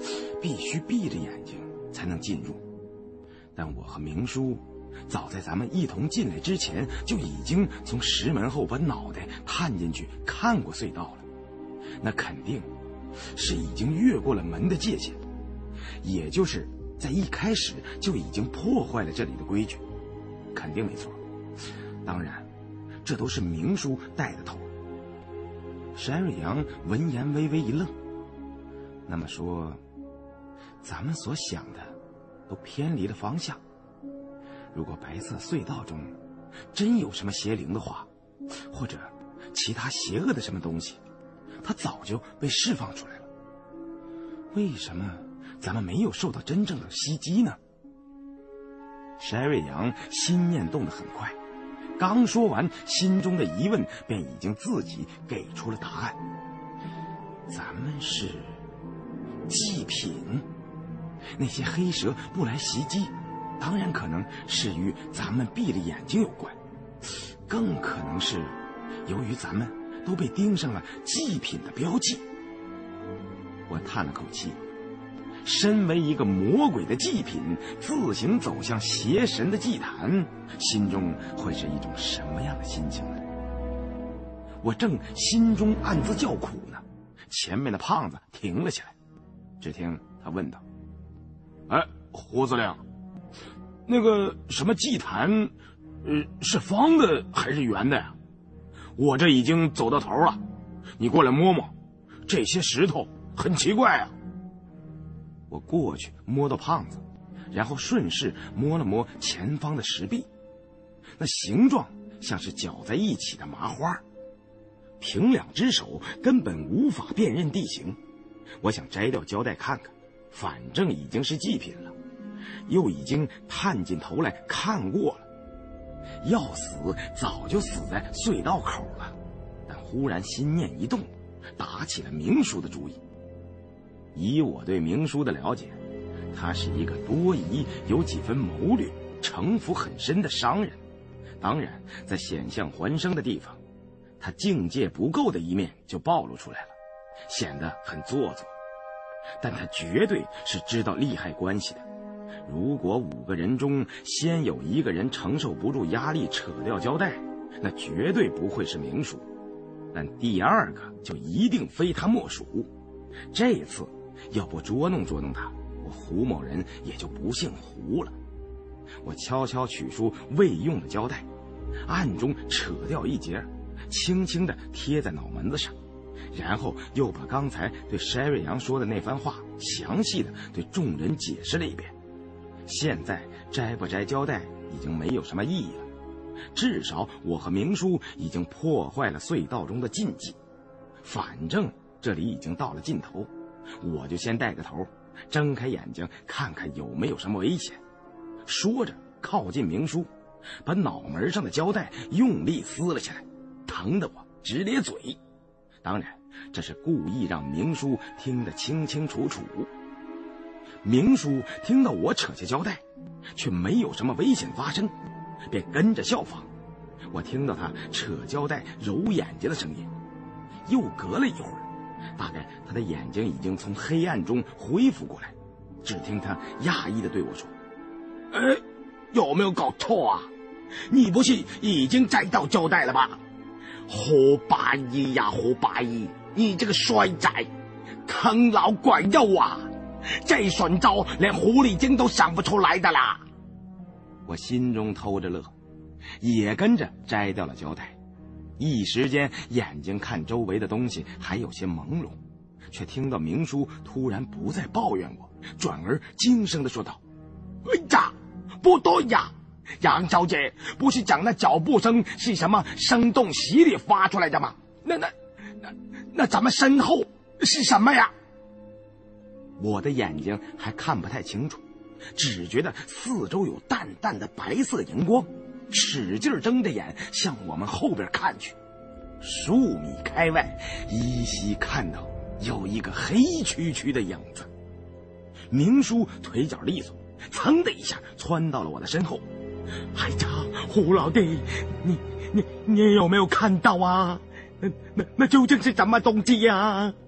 必须闭着眼睛才能进入。但我和明叔早在咱们一同进来之前，就已经从石门后把脑袋探进去看过隧道了，那肯定是已经越过了门的界限，也就是在一开始就已经破坏了这里的规矩，肯定没错。当然，这都是明叔带的头。山瑞阳闻言微微一愣，那么说，咱们所想的都偏离了方向。如果白色隧道中真有什么邪灵的话，或者其他邪恶的什么东西，它早就被释放出来了。为什么咱们没有受到真正的袭击呢？山瑞阳心念动得很快，刚说完，心中的疑问便已经自己给出了答案。咱们是祭品，那些黑蛇不来袭击，当然可能是与咱们闭了眼睛有关，更可能是由于咱们都被钉上了祭品的标记。我叹了口气，身为一个魔鬼的祭品，自行走向邪神的祭坛，心中会是一种什么样的心情呢？我正心中暗自叫苦呢，前面的胖子停了下来，只听他问道：“哎，胡子亮，那个什么祭坛，是方的还是圆的呀？我这已经走到头了，你过来摸摸，这些石头很奇怪啊。”我过去摸到胖子，然后顺势摸了摸前方的石壁，那形状像是搅在一起的麻花，凭两只手根本无法辨认地形。我想摘掉胶带看看，反正已经是祭品了，又已经探进头来看过了，要死早就死在隧道口了。但忽然心念一动，打起了明叔的主意。以我对明叔的了解，他是一个多疑、有几分谋略、城府很深的商人。当然，在险象环生的地方，他境界不够的一面就暴露出来了，显得很做作。但他绝对是知道利害关系的。如果5个人中先有1个人承受不住压力扯掉胶带，那绝对不会是明叔，但第2个就一定非他莫属。这次要不捉弄捉弄他，我胡某人也就不姓胡了。我悄悄取出未用的胶带，暗中扯掉一截，轻轻地贴在脑门子上，然后又把刚才对山瑞阳说的那番话详细的对众人解释了一遍。现在摘不摘胶带已经没有什么意义了，至少我和明叔已经破坏了隧道中的禁忌。反正这里已经到了尽头，我就先带个头，睁开眼睛看看有没有什么危险。说着靠近明叔，把脑门上的胶带用力撕了下来，疼得我直咧嘴。当然这是故意让明叔听得清清楚楚。明叔听到我扯下胶带，却没有什么危险发生，便跟着效仿。我听到他扯胶带揉眼睛的声音，又隔了一会儿，大概他的眼睛已经从黑暗中恢复过来，只听他讶异地对我说：“ 哎，有没有搞错啊？你不是已经摘到胶带了吧？何八一呀，何八一，你这个衰仔，啃老拐肉啊！这损招连狐狸精都想不出来的啦！” 我心中偷着乐，也跟着摘掉了胶带。一时间眼睛看周围的东西还有些朦胧，却听到明叔突然不再抱怨我，转而惊声地说道：“ 哎呀，不对呀！杨小姐不是讲那脚步声是什么声洞洗里发出来的吗？那咱们身后是什么呀？” 我的眼睛还看不太清楚，只觉得四周有淡淡的白色荧光，使劲睁着眼向我们后边看去。数米开外，依稀看到有一个黑黢黢的影子。明叔腿脚利索，噌的一下窜到了我的身后。 “哎呀，胡老弟，你有没有看到啊？那究竟是什么东西呀？”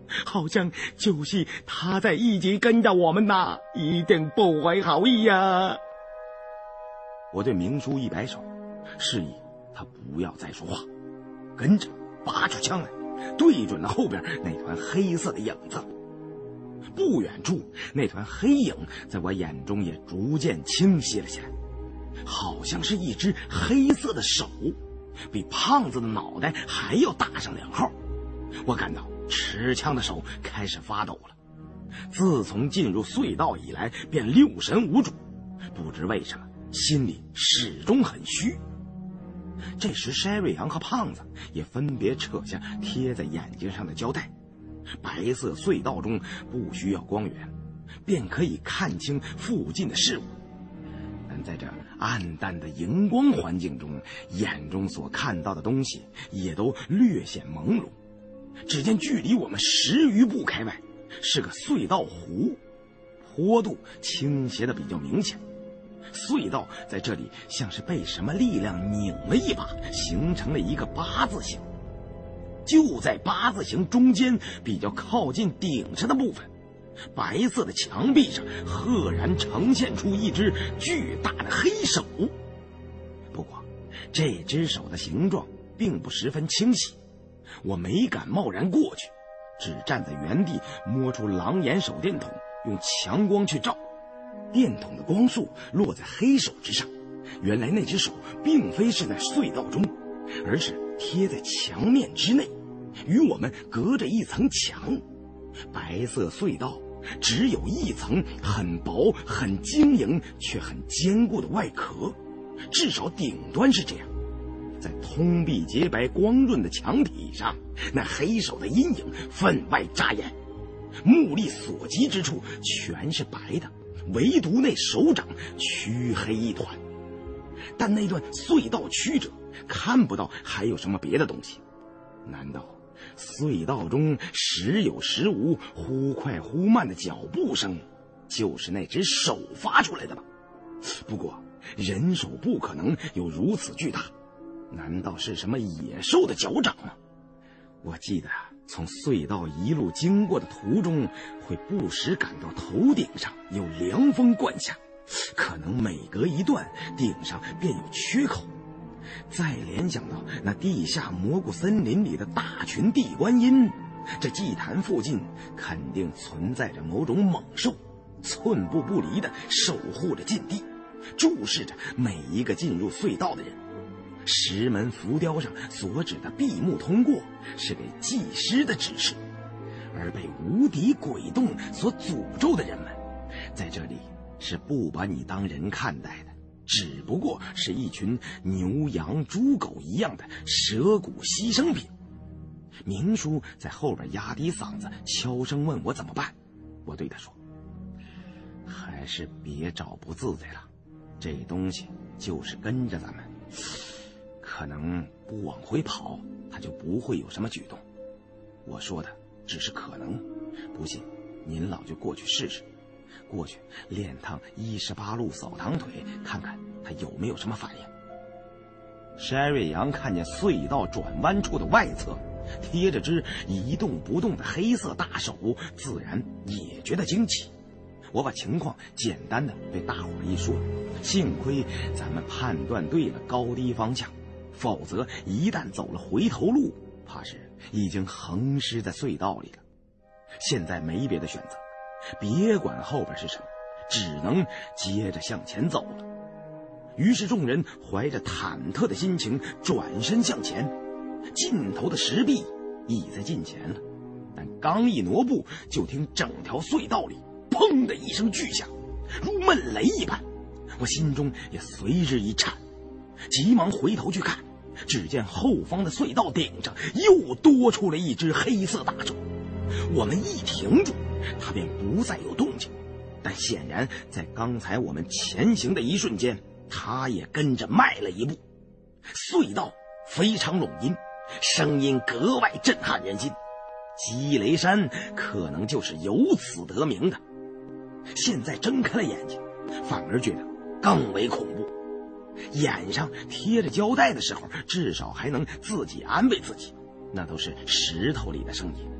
好像就是他在一直跟着我们呐，一定不怀好意呀。 我对明叔一摆手，示意他不要再说话，跟着拔出枪来，对准了后边那团黑色的影子。不远处，那团黑影在我眼中也逐渐清晰了起来，好像是一只黑色的手，比胖子的脑袋还要大上2号。我感到持枪的手开始发抖了。自从进入隧道以来，便六神无主，不知为什么心里始终很虚。这时筛瑞阳和胖子也分别扯下贴在眼睛上的胶带，白色隧道中不需要光源，便可以看清附近的事物。但在这暗淡的荧光环境中，眼中所看到的东西也都略显朦胧。只见距离我们10余步开外是个隧道湖，坡度倾斜的比较明显，隧道在这里像是被什么力量拧了一把，形成了一个8字形。就在8字形中间比较靠近顶上的部分，白色的墙壁上赫然呈现出一只巨大的黑手。不过这只手的形状并不十分清晰，我没敢贸然过去，只站在原地摸出狼眼手电筒，用强光去照。电筒的光束落在黑手之上，原来那只手并非是在隧道中，而是贴在墙面之内，与我们隔着一层墙。白色隧道只有一层很薄很晶莹却很坚固的外壳，至少顶端是这样。在通壁洁白光润的墙体上，那黑手的阴影分外扎眼，目力所及之处全是白的，唯独那手掌黢黑一团。但那段隧道曲折，看不到还有什么别的东西。难道隧道中时有时无忽快忽慢的脚步声就是那只手发出来的吗？不过人手不可能有如此巨大，难道是什么野兽的脚掌吗？我记得从隧道一路经过的途中，会不时感到头顶上有凉风灌下，可能每隔一段顶上便有缺口。再联想到那地下蘑菇森林里的大群地观音，这祭坛附近肯定存在着某种猛兽，寸步不离地守护着禁地，注视着每一个进入隧道的人。石门浮雕上所指的闭目通过是给祭师的指示，而被无敌鬼洞所诅咒的人们，在这里是不把你当人看待的，只不过是一群牛羊猪狗一样的蛇骨牺牲品。明叔在后边压低嗓子悄声问我怎么办，我对他说，还是别找不自在了，这东西就是跟着咱们，可能不往回跑，他就不会有什么举动。我说的只是可能，不信您老就过去试试，过去练趟18路扫堂腿，看看他有没有什么反应。筛瑞阳看见隧道转弯处的外侧贴着只一动不动的黑色大手，自然也觉得惊奇。我把情况简单的对大伙一说，幸亏咱们判断对了高低方向，否则一旦走了回头路，怕是已经横尸在隧道里了。现在没别的选择，别管后边是什么，只能接着向前走了。于是众人怀着忐忑的心情转身向前，尽头的石壁已在近前了，但刚一挪步，就听整条隧道里砰的一声巨响，如闷雷一般，我心中也随之一颤，急忙回头去看，只见后方的隧道顶上又多出了一只黑色大手。我们一停住，它便不再有动静，但显然在刚才我们前行的一瞬间，它也跟着迈了一步。隧道非常拢音，声音格外震撼人心，积雷山可能就是由此得名的。现在睁开了眼睛，反而觉得更为恐怖。眼上贴着胶带的时候，至少还能自己安慰自己，那都是石头里的声音。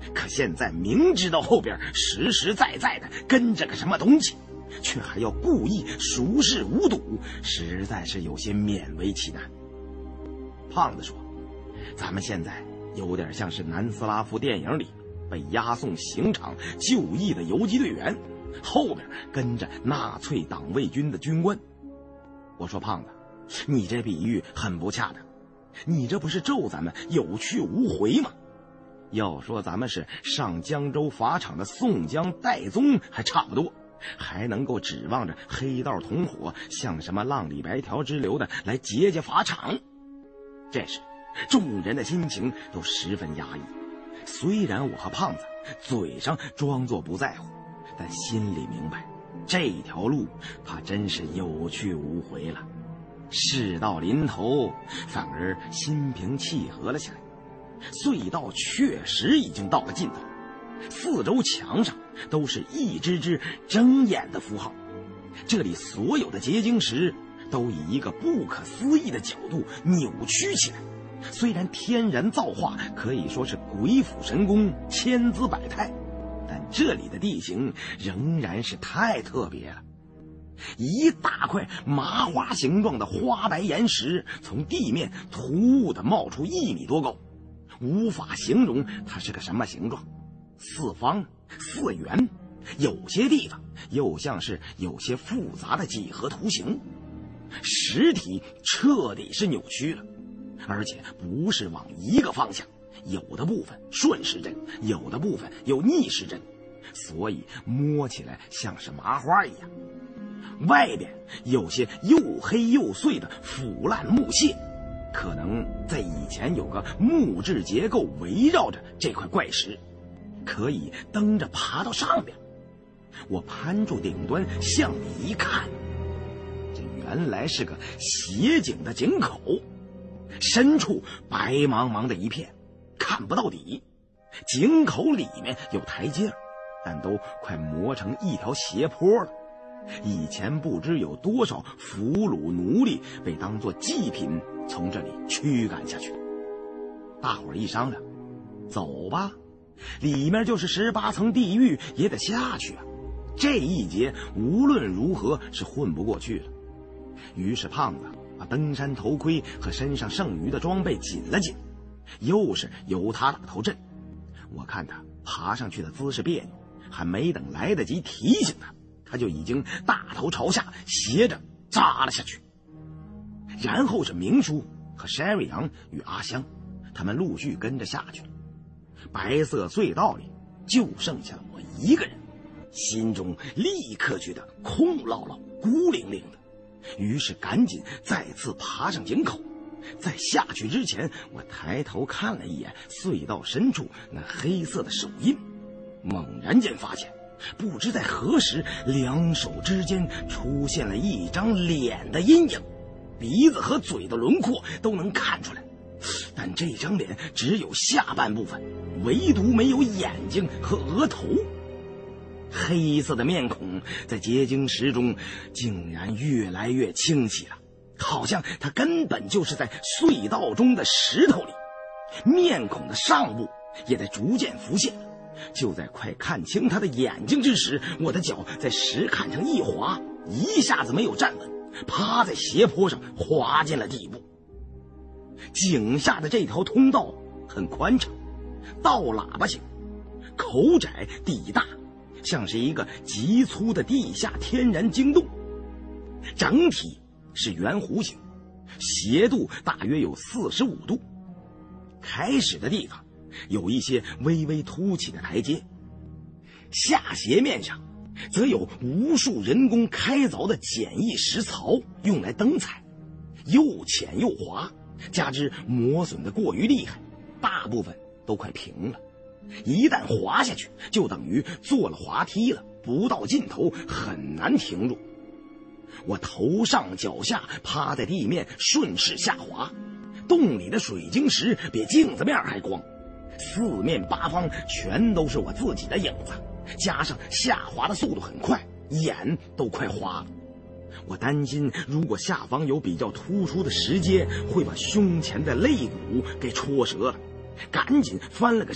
可现在明知道后边实实在在的跟着个什么东西，却还要故意熟视无睹，实在是有些勉为其难。胖子说，咱们现在有点像是南斯拉夫电影里被押送刑场就义的游击队员，后边跟着纳粹党卫军的军官。我说，胖子，你这比喻很不恰当，你这不是咒咱们有去无回吗？要说咱们是上江州法场的宋江、戴宗还差不多，还能够指望着黑道同伙像什么浪里白条之流的来劫法场。这时众人的心情都十分压抑，虽然我和胖子嘴上装作不在乎，但心里明白这条路怕真是有去无回了。事到临头，反而心平气和了起来。隧道确实已经到了尽头，四周墙上都是一只只睁眼的符号，这里所有的结晶石都以一个不可思议的角度扭曲起来。虽然天然造化可以说是鬼斧神工，千姿百态，但这里的地形仍然是太特别了。一大块麻花形状的花白岩石从地面突兀地冒出1米多高，无法形容它是个什么形状，四方、四圆，有些地方又像是有些复杂的几何图形。实体彻底是扭曲了，而且不是往一个方向，有的部分顺时针，有的部分有逆时针，所以摸起来像是麻花一样。外边有些又黑又碎的腐烂木屑，可能在以前有个木质结构围绕着这块怪石，可以蹬着爬到上边。我攀住顶端向里一看，这原来是个斜井的井口，深处白茫茫的一片，看不到底。井口里面有台阶，但都快磨成一条斜坡了。以前不知有多少俘虏奴隶被当作祭品从这里驱赶下去。大伙儿一商量，走吧，里面就是18层地狱也得下去啊，这一劫无论如何是混不过去了。于是胖子把登山头盔和身上剩余的装备紧了紧，又是由他打头阵。我看他爬上去的姿势别扭，还没等来得及提醒他就已经大头朝下斜着扎了下去。然后是明叔和 Sherry 杨与阿香，他们陆续跟着下去。白色隧道里就剩下了我一个人，心中立刻觉得空落落孤零零的，于是赶紧再次爬上井口。在下去之前，我抬头看了一眼隧道深处那黑色的手印，猛然间发现不知在何时，两手之间出现了一张脸的阴影，鼻子和嘴的轮廓都能看出来，但这张脸只有下半部分，唯独没有眼睛和额头。黑色的面孔在结晶石中竟然越来越清晰了，好像它根本就是在隧道中的石头里。面孔的上部也在逐渐浮现，就在快看清他的眼睛之时，我的脚在石坎上一滑，一下子没有站稳，趴在斜坡上滑进了地部。井下的这条通道很宽敞，倒喇叭形，口窄底大，像是一个极粗的地下天然晶洞。整体是圆弧形，斜度大约有45度。开始的地方有一些微微凸起的台阶，下斜面上则有无数人工开凿的简易石槽用来蹬踩，又浅又滑，加之磨损的过于厉害，大部分都快平了。一旦滑下去，就等于坐了滑梯了，不到尽头很难停住。我头上脚下趴在地面，顺势下滑，洞里的水晶石比镜子面还光，四面八方全都是我自己的影子，加上下滑的速度很快，眼都快花了。我担心如果下方有比较突出的石阶，会把胸前的肋骨给戳折了，赶紧翻了个身，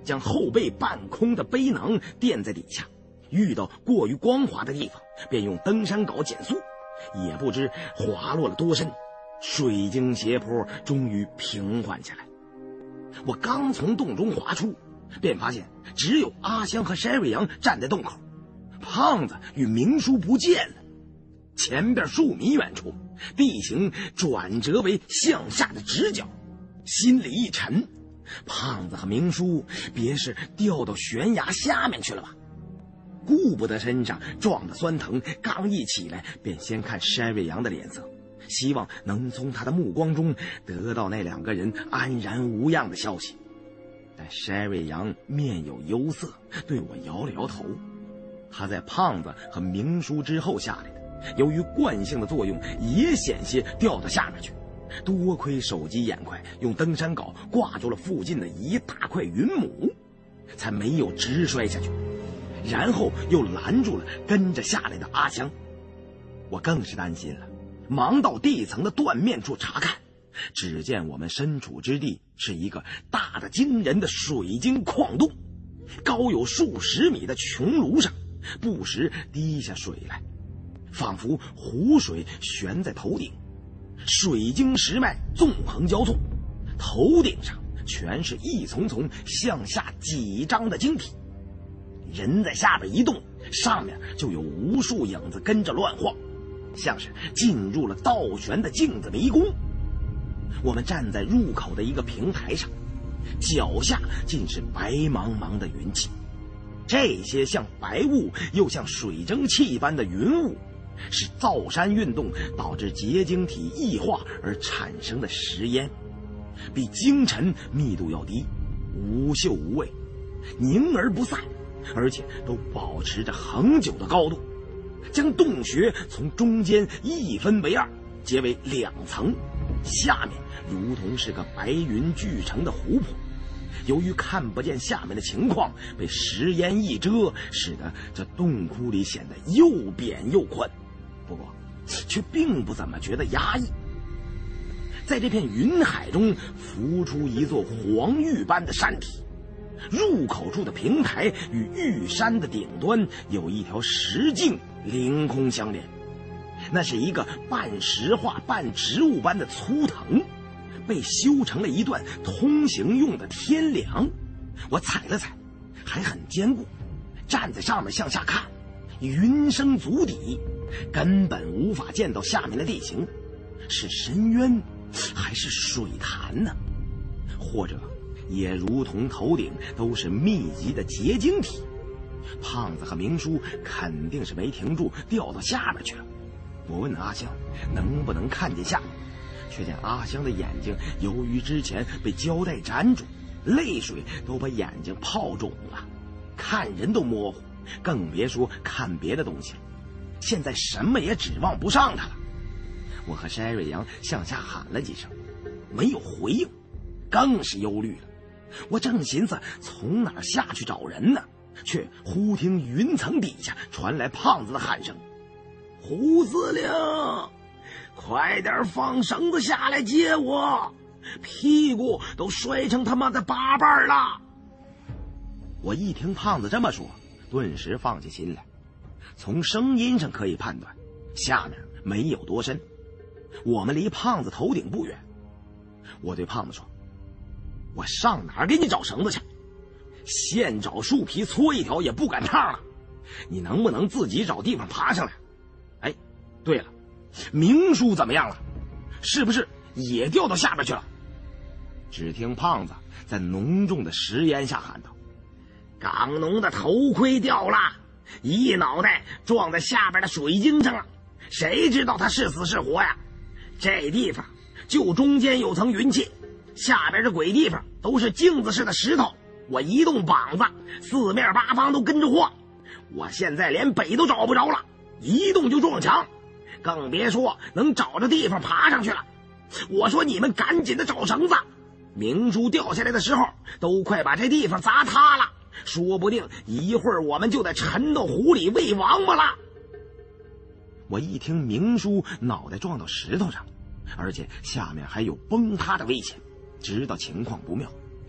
将后背半空的背囊垫在底下，遇到过于光滑的地方便用登山镐减速，也不知滑落了多深，水晶斜坡终于平缓下来。我刚从洞中滑出，便发现只有阿香和筛瑞阳站在洞口，胖子与明叔不见了。前边数米远处，地形转折为向下的直角，心里一沉，胖子和明叔别是掉到悬崖下面去了吧？顾不得身上撞得酸疼，刚一起来便先看筛瑞阳的脸色，希望能从他的目光中得到那2个人安然无恙的消息。但筛瑞阳面有忧色，对我摇了摇头。他在胖子和明叔之后下来的，由于惯性的作用，也险些掉到下面去。多亏手疾眼快，用登山镐挂住了附近的一大块云母，才没有直摔下去。然后又拦住了跟着下来的阿香。我更是担心了，忙到地层的断面处查看，只见我们身处之地是一个大的惊人的水晶矿洞，高有数十米的穹庐上不时滴下水来，仿佛湖水悬在头顶，水晶石脉纵横交错，头顶上全是一丛丛向下几张的晶体。人在下边一动，上面就有无数影子跟着乱晃，像是进入了倒悬的镜子迷宫。我们站在入口的一个平台上，脚下尽是白茫茫的云气，这些像白雾又像水蒸气般的云雾，是造山运动导致结晶体异化而产生的石烟，比精尘密度要低，无嗅无味，凝而不散，而且都保持着恒久的高度，将洞穴从中间一分为二，结为2层，下面如同是个白云聚成的湖泊。由于看不见下面的情况，被石烟一遮，使得这洞窟里显得又扁又宽，不过却并不怎么觉得压抑。在这片云海中浮出一座黄玉般的山体，入口处的平台与玉山的顶端有一条石径凌空相连，那是一个半石化半植物般的粗藤，被修成了一段通行用的天梁。我踩了踩，还很坚固，站在上面向下看，云深足底，根本无法见到下面的地形，是深渊还是水潭呢？或者也如同头顶都是密集的结晶体。胖子和明叔肯定是没停住，掉到下面去了。我问阿香能不能看见下面，却见阿香的眼睛由于之前被胶带粘住，泪水都把眼睛泡肿了，看人都模糊，更别说看别的东西了。现在什么也指望不上他了。我和筛瑞阳向下喊了几声，没有回应，更是忧虑了。我正寻思从哪儿下去找人呢，却忽听云层底下传来胖子的喊声：“胡司令，快点放绳子下来接我，屁股都摔成他妈的8瓣了。”我一听胖子这么说，顿时放下心来。从声音上可以判断，下面没有多深，我们离胖子头顶不远。我对胖子说：“我上哪儿给你找绳子去？现找树皮搓一条也不赶趟了，你能不能自己找地方爬上来？哎，对了，明叔怎么样了？是不是也掉到下边去了？”只听胖子在浓重的石烟下喊道：“港农的头盔掉了，一脑袋撞在下边的水晶上了，谁知道他是死是活呀？这地方就中间有层云气，下边这鬼地方都是镜子似的石头，我一动膀子，四面八方都跟着晃，我现在连北都找不着了，一动就撞墙，更别说能找着地方爬上去了。我说你们赶紧的找绳子，明珠掉下来的时候都快把这地方砸塌了，说不定一会儿我们就得沉到湖里喂王八了。”我一听明叔脑袋撞到石头上，而且下面还有崩塌的危险，知道情况不妙，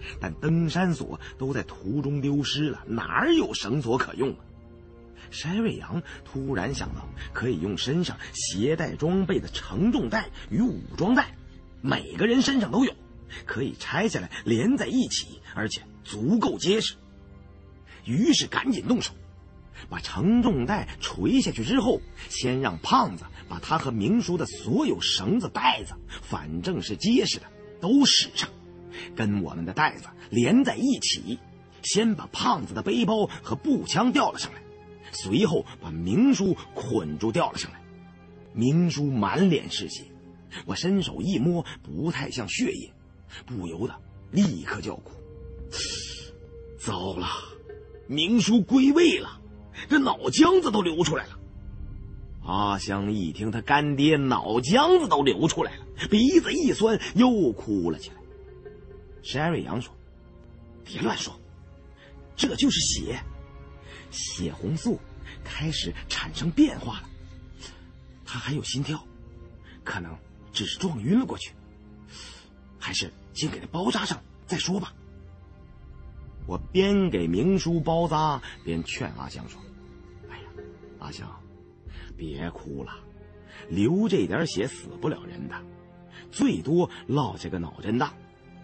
但登山锁都在途中丢失了，哪有绳索可用啊？筛瑞阳突然想到，可以用身上携带装备的承重带与武装带，每个人身上都有，可以拆下来连在一起，而且足够结实。于是赶紧动手，把承重带垂下去之后，先让胖子把他和明叔的所有绳子带子，反正是结实的，都使上，跟我们的带子连在一起。先把胖子的背包和步枪吊了上来，随后把明叔捆住吊了上来。明叔满脸是血，我伸手一摸，不太像血液，不由得立刻叫苦。糟了，明叔归位了，这脑浆子都流出来了。阿香一听他干爹脑浆子都流出来了，鼻子一酸，又哭了起来。筛瑞阳说：“别乱说，这就是血，血红素开始产生变化了。他还有心跳，可能只是撞晕了过去，还是先给他包扎上再说吧。”我边给明叔包扎边劝阿香说：“哎呀，阿香，别哭了，流这点血死不了人的，最多落下个脑震荡，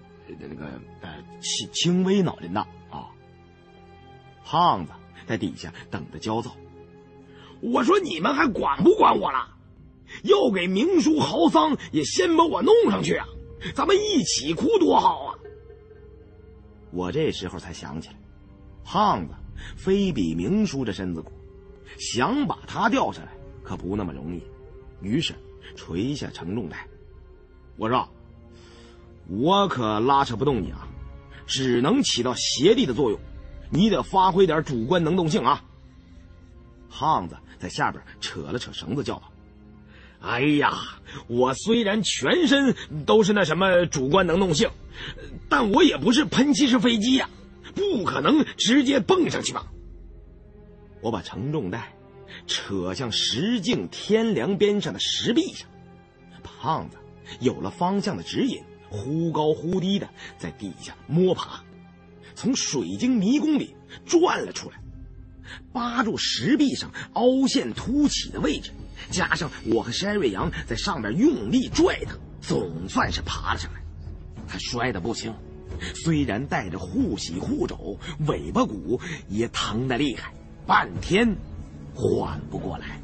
轻微脑震荡啊。”胖子在底下等得焦躁。 我说你们还管不管我了？要给明叔嚎丧，也先把我弄上去啊！咱们一起哭多好啊！ 我这时候才想起来，胖子非比明叔这身子骨，想把他吊下来可不那么容易。于是垂下承重带，我说：“我可拉扯不动你啊，只能起到协力的作用，你得发挥点主观能动性啊。”胖子在下边扯了扯绳子，叫道：“ 哎呀，我虽然全身都是那什么主观能动性，但我也不是喷气式飞机呀，不可能直接蹦上去吧。” 我把承重带扯向石径天梁边上的石壁上，胖子有了方向的指引，忽高忽低的在地下摸爬，从水晶迷宫里转了出来，扒住石壁上凹陷凸起的位置，加上我和筛瑞阳在上面用力拽他，总算是爬了上来。他摔得不轻，虽然带着护膝护肘，尾巴骨也疼得厉害，半天缓不过来。